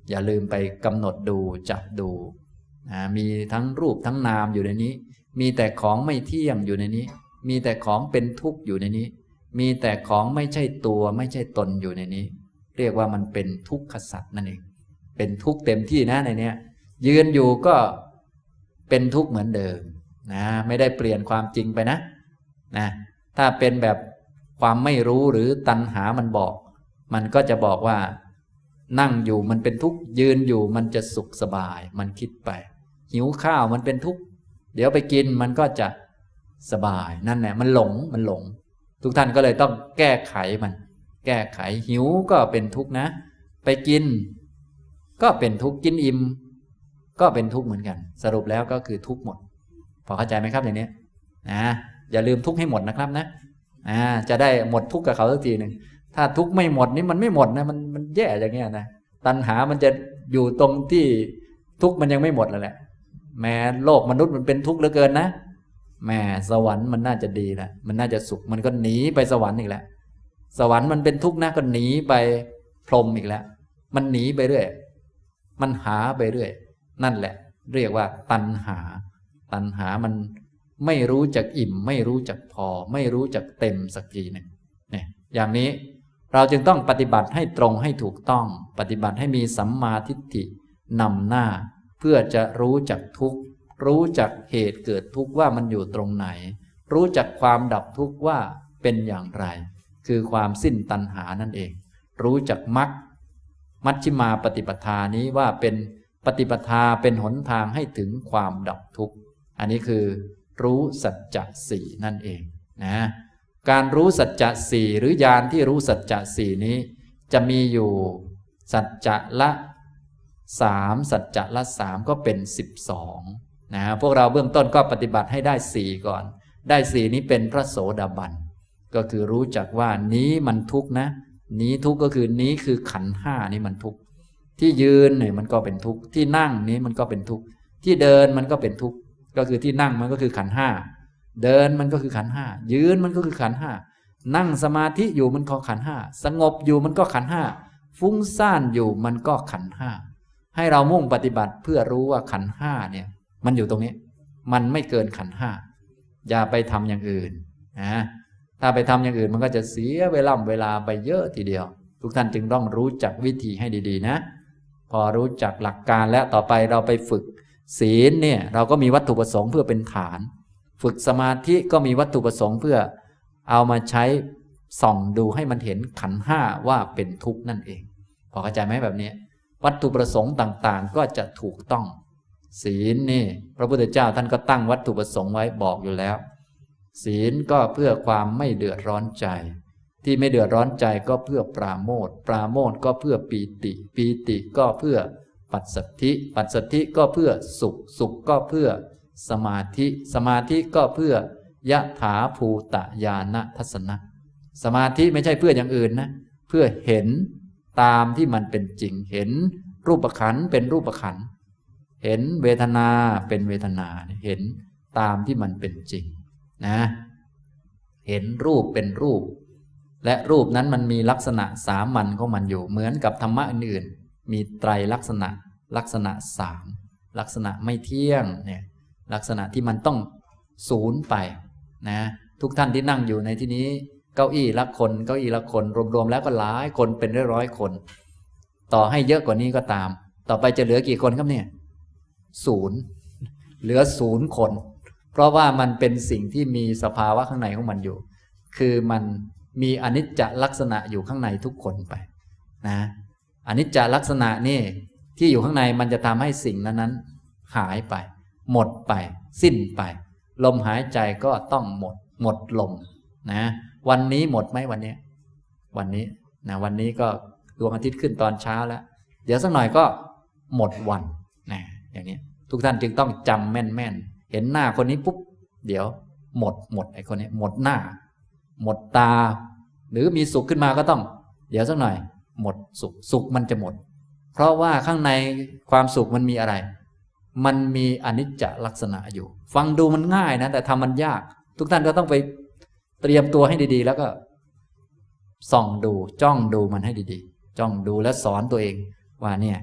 อย่าลืมไปกำหนดดูจับดูนะมีทั้งรูปทั้งนามอยู่ในนี้มีแต่ของไม่เที่ยงอยู่ในนี้มีแต่ของเป็นทุกข์อยู่ในนี้มีแต่ของไม่ใช่ตัวไม่ใช่ตนอยู่ในนี้เรียกว่ามันเป็นทุกขสัจนั่นเองเป็นทุกข์เต็มที่นะในเนี้ยยืนอยู่ก็เป็นทุกข์เหมือนเดิมนะไม่ได้เปลี่ยนความจริงไปนะนะถ้าเป็นแบบความไม่รู้หรือตัณหามันบอกมันก็จะบอกว่านั่งอยู่มันเป็นทุกข์ยืนอยู่มันจะสุขสบายมันคิดไปหิวข้าวมันเป็นทุกข์เดี๋ยวไปกินมันก็จะสบายนั่นแหละมันหลงมันหลงทุกท่านก็เลยต้องแก้ไขมันแก้ไขหิวก็เป็นทุกข์นะไปกินก็เป็นทุกข์กินอิ่มก็เป็นทุกข์เหมือนกันสรุปแล้วก็คือทุกข์หมดพอเข้าใจไหมครับอย่างนี้นะอย่าลืมทุกข์ให้หมดนะครับนะอ่าจะได้หมดทุกข์กับเขาสักทีหนึ่งถ้าทุกข์ไม่หมดนี่มันไม่หมดนะมันมันแย่อย่างเงี้ยนะตัณหามันจะอยู่ตรงที่ทุกข์มันยังไม่หมดแล้วแหละแม้โลกมนุษย์มันเป็นทุกข์เหลือเกินนะแม่สวรรค์มันน่าจะดีนะมันน่าจะสุขมันก็หนีไปสวรรค์อีกแล้วสวรรค์มันเป็นทุกข์นะก็หนีไปพรหมอีกแล้วมันหนีไปเรื่อยมันหาไปเรื่อยนั่นแหละเรียกว่าตัณหาตัณหามันไม่รู้จักอิ่มไม่รู้จักพอไม่รู้จักเต็มสักทีหนึ่งเนี่ยอย่างนี้เราจึงต้องปฏิบัติให้ตรงให้ถูกต้องปฏิบัติให้มีสัมมาทิฏฐินำหน้าเพื่อจะรู้จักทุกข์รู้จักเหตุเกิดทุกข์ว่ามันอยู่ตรงไหนรู้จักความดับทุกข์ว่าเป็นอย่างไรคือความสิ้นตัณหานั่นเองรู้จักมรรคมัชฌิมาปฏิปทานี้ว่าเป็นปฏิปทาเป็นหนทางให้ถึงความดับทุกข์อันนี้คือรู้สัจจะสี่นั่นเองนะการรู้สัจจะสี่หรือญาณที่รู้สัจจะสี่นี้จะมีอยู่สัจจะละสามสัจจะละสามก็เป็นสิบสองนะพวกเราเบื้องต้นก็ปฏิบัติให้ได้สี่ก่อนได้สี่นี้เป็นพระโสดาบันก็คือรู้จักว่านี้มันทุกข์นะนี้ทุกข์ก็คือนี้คือขันธ์ห้านี้มันทุกข์ที่ยืนเนี่ยมันก็เป็นทุกข์ที่นั่งนี้มันก็เป็นทุกข์ที่เดินมันก็เป็นทุกข์ก็คือที่นั่งมันก็คือขันธ์ห้าเดินมันก็คือขันธ์ห้ายืนมันก็คือขันธ์ห้านั่งสมาธิอยู่มันก็ขันธ์ห้าสงบอยู่มันก็ขันธ์ห้าฟุ้งซ่านอยู่มันก็ขันธ์ห้าให้เรามุ่งปฏิบัติเพื่อรู้ว่าขันธ์ห้าเนี่ยมันอยู่ตรงนี้มันไม่เกินขันธ์ห้าอย่าไปทำอย่างอื่นนะถ้าไปทำอย่างอื่นมันก็จะเสียเวลาเวลาไปเยอะทีเดียวทุกท่านจึงต้องรู้จักวิธีให้ดีๆนะพอรู้จักหลักการแล้วต่อไปเราไปฝึกศีลเนี่ยเราก็มีวัตถุประสงค์เพื่อเป็นฐานฝึกสมาธิก็มีวัตถุประสงค์เพื่อเอามาใช้ส่องดูให้มันเห็นขันธ์ห้าว่าเป็นทุกข์นั่นเองพอเข้าใจไหมแบบนี้วัตถุประสงค์ต่างๆก็จะถูกต้องศีลนี่พระพุทธเจ้าท่านก็ตั้งวัตถุประสงค์ไว้บอกอยู่แล้วศีลก็เพื่อความไม่เดือดร้อนใจที่ไม่เดือดร้อนใจก็เพื่อปราโมทย์ปราโมทย์ก็เพื่อปีติปีติก็เพื่อปัสสัทธิปัสสัทธิก็เพื่อสุขสุขก็เพื่อสมาธิสมาธิก็เพื่อยะถาภูตญาณทัสสนะสมาธิไม่ใช่เพื่ออย่างอื่นนะเพื่อเห็นตามที่มันเป็นจริงเห็นรูปขันธ์เป็นรูปขันธ์เห็นเวทนาเป็นเวทนาเห็นตามที่มันเป็นจริงนะเห็นรูปเป็นรูปและรูปนั้นมันมีลักษณะสามัญของมันอยู่เหมือนกับธรรมะอื่นๆมีไตรลักษณะลักษณะสามลักษณะไม่เที่ยงเนี่ยลักษณะที่มันต้องสูญไปนะทุกท่านที่นั่งอยู่ในที่นี้เก้าอี้ละคนเก้าอี้ละคนรวมๆแล้วก็หลายคนเป็นร้อยๆคนต่อให้เยอะกว่านี้ก็ตามต่อไปจะเหลือกี่คนครับเนี่ยศูนย์เหลือศูนย์คนเพราะว่ามันเป็นสิ่งที่มีสภาวะข้างในของมันอยู่คือมันมีอนิจจลักษณะอยู่ข้างในทุกคนไปนะอนิจจลักษณะนี่ที่อยู่ข้างในมันจะทำให้สิ่งนั้นๆหายไปหมดไปสิ้นไปลมหายใจก็ต้องหมดหมดลมนะวันนี้หมดไหมวันนี้วันนี้นะวันนี้ก็ดวงอาทิตย์ขึ้นตอนเช้าแล้วเดี๋ยวสักหน่อยก็หมดวันนะอย่างนี้ทุกท่านจึงต้องจำแม่นๆเห็นหน้าคนนี้ปุ๊บเดี๋ยวหมดหมดไอ้คนนี้หมดหน้าหมดตาหรือมีสุขขึ้นมาก็ต้องเดี๋ยวสักหน่อยหมดสุขสุขมันจะหมดเพราะว่าข้างในความสุขมันมีอะไรมันมีอนิจจลักษณะอยู่ฟังดูมันง่ายนะแต่ทำมันยากทุกท่านก็ต้องไปเตรียมตัวให้ดีๆแล้วก็ส่องดูจ้องดูมันให้ดีๆจ้องดูและสอนตัวเองว่าเนี่ย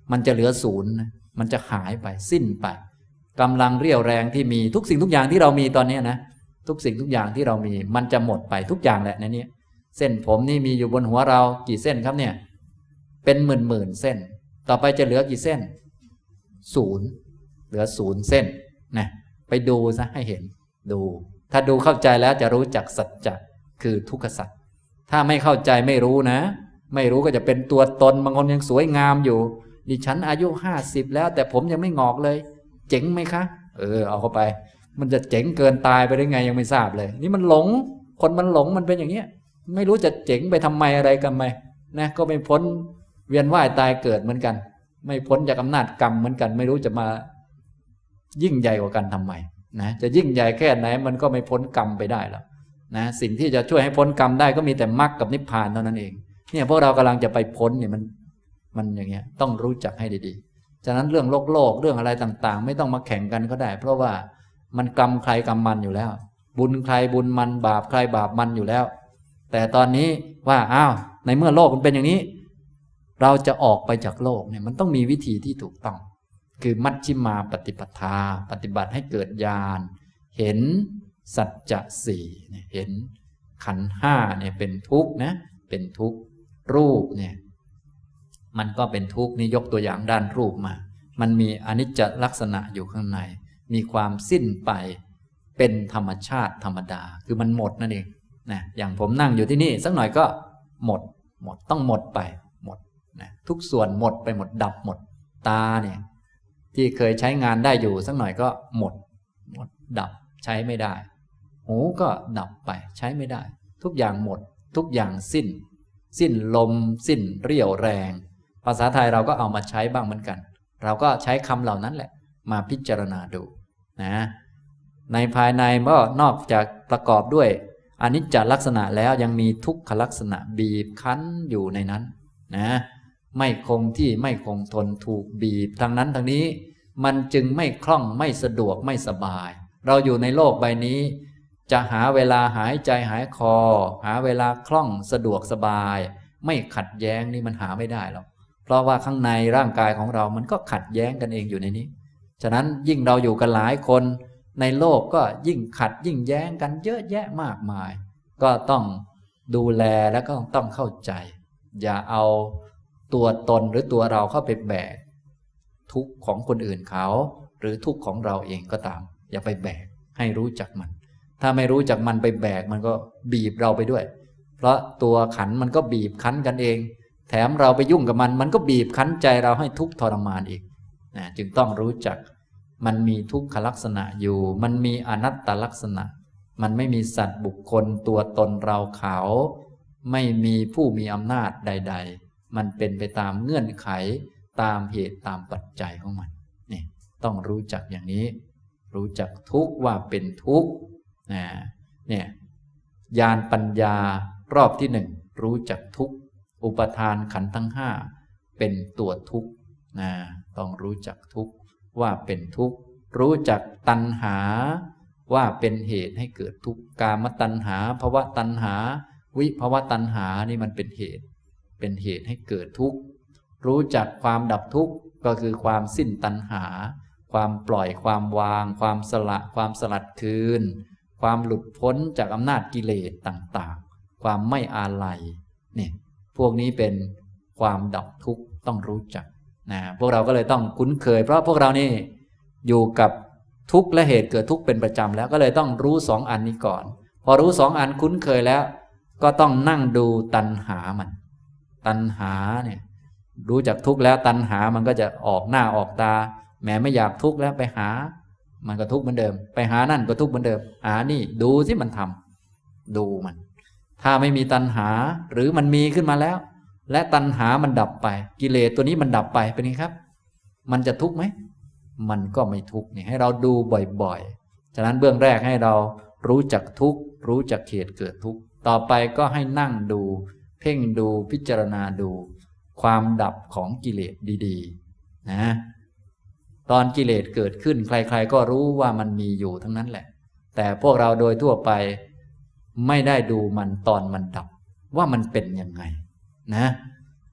มันจะเหลือศูนย์มันจะหายไปสิ้นไปกำลังเรี่ยวแรงที่มีทุกสิ่งทุกอย่างที่เรามีตอนนี้นะทุกสิ่งทุกอย่างที่เรามีมันจะหมดไปทุกอย่างแหละในนี้เส้นผมนี่มีอยู่บนหัวเรากี่เส้นครับเนี่ยเป็นหมื่นหมื่นเส้นต่อไปจะเหลือกี่เส้นศูนย์เหลือศูนย์เส้นนะไปดูซะให้เห็นดูถ้าดูเข้าใจแล้วจะรู้จักสัจจะคือทุกขสัจถ้าไม่เข้าใจไม่รู้นะไม่รู้ก็จะเป็นตัวตนบางคนยังสวยงามอยู่ดิฉันอายุห้าสิบแล้วแต่ผมยังไม่งอกเลยเจ๋งไหมคะเออเอาเข้าไปมันจะเจ๋งเกินตายไปได้ไงยังไม่ทราบเลยนี่มันหลงคนมันหลงมันเป็นอย่างเนี้ยไม่รู้จะเจ๋งไปทำไมอะไรกันไหมนะก็ไม่พ้นเวียนว่ายตายเกิดเหมือนกันไม่พ้นจากอำนาจกรรมเหมือนกันไม่รู้จะมายิ่งใหญ่กว่ากันทำไมนะจะยิ่งใหญ่แค่ไหนมันก็ไม่พ้นกรรมไปได้หรอกนะสิ่งที่จะช่วยให้พ้นกรรมได้ก็มีแต่มรรคกับนิพพานเท่านั้นเองเนี่ยพวกเรากำลังจะไปพ้นเนี่ยมันมันอย่างเงี้ยต้องรู้จักให้ดีๆฉะนั้นเรื่องโลกโลกเรื่องอะไรต่างๆไม่ต้องมาแข่งกันก็ได้เพราะว่ามันกรรมใครกรรมมันอยู่แล้วบุญใครบุญมันบาปใครบาปมันอยู่แล้วแต่ตอนนี้ว่าอ้าวในเมื่อโลกมันเป็นอย่างนี้เราจะออกไปจากโลกเนี่ยมันต้องมีวิธีที่ถูกต้องคือมัชฌิมาปฏิปทาปฏิบัติให้เกิดญาณเห็นสัจจะสี่เห็นขันธ์ห้าเนี่ยเป็นทุกข์นะเป็นทุกข์รูปเนี่ยมันก็เป็นทุกข์นี่ยกตัวอย่างด้านรูปมามันมีอนิจจลักษณะอยู่ข้างในมีความสิ้นไปเป็นธรรมชาติธรรมดาคือมันหมดนั่นเองนะอย่างผมนั่งอยู่ที่นี่สักหน่อยก็หมดหมดต้องหมดไปหมดนะทุกส่วนหมดไปหมดดับหมดตาเนี่ยที่เคยใช้งานได้อยู่สักหน่อยก็หมดหมดดับใช้ไม่ได้หูก็ดับไปใช้ไม่ได้ทุกอย่างหมดทุกอย่างสิ้นสิ้นลมสิ้นเรี่ยวแรงภาษาไทยเราก็เอามาใช้บ้างเหมือนกันเราก็ใช้คำเหล่านั้นแหละมาพิจารณาดูนะในภายในก็นอกจากประกอบด้วยอนิจจลักษณะแล้วยังมีทุกขลักษณะบีบคั้นอยู่ในนั้นนะไม่คงที่ไม่คงทนถูกบีบทางนั้นทางนี้มันจึงไม่คล่องไม่สะดวกไม่สบายเราอยู่ในโลกใบนี้จะหาเวลาหายใจหายคอหาเวลาคล่องสะดวกสบายไม่ขัดแย้งนี่มันหาไม่ได้หรอกเพราะว่าข้างในร่างกายของเรามันก็ขัดแย้งกันเองอยู่ในนี้ฉะนั้นยิ่งเราอยู่กันหลายคนในโลกก็ยิ่งขัดยิ่งแย้งกันเยอะแยะมากมายก็ต้องดูแลแล้วก็ต้องเข้าใจอย่าเอาตัวตนหรือตัวเราเข้าไปแบกทุกข์ของคนอื่นเขาหรือทุกข์ของเราเองก็ตามอย่าไปแบกให้รู้จักมันถ้าไม่รู้จักมันไปแบกมันก็บีบเราไปด้วยเพราะตัวขันมันก็บีบคั้นกันเองแถมเราไปยุ่งกับมันมันก็บีบคั้นใจเราให้ทุกข์ทรมานอีกนะจึงต้องรู้จักมันมีทุกขลักษณะอยู่มันมีอนัตตลักษณะมันไม่มีสัตว์บุคคลตัวตนเราเขาไม่มีผู้มีอำนาจใดๆมันเป็นไปตามเงื่อนไขตามเหตุตามปัจจัยของมันนี่ต้องรู้จักอย่างนี้รู้จักทุกข์ว่าเป็นทุกข์นะเนี่ยญาณปัญญารอบที่หนึ่งรู้จักทุกข์อุปทานขันธ์ทั้งห้าเป็นตัวทุกข์นะต้องรู้จักทุกข์ว่าเป็นทุกข์รู้จักตัณหาว่าเป็นเหตุให้เกิดทุกข์กามตัณหาภวตัณหาวิภวตัณหานี่มันเป็นเหตุเป็นเหตุให้เกิดทุกข์รู้จักความดับทุกข์ก็คือความสิ้นตัณหาความปล่อยความวางความสละความสลัดคืนความหลุดพ้นจากอำนาจกิเลสต่างๆความไม่อาลัยเนี่ยพวกนี้เป็นความดับทุกข์ต้องรู้จักนะพวกเราก็เลยต้องคุ้นเคยเพราะพวกเรานี่อยู่กับทุกข์และเหตุเกิดทุกข์เป็นประจำแล้วก็เลยต้องรู้สองอันนี้ก่อนพอรู้สองอันคุ้นเคยแล้วก็ต้องนั่งดูตัณหามันตัณหาเนี่ยรู้จักทุกข์แล้วตัณหามันก็จะออกหน้าออกตาแม้ไม่อยากทุกข์แล้วไปหามันก็ทุกข์เหมือนเดิมไปหานั่นก็ทุกข์เหมือนเดิมหานี่ดูสิมันทำดูมันถ้าไม่มีตัณหาหรือมันมีขึ้นมาแล้วและตัณหามันดับไปกิเลสตัวนี้มันดับไปเป็นไงครับมันจะทุกข์ไหมมันก็ไม่ทุกข์นี่ให้เราดูบ่อยๆฉะนั้นเบื้องแรกให้เรารู้จักทุกข์รู้จักเหตุเกิดทุกข์ต่อไปก็ให้นั่งดูเพ่งดูพิจารณาดูความดับของกิเลสดีๆนะตอนกิเลสเกิดขึ้นใครๆก็รู้ว่ามันมีอยู่ทั้งนั้นแหละแต่พวกเราโดยทั่วไปไม่ได้ดูมันตอนมันดับว่ามันเป็นยังไงนะ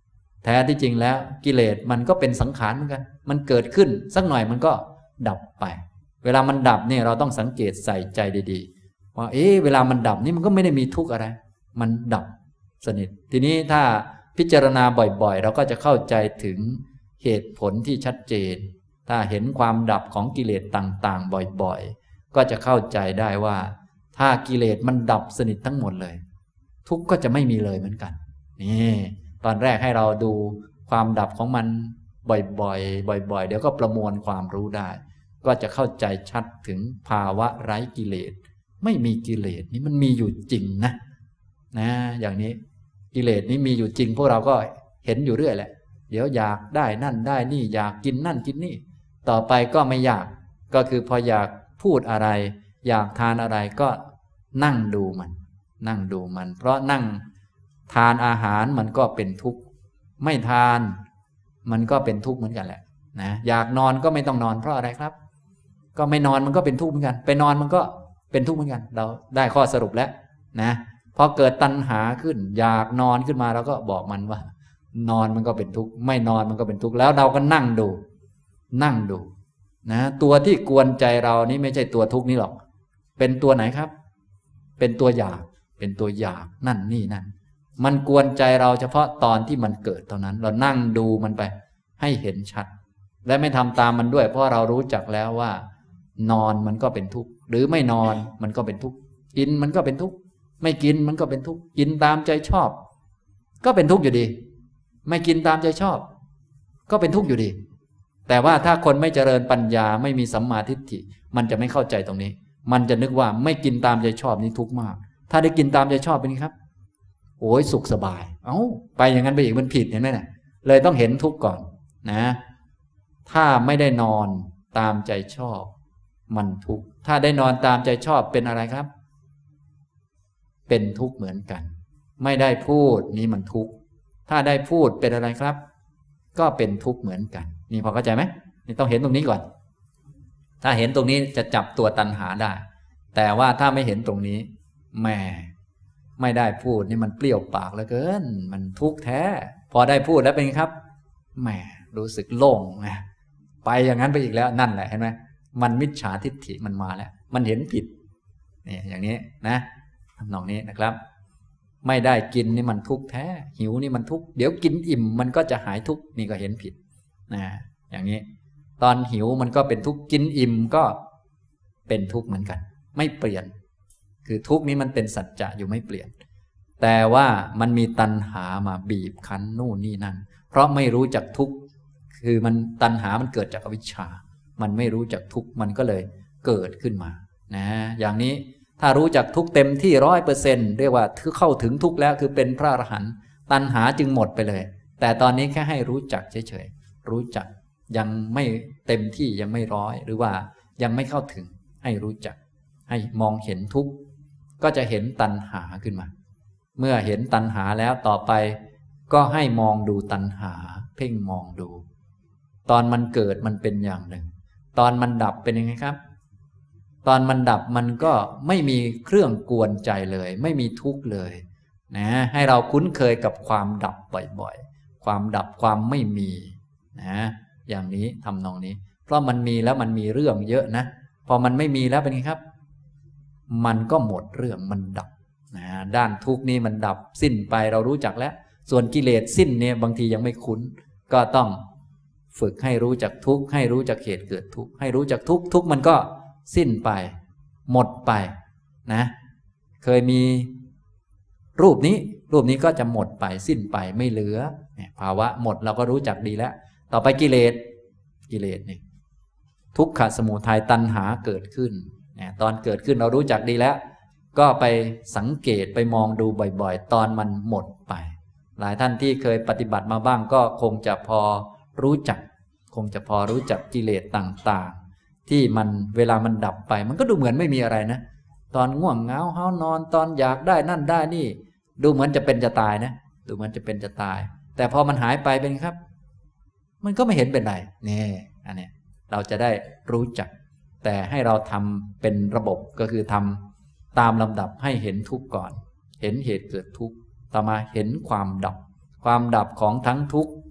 แท้ที่จริงแล้วกิเลสมันก็เป็นสังขารเหมือนกันมันเกิดขึ้นสักหน่อยมันก็ดับไปเวลามันดับเนี่ยเราต้องสังเกตใส่ใจดีๆว่าเอ๊ะเวลามันดับนี่มันก็ไม่ได้มีทุกข์อะไรมันดับสนิททีนี้ถ้าพิจารณาบ่อยๆเราก็จะเข้าใจถึงเหตุผลที่ชัดเจนถ้าเห็นความดับของกิเลสต่างๆบ่อยๆก็จะเข้าใจได้ว่าถ้ากิเลสมันดับสนิททั้งหมดเลยทุกข์ก็จะไม่มีเลยเหมือนกันนี่ตอนแรกให้เราดูความดับของมันบ่อยๆบ่อยๆเดี๋ยวก็ประมวลความรู้ได้ก็จะเข้าใจชัดถึงภาวะไร้กิเลสไม่มีกิเลสนี่มันมีอยู่จริงนะนะอย่างนี้กิเลสนี้มีอยู่จริงพวกเราก็เห็นอยู่เรื่อยแหละเดี๋ยวอยากได้นั่นได้นี่อยากกินนั่นกินนี่ต่อไปก็ไม่อยากก็คือพออยากพูดอะไรอยากทานอะไรก็นั่งดูมันนั่งดูมันเพราะนั่งทานอาหารมันก็เป็นทุกข์ไม่ทานมันก็เป็นทุกข์เหมือนกันแหละนะอยากนอนก็ไม่ต้องนอนเพราะอะไรครับก็ไม่นอนมันก็เป็นทุกข์เหมือนกันไปนอนมันก็เป็นทุกข์เหมือนกันเราได้ข้อสรุปแล้วนะพอเกิดตัณหาขึ้นอยากนอนขึ้นมาเราก็บอกมันว่านอนมันก็เป็นทุกข์ไม่นอนมันก็เป็นทุกข์แล้วเราก็นั่งดูนั่งดูนะตัวที่กวนใจเรานี่ไม่ใช่ตัวทุกข์นี่หรอกเป็นตัวไหนครับเป็นตัวอยากเป็นตัวอยากนั่นนี่นั่นมันกวนใจเราเฉพาะตอนที่มันเกิดเท่านั้นเรานั่งดูมันไปให้เห็นชัดและไม่ทำตามมันด้วยเพราะเรารู้จักแล้วว่านอนมันก็เป็นทุกข์หรือไม่นอนมันก็เป็นทุกข์กินมันก็เป็นทุกข์ไม่กินมันก็เป็นทุกข์กินตามใจชอบก็เป็นทุกข์อยู่ดีไม่กินตามใจชอบก็เป็นทุกข์อยู่ดีแต่ว่าถ้าคนไม่เจริญปัญญาไม่มีสัมมาทิฏฐิมันจะไม่เข้าใจตรงนี้มันจะนึกว่าไม่กินตามใจชอบนี่ทุกข์มากถ้าได้กินตามใจชอบเป็นไงครับโอ้ยสุขสบายเอ้าไปอย่างนั้นไปอีกมันผิดเห็นไหมเนี่ยเลยต้องเห็นทุกข์ก่อนนะถ้าไม่ได้นอนตามใจชอบมันทุกข์ถ้าได้นอนตามใจชอบเป็นอะไรครับเป็นทุกข์เหมือนกันไม่ได้พูดนี่มันทุกข์ถ้าได้พูดเป็นอะไรครับก็เป็นทุกข์เหมือนกันนี่พอเข้าใจไหมนี่ต้องเห็นตรงนี้ก่อนถ้าเห็นตรงนี้จะจับตัวตัณหาได้แต่ว่าถ้าไม่เห็นตรงนี้แหมไม่ได้พูดนี่มันเปรี้ยวปากเหลือเกินมันทุกข์แท้พอได้พูดแล้วเป็นไงครับแหมรู้สึกโล่งไงไปอย่างนั้นไปอีกแล้วนั่นแหละเห็นไหมมันมิจฉาทิฏฐิมันมาแล้วมันเห็นผิดนี่อย่างนี้นะทำนองนี้นะครับไม่ได้กินนี่มันทุกข์แท้หิวนี่มันทุกข์เดี๋ยวกินอิ่มมันก็จะหายทุกข์นี่ก็เห็นผิดนะอย่างนี้ตอนหิวมันก็เป็นทุกข์กินอิ่มก็เป็นทุกข์เหมือนกันไม่เปลี่ยนคือทุกข์นี้มันเป็นสัจจะอยู่ไม่เปลี่ยนแต่ว่ามันมีตัณหามาบีบคั้นนู่นนี่นั่นเพราะไม่รู้จักทุกข์คือมันตัณหามันเกิดจากอวิชชามันไม่รู้จักทุกข์มันก็เลยเกิดขึ้นมานะอย่างนี้ถ้ารู้จักทุกข์เต็มที่ร้อยเปอร์เซ็นต์เรียกว่าเข้าถึงทุกข์แล้วคือเป็นพระอรหันต์ตัณหาจึงหมดไปเลยแต่ตอนนี้แค่ให้รู้จักเฉยๆรู้จักยังไม่เต็มที่ยังไม่ร้อยหรือว่ายังไม่เข้าถึงให้รู้จักให้มองเห็นทุกข์ก็จะเห็นตัณหาขึ้นมาเมื่อเห็นตัณหาแล้วต่อไปก็ให้มองดูตัณหาเพ่งมองดูตอนมันเกิดมันเป็นอย่างหนึ่งตอนมันดับเป็นยังไงครับตอนมันดับมันก็ไม่มีเครื่องกวนใจเลยไม่มีทุกข์เลยนะให้เราคุ้นเคยกับความดับบ่อยๆความดับความไม่มีนะอย่างนี้ทำนองนี้เพราะมันมีแล้วมันมีเรื่องเยอะนะพอมันไม่มีแล้วเป็นไงครับมันก็หมดเรื่องมันดับนะด้านทุกข์นี้มันดับสิ้นไปเรารู้จักแล้วส่วนกิเลสสิ้นเนี่ยบางทียังไม่คุ้นก็ต้องฝึกให้รู้จักทุกข์ให้รู้จักเหตุเกิดทุกข์ให้รู้จักทุกข์ทุกข์มันก็สิ้นไปหมดไปนะเคยมีรูปนี้รูปนี้ก็จะหมดไปสิ้นไปไม่เหลือเนี่ยภาวะหมดเราก็รู้จักดีแล้วต่อไปกิเลสกิเลสนี่ทุกขสมุทัยตัณหาเกิดขึ้นเนี่ยตอนเกิดขึ้นเรารู้จักดีแล้วก็ไปสังเกตไปมองดูบ่อยๆตอนมันหมดไปหลายท่านที่เคยปฏิบัติมาบ้างก็คงจะพอรู้จักคงจะพอรู้จักกิเลสต่างๆที่มันเวลามันดับไปมันก็ดูเหมือนไม่มีอะไรนะตอนง่วงเหงาเฮานอนตอนอยากได้นั่นได้นี่ดูเหมือนจะเป็นจะตายนะดูเหมือนจะเป็นจะตายแต่พอมันหายไปเป็นครับมันก็ไม่เห็นเป็นไรนี่อันนี้เราจะได้รู้จักแต่ให้เราทำเป็นระบบก็คือทำตามลำดับให้เห็นทุกข์ก่อนเห็นเหตุเกิดทุกข์ต่อมาเห็นความดับความดับของทั้งทุกข์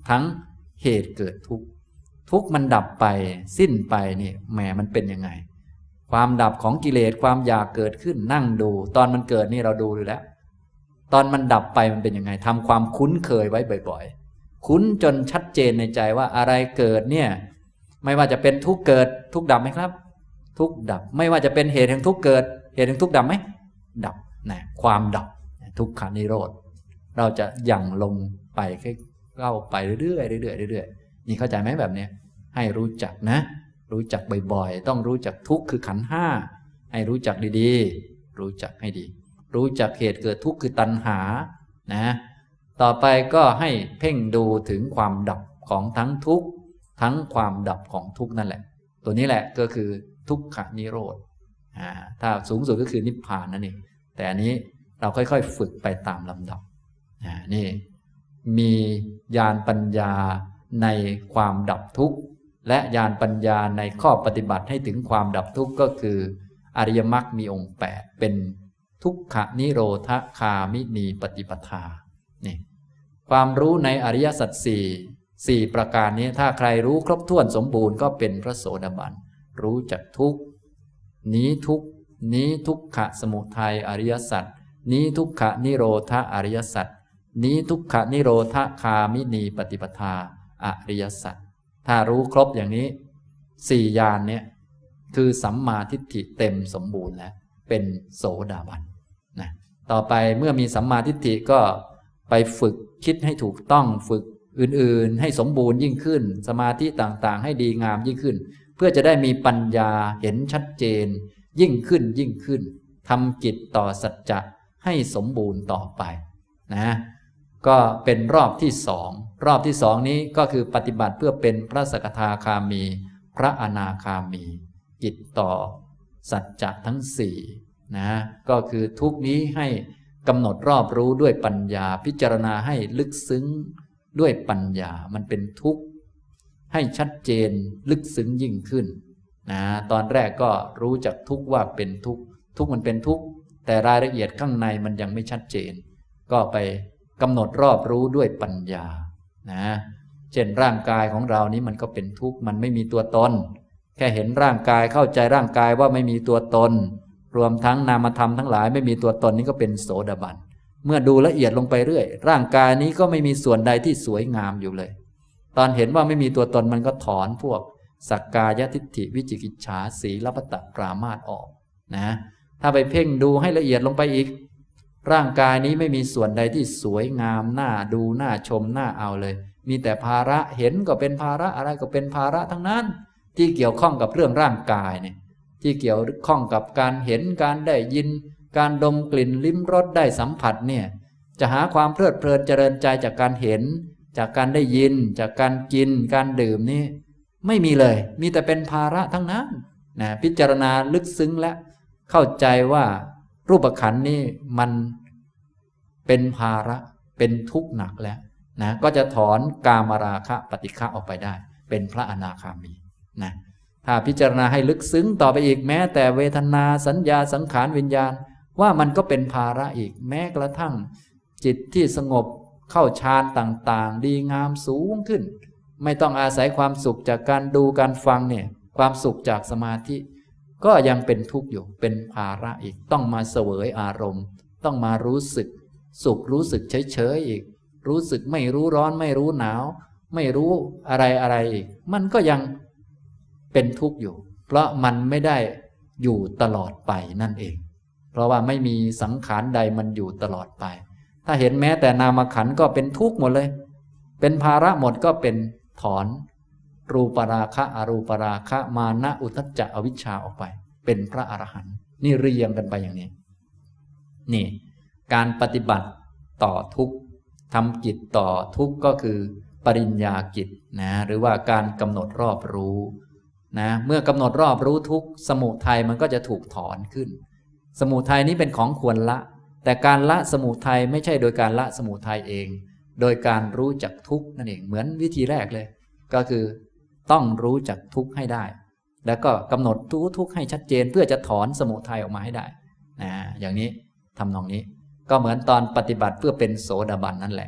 ทั้งเหตุเกิดทุกข์ทุกข์มันดับไปสิ้นไปนี่แหมมันเป็นยังไงความดับของกิเลสความอยากเกิดขึ้นนั่งดูตอนมันเกิดนี่เราดูอยู่แล้วตอนมันดับไปมันเป็นยังไงทำความคุ้นเคยไว้บ่อยๆคุ้นจนชัดเจนในใจว่าอะไรเกิดเนี่ยไม่ว่าจะเป็นทุกข์เกิดทุกข์ดับไหมครับทุกข์ดับไม่ว่าจะเป็นเหตุแห่งทุกข์เกิดเหตุแห่งทุกข์ดับไหมดับนะความดับทุกขานิโรธเราจะยั่งลงไปแค่เข้าไปเรื่อยๆเรื่อยๆเรื่อยๆนี่เข้าใจไหมแบบนี้ให้รู้จักนะรู้จักบ่อยๆต้องรู้จักทุกข์คือขันธ์ห้าให้รู้จักดีๆรู้จักให้ดีรู้จักเหตุเกิดทุกข์คือตัณหานะต่อไปก็ให้เพ่งดูถึงความดับของทั้งทุกข์ทั้งความดับของทุกข์นั่นแหละตัวนี้แหละก็คือทุกขนิโรธอ่าถ้าสูงสุดก็คือนิพพานนั่นเองแต่อันนี้เราค่อยๆฝึกไปตามลำดับอ่านี่มีญาณปัญญาในความดับทุกข์และญาณปัญญาในข้อปฏิบัติให้ถึงความดับทุกข์ก็คืออริยมรรคมีองค์แปดเป็นทุกขนิโรธคามินีปฏิปทานี่ความรู้ในอริยสัจสี่สี่ประการนี้ถ้าใครรู้ครบถ้วนสมบูรณ์ก็เป็นพระโสดาบันรู้จักทุกข์นี้ทุกข์นี้ทุกขสมุทัยอริยสัจนี้ทุกขนิโรธอริยสัจนี้ทุกขนิโรธคามินีปฏิปทาอริยสัจถ้ารู้ครบอย่างนี้สี่ญาณเนี่ยคือสัมมาทิฏฐิเต็มสมบูรณ์แล้วเป็นโสดาบันนะต่อไปเมื่อมีสัมมาทิฏฐิก็ไปฝึกคิดให้ถูกต้องฝึกอื่นๆให้สมบูรณ์ยิ่งขึ้นสมาธิต่างๆให้ดีงามยิ่งขึ้นเพื่อจะได้มีปัญญาเห็นชัดเจนยิ่งขึ้นยิ่งขึ้นทำกิจต่อสัจจะให้สมบูรณ์ต่อไปนะก็เป็นรอบที่สองรอบที่สองนี้ก็คือปฏิบัติเพื่อเป็นพระสกทาคามีพระอนาคามีกิจต่อสัจจะทั้งสี่นะก็คือทุกนี้ให้กำหนดรอบรู้ด้วยปัญญาพิจารณาให้ลึกซึ้งด้วยปัญญามันเป็นทุกข์ให้ชัดเจนลึกซึ้งยิ่งขึ้นนะตอนแรกก็รู้จักทุกข์ว่าเป็นทุกข์ทุกข์มันเป็นทุกข์แต่รายละเอียดข้างในมันยังไม่ชัดเจนก็ไปกำหนดรอบรู้ด้วยปัญญานะเช่นร่างกายของเรานี้มันก็เป็นทุกข์มันไม่มีตัวตนแค่เห็นร่างกายเข้าใจร่างกายว่าไม่มีตัวตนรวมทั้งนามธรรมทั้งหลายไม่มีตัวตนนี้ก็เป็นโสดาบันเมื่อดูละเอียดลงไปเรื่อยร่างกายนี้ก็ไม่มีส่วนใดที่สวยงามอยู่เลยตอนเห็นว่าไม่มีตัวตนมันก็ถอนพวกสักกายทิฏฐิวิจิกิจฉาสีลพัตตปรามาสออกนะถ้าไปเพ่งดูให้ละเอียดลงไปอีกร่างกายนี้ไม่มีส่วนใดที่สวยงามน่าดูน่าชมน่าเอาเลยมีแต่ภาระเห็นก็เป็นภาระอะไรก็เป็นภาระทั้งนั้นที่เกี่ยวข้องกับเรื่องร่างกายเนี่ยที่เกี่ยวข้องกับการเห็นการได้ยินการดมกลิ่นลิ้มรสได้สัมผัสเนี่ยจะหาความเพลิดเพลินเจริญใจจากการเห็นจากการได้ยินจากการกินการดื่มนี่ไม่มีเลยมีแต่เป็นภาระทั้งนั้นนะพิจารณาลึกซึ้งและเข้าใจว่ารูปขันธ์นี่มันเป็นภาระเป็นทุกข์หนักแล้วนะก็จะถอนกามราคะปฏิฆะออกไปได้เป็นพระอนาคามีนะถ้าพิจารณาให้ลึกซึ้งต่อไปอีกแม้แต่เวทนาสัญญาสังขารวิญญาณว่ามันก็เป็นภาระอีกแม้กระทั่งจิตที่สงบเข้าฌานต่างๆดีงามสูงขึ้นไม่ต้องอาศัยความสุขจากการดูการฟังเนี่ยความสุขจากสมาธิก็ยังเป็นทุกข์อยู่เป็นภาระอีกต้องมาเสวยอารมณ์ต้องมารู้สึกสุขรู้สึกเฉยๆอีกรู้สึกไม่รู้ร้อนไม่รู้หนาวไม่รู้อะไรอะไรอีกมันก็ยังเป็นทุกข์อยู่เพราะมันไม่ได้อยู่ตลอดไปนั่นเองเพราะว่าไม่มีสังขารใดมันอยู่ตลอดไปถ้าเห็นแม้แต่นามขันธ์ก็เป็นทุกข์หมดเลยเป็นภาระหมดก็เป็นถอนรูปราคะอรูปราคะมานะอุทธัจจะอวิชชาออกไปเป็นพระอรหันต์นี่เรียงกันไปอย่างนี้นี่การปฏิบัติต่อทุกข์ทำกิจต่อทุกข์ก็คือปริญญากิจนะหรือว่าการกำหนดรอบรู้นะเมื่อกำหนดรอบรู้ทุกข์สมุทัยมันก็จะถูกถอนขึ้นสมุทัยนี้เป็นของควรละแต่การละสมุทัยไม่ใช่โดยการละสมุทัยเองโดยการรู้จักทุกข์นั่นเองเหมือนวิธีแรกเลยก็คือต้องรู้จักทุกข์ให้ได้แล้วก็กำหนดทุกทุกข์ให้ชัดเจนเพื่อจะถอนสมุทัยออกมาให้ได้นะอย่างนี้ทำนองนี้ก็เหมือนตอนปฏิบัติเพื่อเป็นโสดาบันนั่นแหละ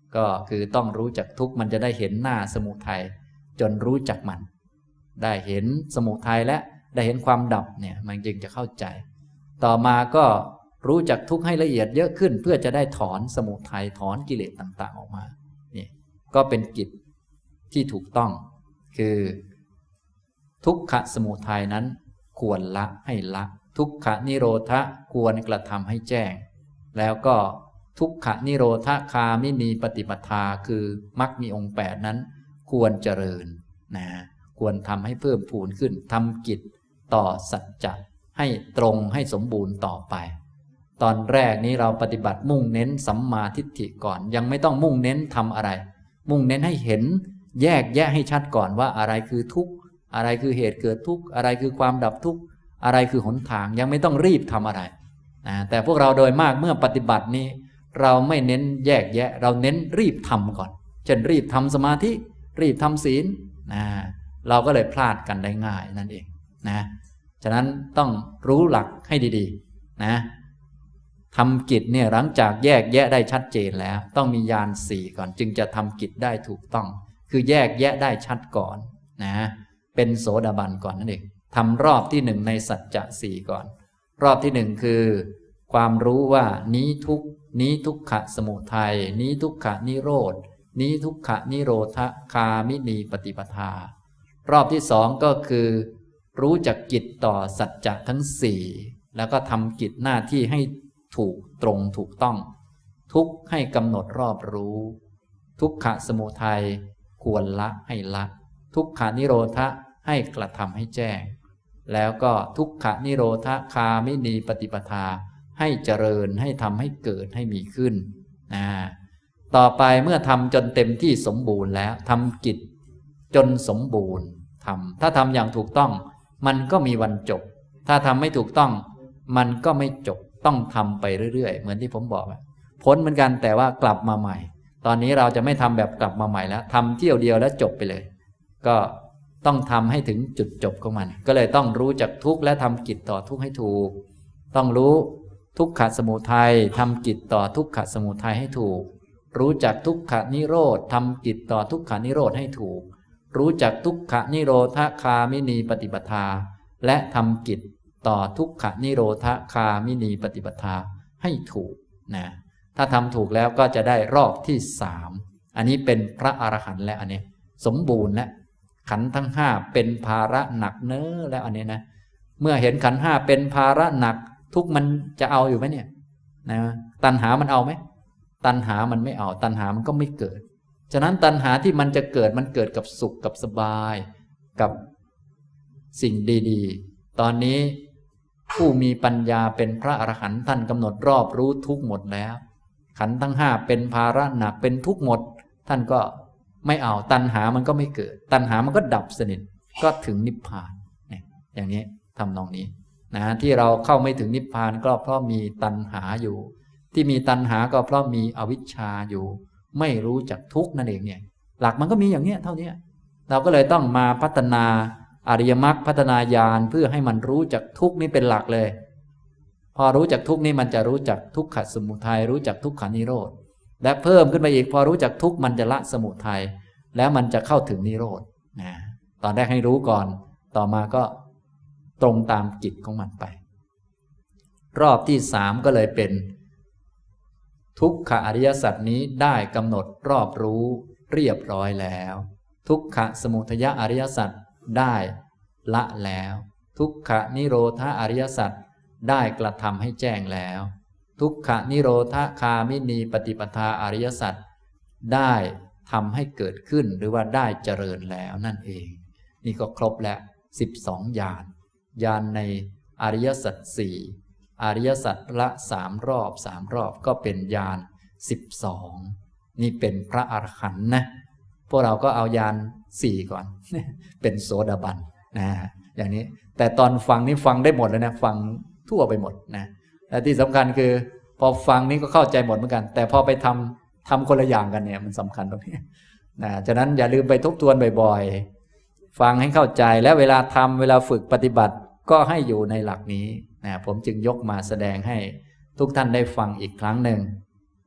ก็คือต้องรู้จักทุกข์มันจะได้เห็นหน้าสมุทัยจนรู้จักมันได้เห็นสมุทัยและได้เห็นความดับเนี่ยมันจึงจะเข้าใจต่อมาก็รู้จักทุกข์ให้ละเอียดเยอะขึ้นเพื่อจะได้ถอนสมุทัยถอนกิเลสต่างๆออกมานี่ก็เป็นกิจที่ถูกต้องคือทุกขสมุทัยนั้นควรละให้ละทุกขนิโรธะควรกระทำให้แจ้งแล้วก็ทุกขนิโรธคามินีปฏิปทาคือมรรคมีองค์แปดนั้นควรเจริญนะควรทำให้เพิ่มพูนขึ้นทำกิจต่อสัจจะให้ตรงให้สมบูรณ์ต่อไปตอนแรกนี้เราปฏิบัติมุ่งเน้นสัมมาทิฏฐิก่อนยังไม่ต้องมุ่งเน้นทำอะไรมุ่งเน้นให้เห็นแยกแยะให้ชัดก่อนว่าอะไรคือทุกข์อะไรคือเหตุเกิดทุกข์อะไรคือความดับทุกข์อะไรคือหนทางยังไม่ต้องรีบทำอะไรนะแต่พวกเราโดยมากเมื่อปฏิบัตินี้เราไม่เน้นแยกแยะเราเน้นรีบทำก่อนเช่นรีบทำสมาธิรีบทำศีลนะเราก็เลยพลาดกันได้ง่ายนั่นเองนะฉะนั้นต้องรู้หลักให้ดีๆนะทำกิจเนี่ยหลังจากแยกแยะได้ชัดเจนแล้วต้องมีญาณสี่ก่อนจึงจะทำกิจได้ถูกต้องคือแยกแยะได้ชัดก่อนนะเป็นโสดาบันก่อนนั่นเองทำรอบที่หนึ่งในสัจจะสี่ก่อนรอบที่หนึ่งคือความรู้ว่านี้ทุกนี้ทุกขสมุทัยนี้ทุกขนิโรธนี้ทุกขนิโรธคามินีปฏิปทารอบที่สองก็คือรู้จักกิจต่อสัจจะทั้งสี่แล้วก็ทำกิจหน้าที่ให้ถูกตรงถูกต้องทุกให้กำหนดรอบรู้ทุกขสมุทัยควรละให้ละทุกขานิโรธให้กระทำให้แจ้งแล้วก็ทุกขานิโรธคามินีปฏิปทาให้เจริญให้ทำให้เกิดให้มีขึ้นนะต่อไปเมื่อทำจนเต็มที่สมบูรณ์แล้วทำกิจจนสมบูรณ์ทำถ้าทำอย่างถูกต้องมันก็มีวันจบถ้าทำไม่ถูกต้องมันก็ไม่จบต้องทำไปเรื่อยๆเหมือนที่ผมบอกพ้นเหมือนกันแต่ว่ากลับมาใหม่ตอนนี้เราจะไม่ทำแบบกลับมาใหม่แล้วทำเที่ยวเดียวแล้วจบไปเลยก็ต้องทำให้ถึงจุดจบของมันก็เลยต้องรู้จักทุกข์และทำกิจต่อทุกข์ให้ถูกต้องรู้ทุกขสมุทัยทำกิจต่อทุกขสมุทัยให้ถูกรู้จักทุกขนิโรธทำกิจต่อทุกขนิโรธให้ถูกรู้จักทุกขนิโรธคามินีปฏิปทาและทำกิจต่อทุกขนิโรธคามินีปฏิปทาให้ถูกนะถ้าทำถูกแล้วก็จะได้รอบที่สามอันนี้เป็นพระอรหันต์แล้วอันนี้สมบูรณ์แล้วขันธ์ทั้งห้าเป็นภาระหนักเน้อแล้วอันนี้นะเมื่อเห็นขันธ์ห้าเป็นภาระหนักทุกมันจะเอาอยู่ไหมเนี่ยนะตัณหามันเอาไหมตัณหามันไม่เอาตัณหามันก็ไม่เกิดฉะนั้นตัณหาที่มันจะเกิดมันเกิดกับสุขกับสบายกับสิ่งดีๆตอนนี้ผู้มีปัญญาเป็นพระอรหันต์ท่านกำหนดรอบรู้ทุกหมดแล้วขันธ์ทั้งห้าเป็นภาระหนักเป็นทุกหมดท่านก็ไม่เอาตัณหามันก็ไม่เกิดตัณหามันก็ดับสนิทก็ถึงนิพพานเนี่ยอย่างนี้ทำนองนี้นะที่เราเข้าไม่ถึงนิพพานก็เพราะมีตัณหาอยู่ที่มีตัณหาก็เพราะมีอวิชชาอยู่ไม่รู้จักทุกข์นั่นเองเนี่ยหลักมันก็มีอย่างเนี้ยเท่านี้เราก็เลยต้องมาพัฒนาอริยมรรคพัฒนาญาณเพื่อให้มันรู้จักทุกข์นี้เป็นหลักเลยพอรู้จักทุกข์นี้มันจะรู้จักทุกขสมุทัยรู้จักทุกขานิโรธและเพิ่มขึ้นไปอีกพอรู้จักทุกข์มันจะละสมุทัยแล้วมันจะเข้าถึงนิโรธนะตอนแรกให้รู้ก่อนต่อมาก็ตรงตามกิจของมันไปรอบที่สามก็เลยเป็นทุกขอริยสัจนี้ได้กำหนดรอบรู้เรียบร้อยแล้วทุกขสมุทัยอริยสัจได้ละแล้วทุกขนิโรธอริยสัจได้กระทำให้แจ้งแล้วทุกขนิโรธคามินีปฏิปทาอริยสัจได้ทำให้เกิดขึ้นหรือว่าได้เจริญแล้วนั่นเองนี่ก็ครบแล้วสิบสองญาณญาณในอริยสัจสี่อริยสัจละสามรอบสามรอบก็เป็นญาณสิบสองนี่เป็นพระอรหันต์นะพวกเราก็เอาญาณสี่ก่อนเป็นโสดาบันนะอย่างนี้แต่ตอนฟังนี่ฟังได้หมดเลยนะฟังทั่วไปหมดนะและที่สำคัญคือพอฟังนี้ก็เข้าใจหมดเหมือนกันแต่พอไปทำทำคนละอย่างกันเนี่ยมันสำคัญตรงนี้นะฉะนั้นอย่าลืมไปทบทวนบ่อยๆฟังให้เข้าใจและเวลาทำเวลาฝึกปฏิบัติก็ให้อยู่ในหลักนี้นะผมจึงยกมาแสดงให้ทุกท่านได้ฟังอีกครั้งหนึ่ง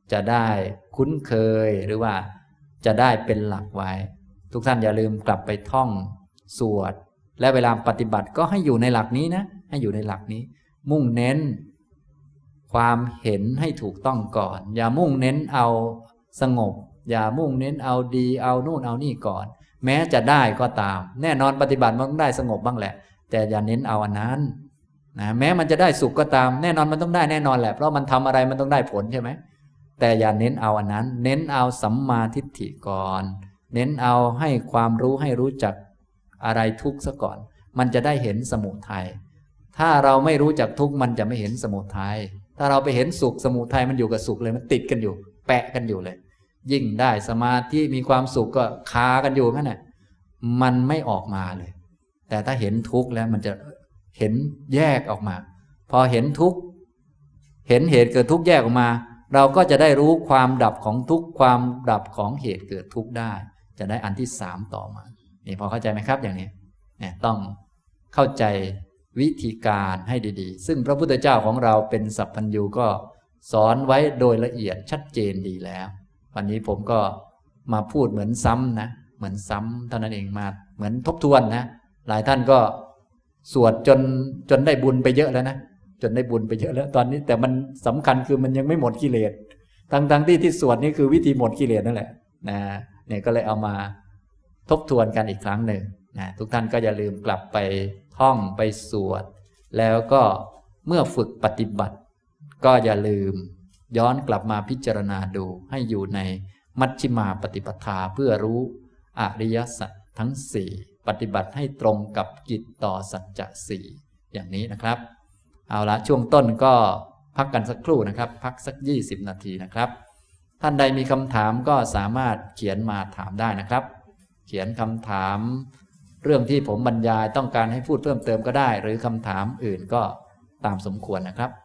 จะได้คุ้นเคยหรือว่าจะได้เป็นหลักไว้ทุกท่านอย่าลืมกลับไปท่องสวดและเวลาปฏิบัติก็ให้อยู่ในหลักนี้นะให้อยู่ในหลักนี้มุ่งเน้นความเห็นให้ถูกต้องก่อนอย่ามุ่งเน้นเอาสงบอย่ามุ่งเน้นเอาดีเอานู่นเอานี่ก่อนแม้จะได้ก็ตามแน่นอนปฏิบัติมันต้องได้สงบบ้างแหละแต่อย่าเน้นเอาอันนั้นนะแม้มันจะได้สุขก็ตามแน่นอนมันต้องได้แน่นอนแหละเพราะมันทำอะไรมันต้องได้ผลใช่ไหมแต่อย่าเน้นเอาอันนั้นเน้นเอาสัมมาทิฏฐิก่อนเน้นเอาให้ความรู้ให้รู้จักอะไรทุกข์ซะก่อนมันจะได้เห็นสมุทัยถ้าเราไม่รู้จักทุกข์มันจะไม่เห็นสมุทัยถ้าเราไปเห็นสุขสมุทัยมันอยู่กับสุขเลยมันติดกันอยู่แปะกันอยู่เลยยิ่งได้สมาธิมีความสุขก็คากันอยู่นั่นแหละมันไม่ออกมาเลยแต่ถ้าเห็นทุกข์แล้วมันจะเห็นแยกออกมาพอเห็นทุกข์เห็นเหตุเกิดทุกข์แยกออกมาเราก็จะได้รู้ความดับของทุกข์ความดับของเหตุเกิดทุกข์ได้จะได้อันที่สามต่อมานี่พอเข้าใจไหมครับอย่างนี้เนี่ยต้องเข้าใจวิธีการให้ดีๆซึ่งพระพุทธเจ้าของเราเป็นสัพพัญญูก็สอนไว้โดยละเอียดชัดเจนดีแล้ววันนี้ผมก็มาพูดเหมือนซ้ำนะเหมือนซ้ำเท่านั้นเองมาเหมือนทบทวนนะหลายท่านก็สวดจนจนได้บุญไปเยอะแล้วนะจนได้บุญไปเยอะแล้วตอนนี้แต่มันสำคัญคือมันยังไม่หมดกิเลสทั้งๆที่ที่สวดนี่คือวิธีหมดกิเลสนั่นแหละนะเนี่ยก็เลยเอามาทบทวนกันอีกครั้งหนึ่งนะทุกท่านก็อย่าลืมกลับไปท่องไปสวดแล้วก็เมื่อฝึกปฏิบัติก็อย่าลืมย้อนกลับมาพิจารณาดูให้อยู่ในมัชฌิมาปฏิปทาเพื่อรู้อริยสัจทั้งสี่ปฏิบัติให้ตรงกับกิจต่อสัจจะสี่อย่างนี้นะครับเอาละช่วงต้นก็พักกันสักครู่นะครับพักสักยี่สิบนาทีนะครับท่านใดมีคำถามก็สามารถเขียนมาถามได้นะครับเขียนคำถามเรื่องที่ผมบรรยายต้องการให้พูดเพิ่มเติมก็ได้หรือคำถามอื่นก็ตามสมควรนะครับ